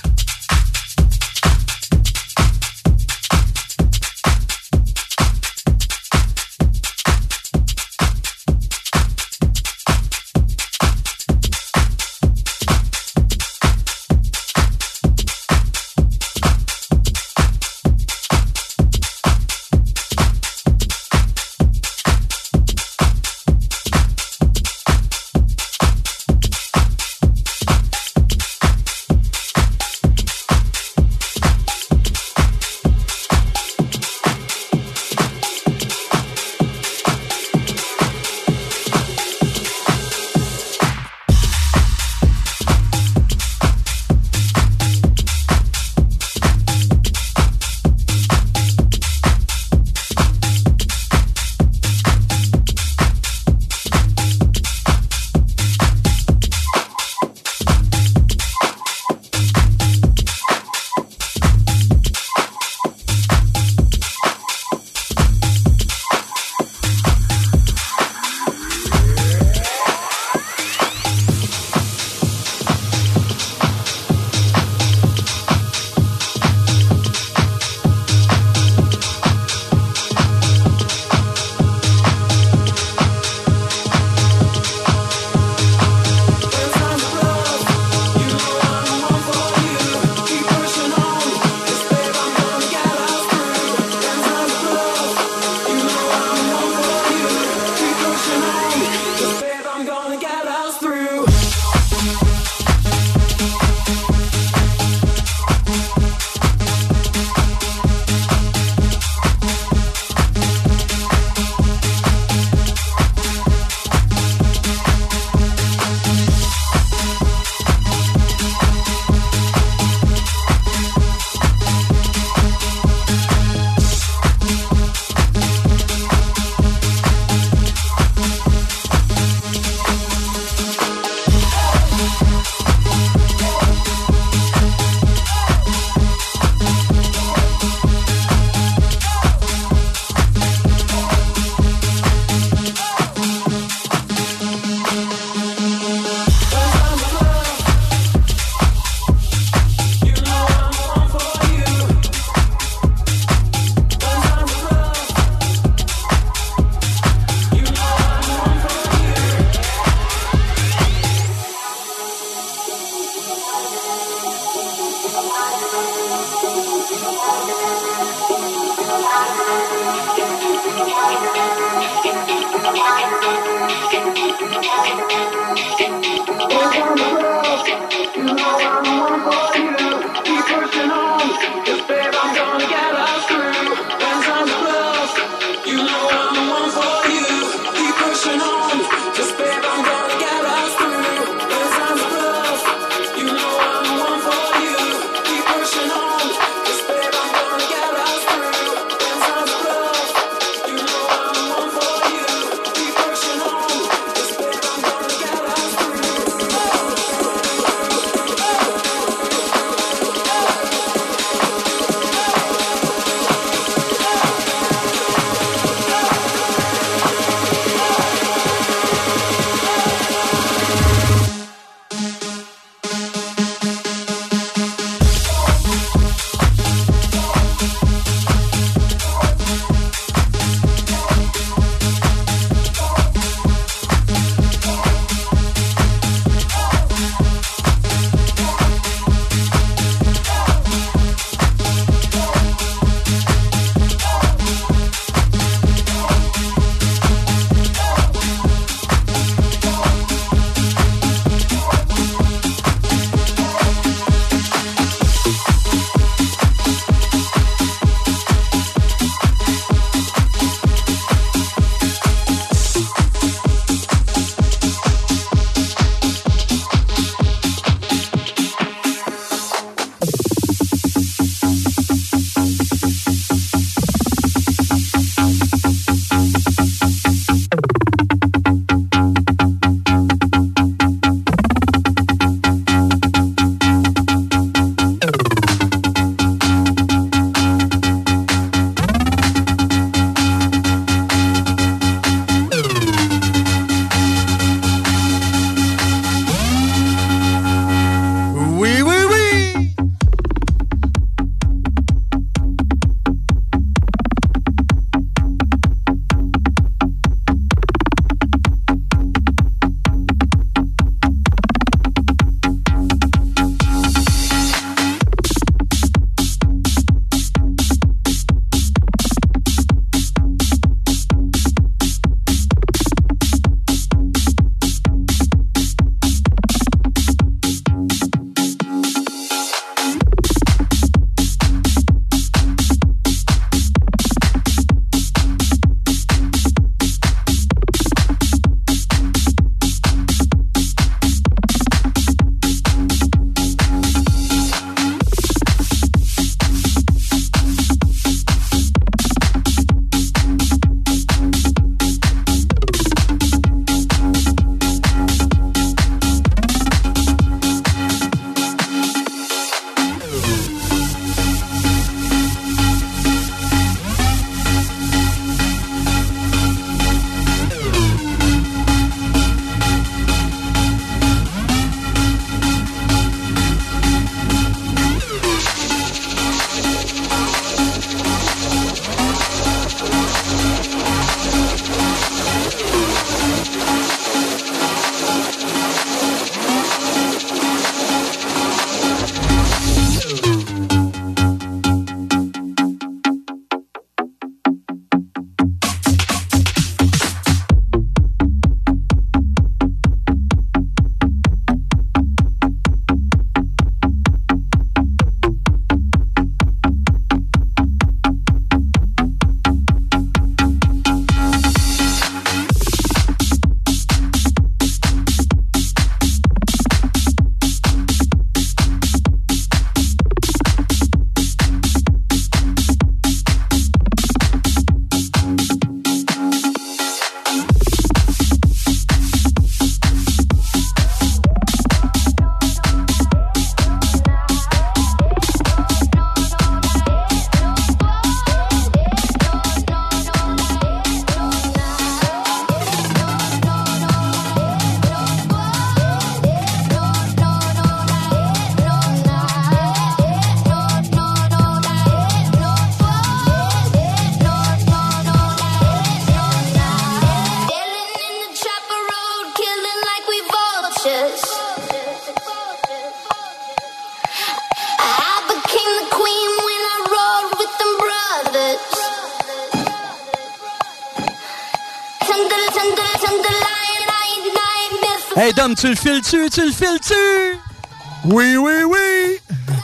Hey, Dom, tu le files-tu? Tu le files-tu? Oui, oui, oui!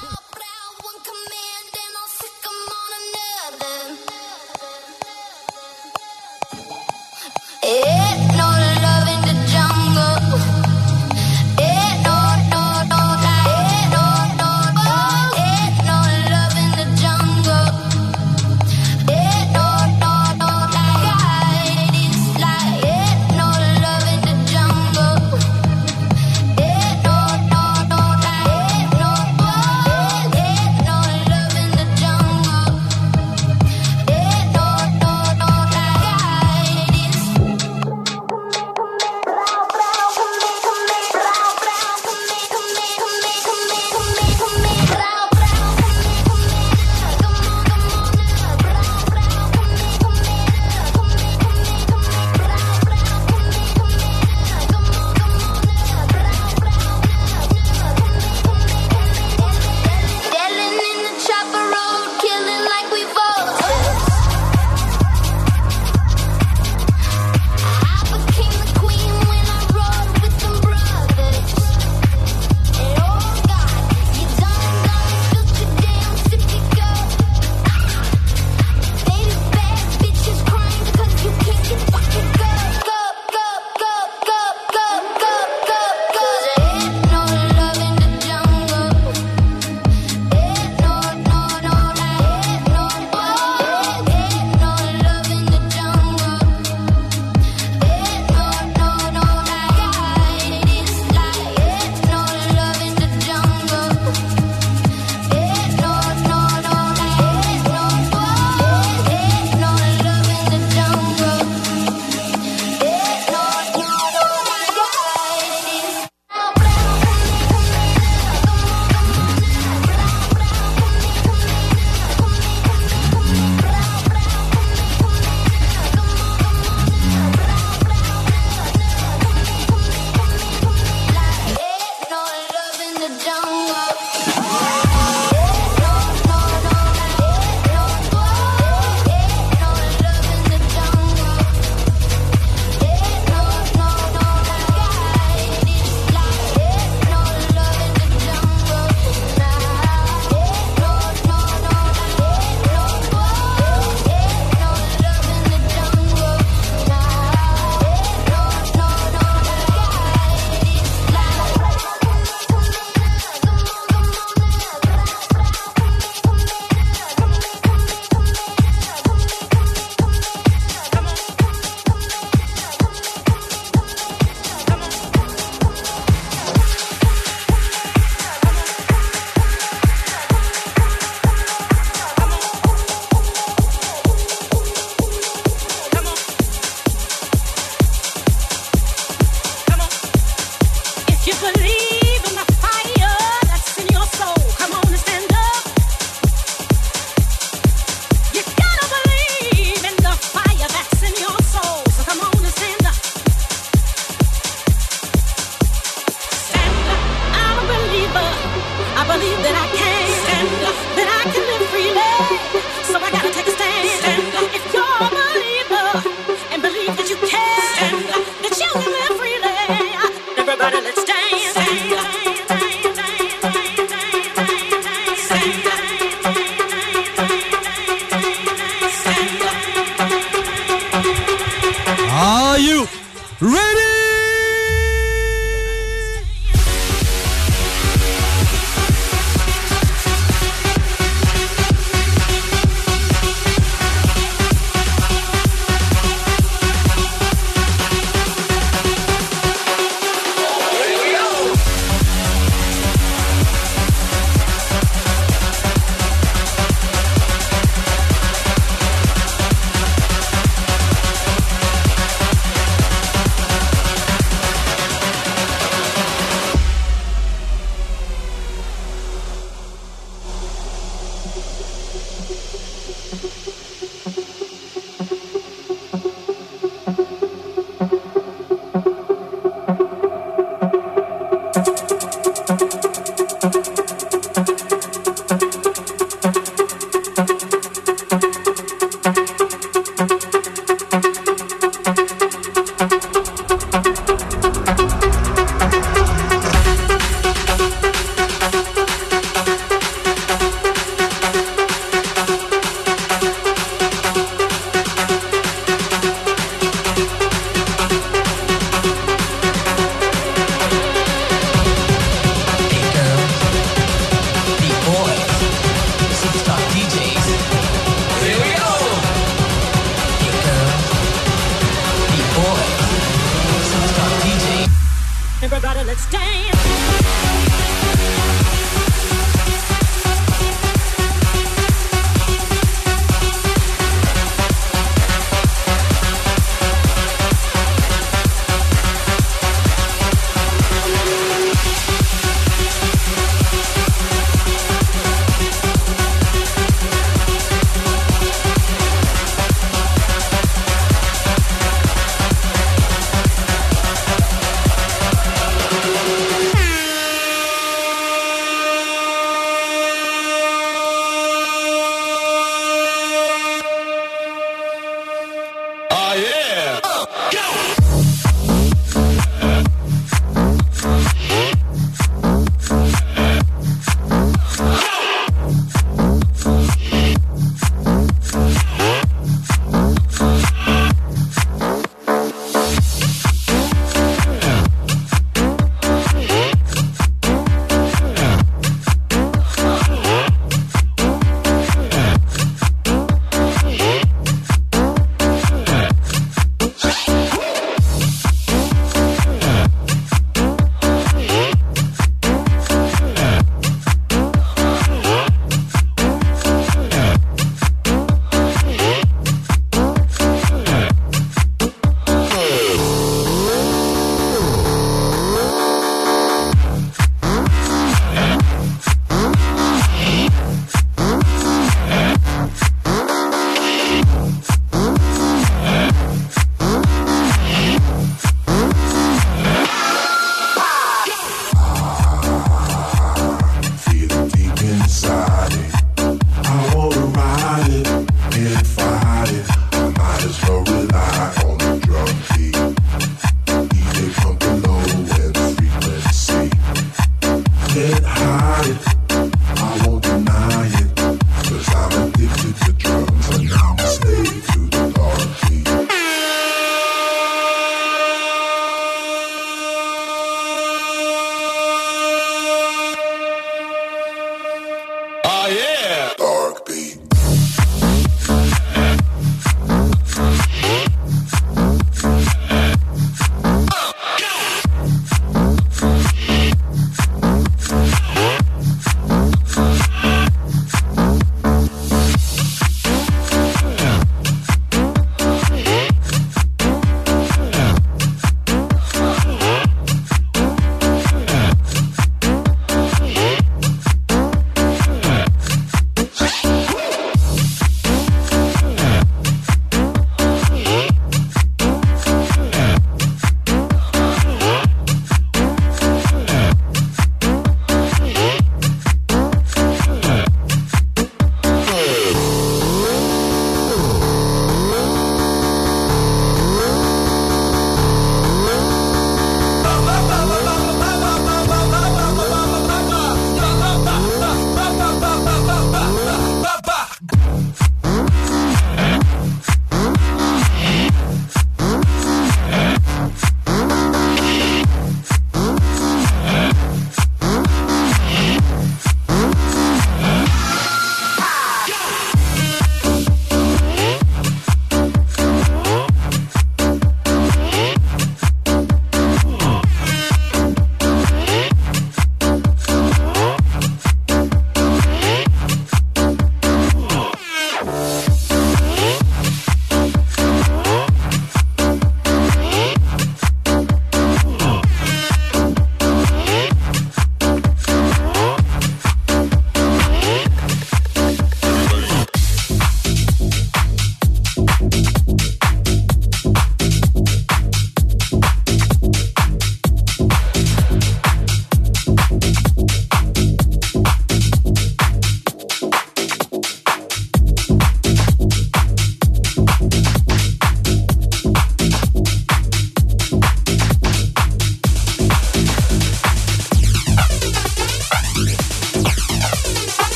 Ain't no love in the jungle. Ain't no, no, no, ain't no, no, no, ain't no love in the jungle. Ain't no, no, no, like it's like ain't no love in the jungle. Ain't no, no, no, ain't no, ain't no love in the jungle. Ain't no, no, no, like it's Dealing in the chopper road, killing like we vultures. I became the queen when I rode with them brothers. And oh God, you done done such a damn typical. They the bad bitches crying because you can't get fucking go, go, go, go, go, go, go, go, go. Ain't no love in the jungle. Ain't no, no, no, ain't no, ain't no love in the jungle. Ain't no, no, no, like it's like ain't no love in the jungle. Ain't no, no, no, ain't no, ain't no love in the jungle. Ain't no, no, no, like it's ain't no love in the jungle. If you believe in the fire that's in your soul, come on and stand up. You gotta believe in the fire that's in your soul, so come on and stand up. Stand up, I'm a believer. I believe that I can stand up, that I can live freely. So I gotta take a stand. Stand up. If you're a believer and believe that you can stand up, that you can live freely. Everybody, let's dance. Are you ready? let's dance.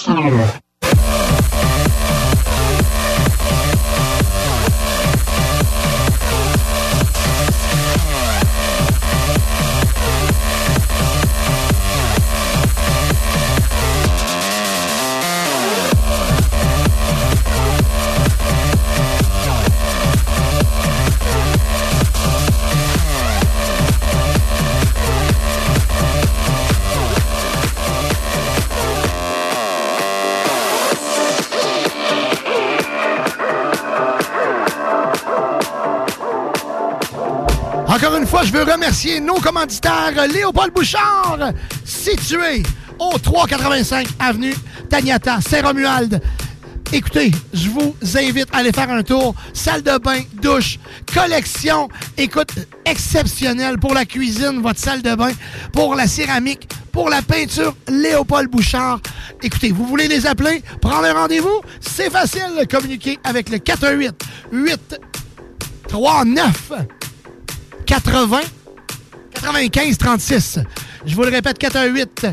Encore une fois, je veux remercier nos commanditaires Léopold Bouchard, situé au trois cent quatre-vingt-cinq avenue Taniata, Saint-Romuald. Écoutez, je vous invite à aller faire un tour. Salle de bain, douche, collection, écoute, exceptionnelle pour la cuisine, votre salle de bain, pour la céramique, pour la peinture, Léopold Bouchard. Écoutez, vous voulez les appeler, prendre un rendez-vous? C'est facile, communiquer avec le quatre un huit, huit trois neuf, quatre-vingts, quatre-vingt-quinze trente-six. Je vous le répète, quatre un huit,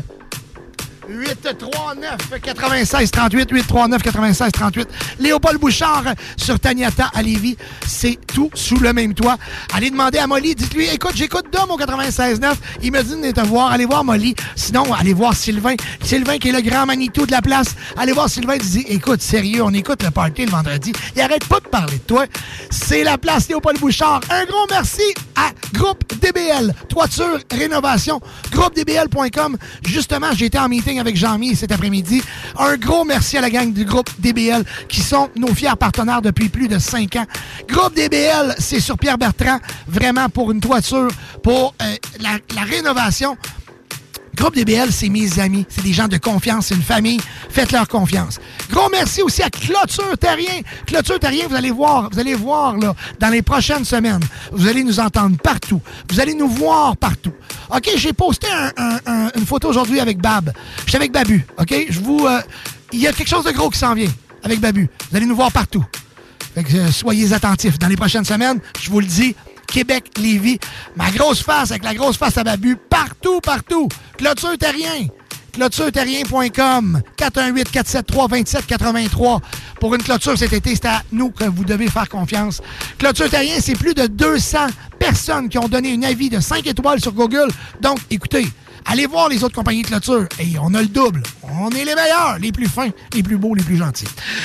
huit trois neuf, quatre-vingt-seize trente-huit, huit trois neuf, quatre-vingt-seize trente-huit. Léopold Bouchard sur Taniata à Lévis. C'est tout sous le même toit. Allez demander à Molly. Dites-lui, écoute, j'écoute Dom au quatre-vingt-seize neuf. Il me dit de venir te voir. Allez voir Molly. Sinon, allez voir Sylvain. Sylvain qui est le grand Manitou de la place. Allez voir Sylvain. Il dit, écoute, sérieux, on écoute le party le vendredi. Il arrête pas de parler de toi. C'est la place Léopold Bouchard. Un gros merci à Groupe D B L. Toiture, rénovation. groupe d b l point com. Justement, j'ai été en meeting avec Jean-Mi cet après-midi. Un gros merci à la gang du groupe D B L qui sont nos fiers partenaires depuis plus de cinq ans. Groupe D B L, c'est sur Pierre Bertrand, vraiment pour une toiture, pour euh, la, la rénovation. Groupe D B L, c'est mes amis. C'est des gens de confiance, c'est une famille. Faites-leur confiance. Gros merci aussi à Clôture Terrien. Clôture Terrien, vous allez voir, vous allez voir là, dans les prochaines semaines. Vous allez nous entendre partout. Vous allez nous voir partout. OK, j'ai posté un, un, un, une photo aujourd'hui avec Bab. Je suis avec Babu. OK, je vous... Euh, il y a quelque chose de gros qui s'en vient avec Babu. Vous allez nous voir partout. Fait que, euh, soyez attentifs. Dans les prochaines semaines, je vous le dis, Québec, Lévis, ma grosse face avec la grosse face à Babu, partout, partout. Clôture Terrien, clôture terrien point com, quatre un huit, quatre sept trois, deux sept huit trois. Pour une clôture cet été, c'est à nous que vous devez faire confiance. Clôture Terrien, c'est plus de deux cents personnes qui ont donné un avis de cinq étoiles sur Google. Donc, écoutez, allez voir les autres compagnies de clôture. Et on a le double. On est les meilleurs, les plus fins, les plus beaux, les plus gentils.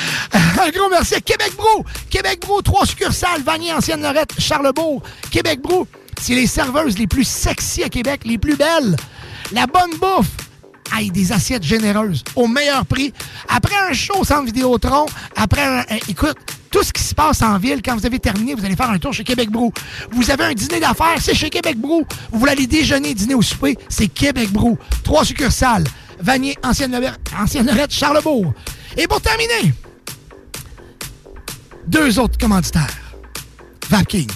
Un gros merci à Québec Brou. Québec Brou, trois succursales, Vanier, Ancienne-Lorette, Charlebourg. Québec Brou, c'est les serveuses les plus sexy à Québec, les plus belles. La bonne bouffe. Aïe, des assiettes généreuses, au meilleur prix. Après un show au Centre Vidéotron, après un... un écoute, tout ce qui se passe en ville, quand vous avez terminé, vous allez faire un tour chez Québec Brou. Vous avez un dîner d'affaires, c'est chez Québec Brou. Vous voulez aller déjeuner, dîner ou souper, c'est Québec Brou. Trois succursales, Vanier, Ancienne-Lorette, Ancienne-Lorette, Charlebourg. Et pour terminer, deux autres commanditaires. Vapking.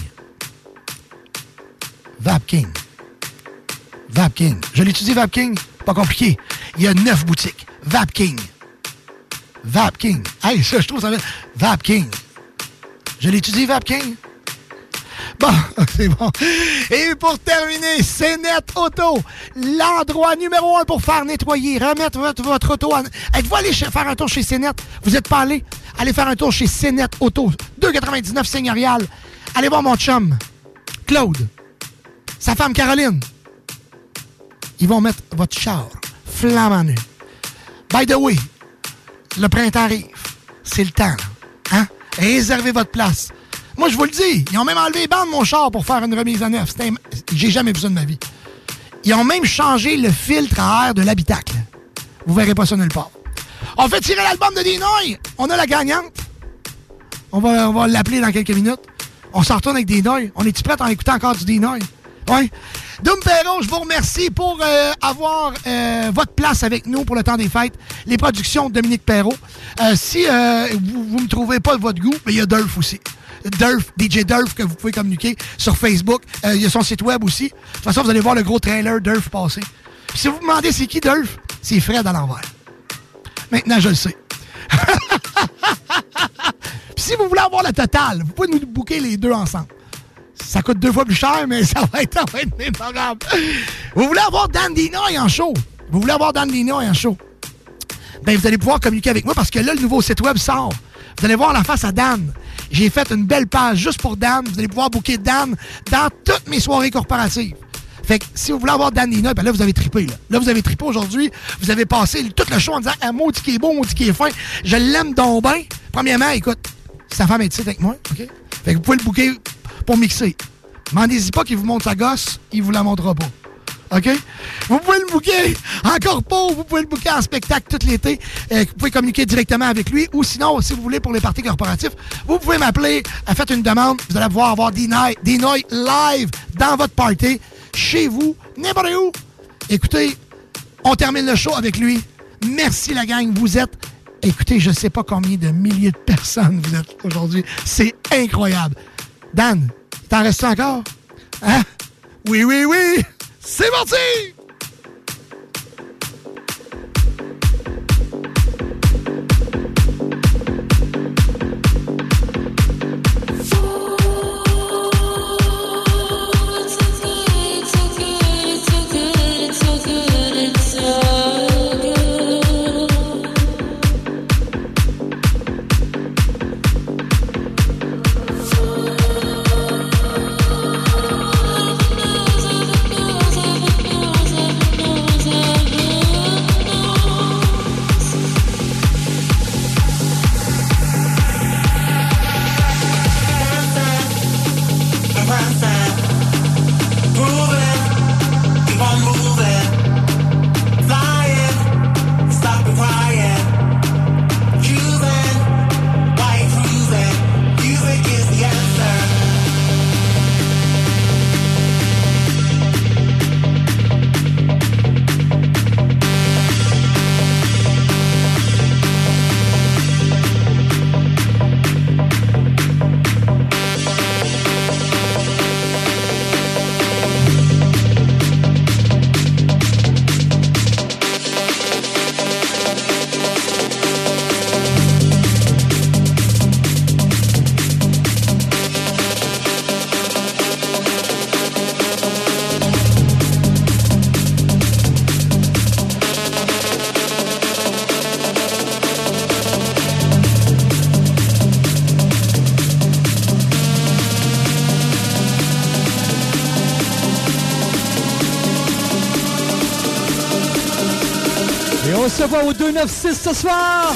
Vapking. Vapking. Je l'utilise, Vapking. Pas compliqué. Il y a neuf boutiques. Vapking. Vapking. Hey, ça, je trouve ça... Vapking. Je l'étudie, Vapking? Bon, c'est bon. Et pour terminer, Cénet Auto, l'endroit numéro un pour faire nettoyer, remettre votre, votre auto en... Êtes-vous allé faire un tour chez Cénet? Vous n'êtes pas allé? Allez faire un tour chez Cénet Auto, deux cent quatre-vingt-dix-neuf Seigneurial. Allez voir mon chum, Claude, sa femme Caroline. Ils vont mettre votre char flambant nu. By the way, le printemps arrive. C'est le temps, là. Hein? Réservez votre place. Moi, je vous le dis, ils ont même enlevé les bandes de mon char pour faire une remise à neuf. C'était... J'ai jamais vu ça de ma vie. Ils ont même changé le filtre à air de l'habitacle. Vous verrez pas ça nulle part. On fait tirer l'album de Dinoy. On a la gagnante. On va, on va l'appeler dans quelques minutes. On s'en retourne avec Dinoy. On est-tu prêts à en écouter encore du Dinoy? Oui. Doom Perrault, je vous remercie pour euh, avoir euh, votre place avec nous pour le temps des fêtes. Les productions de Dominique Perrault. Euh, si euh, vous ne me trouvez pas de votre goût, il y a Durf aussi. Durf, D J Durf, que vous pouvez communiquer sur Facebook. Euh, il y a son site web aussi. De toute façon, vous allez voir le gros trailer Durf passer. Puis si vous vous demandez c'est qui Durf, c'est Fred à l'envers. Maintenant, je le sais. Puis si vous voulez avoir la totale, vous pouvez nous booker les deux ensemble. Ça coûte deux fois plus cher, mais ça va être, ça va être mémorable. Vous voulez avoir Dan Dinoy en show. Vous voulez avoir Dan Dinoy en show. ben vous allez pouvoir communiquer avec moi parce que là, le nouveau site web sort. Vous allez voir la face à Dan. J'ai fait une belle page juste pour Dan. Vous allez pouvoir booker Dan dans toutes mes soirées corporatives. Fait que si vous voulez avoir Dan Nina, ben là, vous avez trippé. Là, là vous avez trippé aujourd'hui. Vous avez passé tout le show en disant ah, maudit qui est beau, maudit qui est fin. Je l'aime donc bien. Premièrement, écoute, sa femme est ici avec moi. OK? Fait que vous pouvez le booker pour mixer. Demandez-y pas qu'il vous montre sa gosse, il vous la montrera pas. OK? Vous pouvez le booker encore pas, vous pouvez le booker en spectacle tout l'été. Euh, vous pouvez communiquer directement avec lui. Ou sinon, si vous voulez, pour les parties corporatifs, vous pouvez m'appeler, faites une demande. Vous allez pouvoir avoir des nights, des nights live dans votre party, chez vous, n'importe où. Écoutez, on termine le show avec lui. Merci la gang, vous êtes... Écoutez, je sais pas combien de milliers de personnes vous êtes aujourd'hui. C'est incroyable. Dan, t'en restes encore? Hein? Oui, oui, oui! C'est parti! On se voit au deux neuf six ce soir.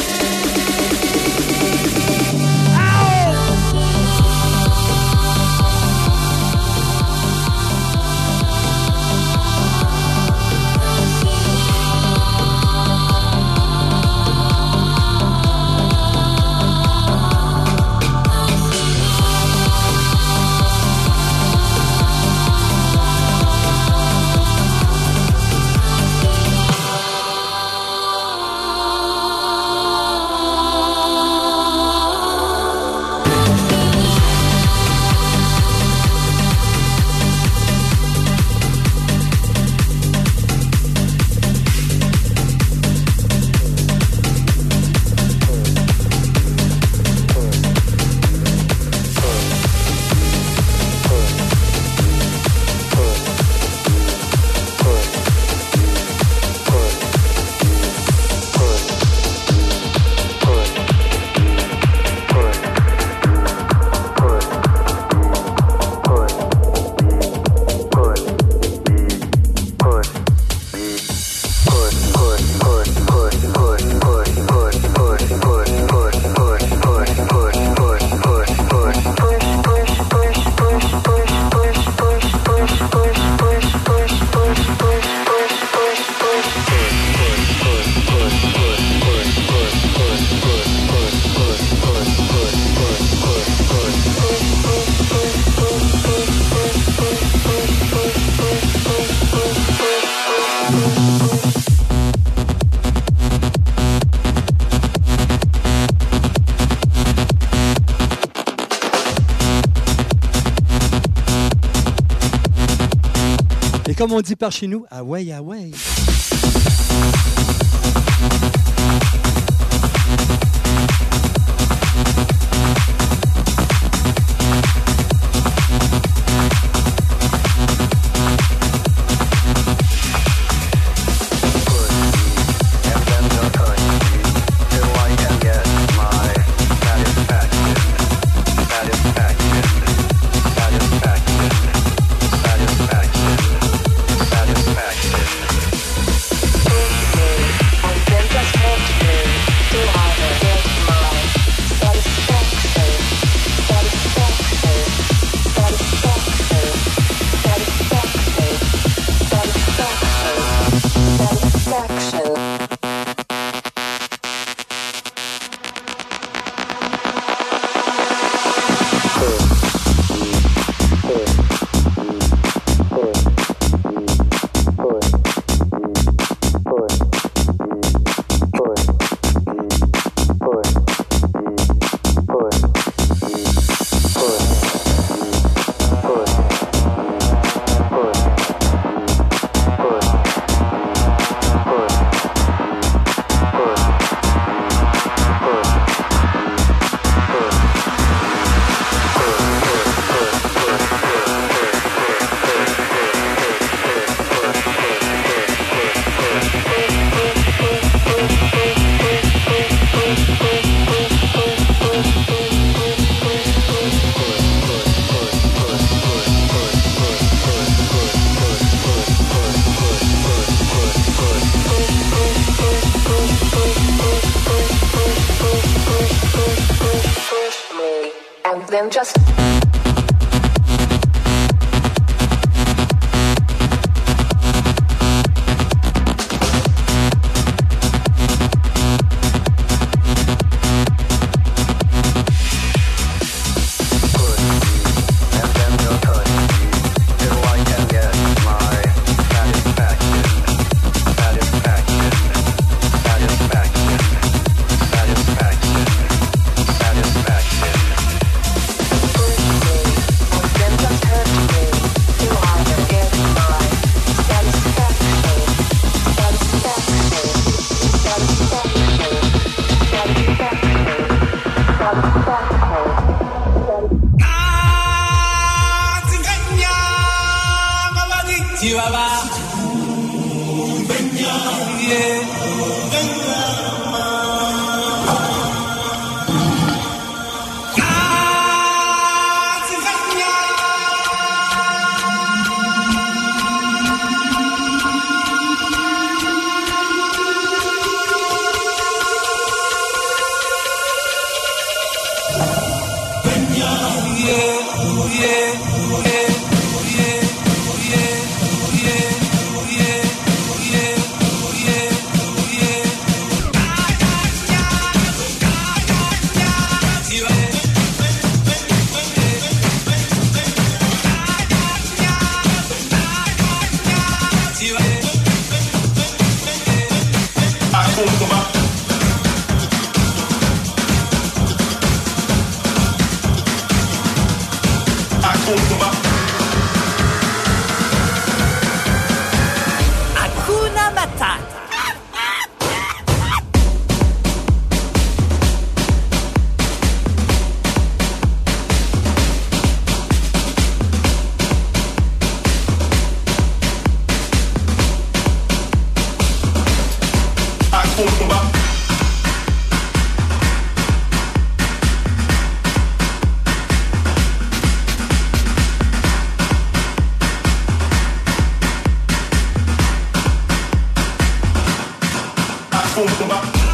Comme on dit par chez nous, ah ouais, ah ouais. Push, and then no touch. then just... Hakuna Matata. Hakuna Matata.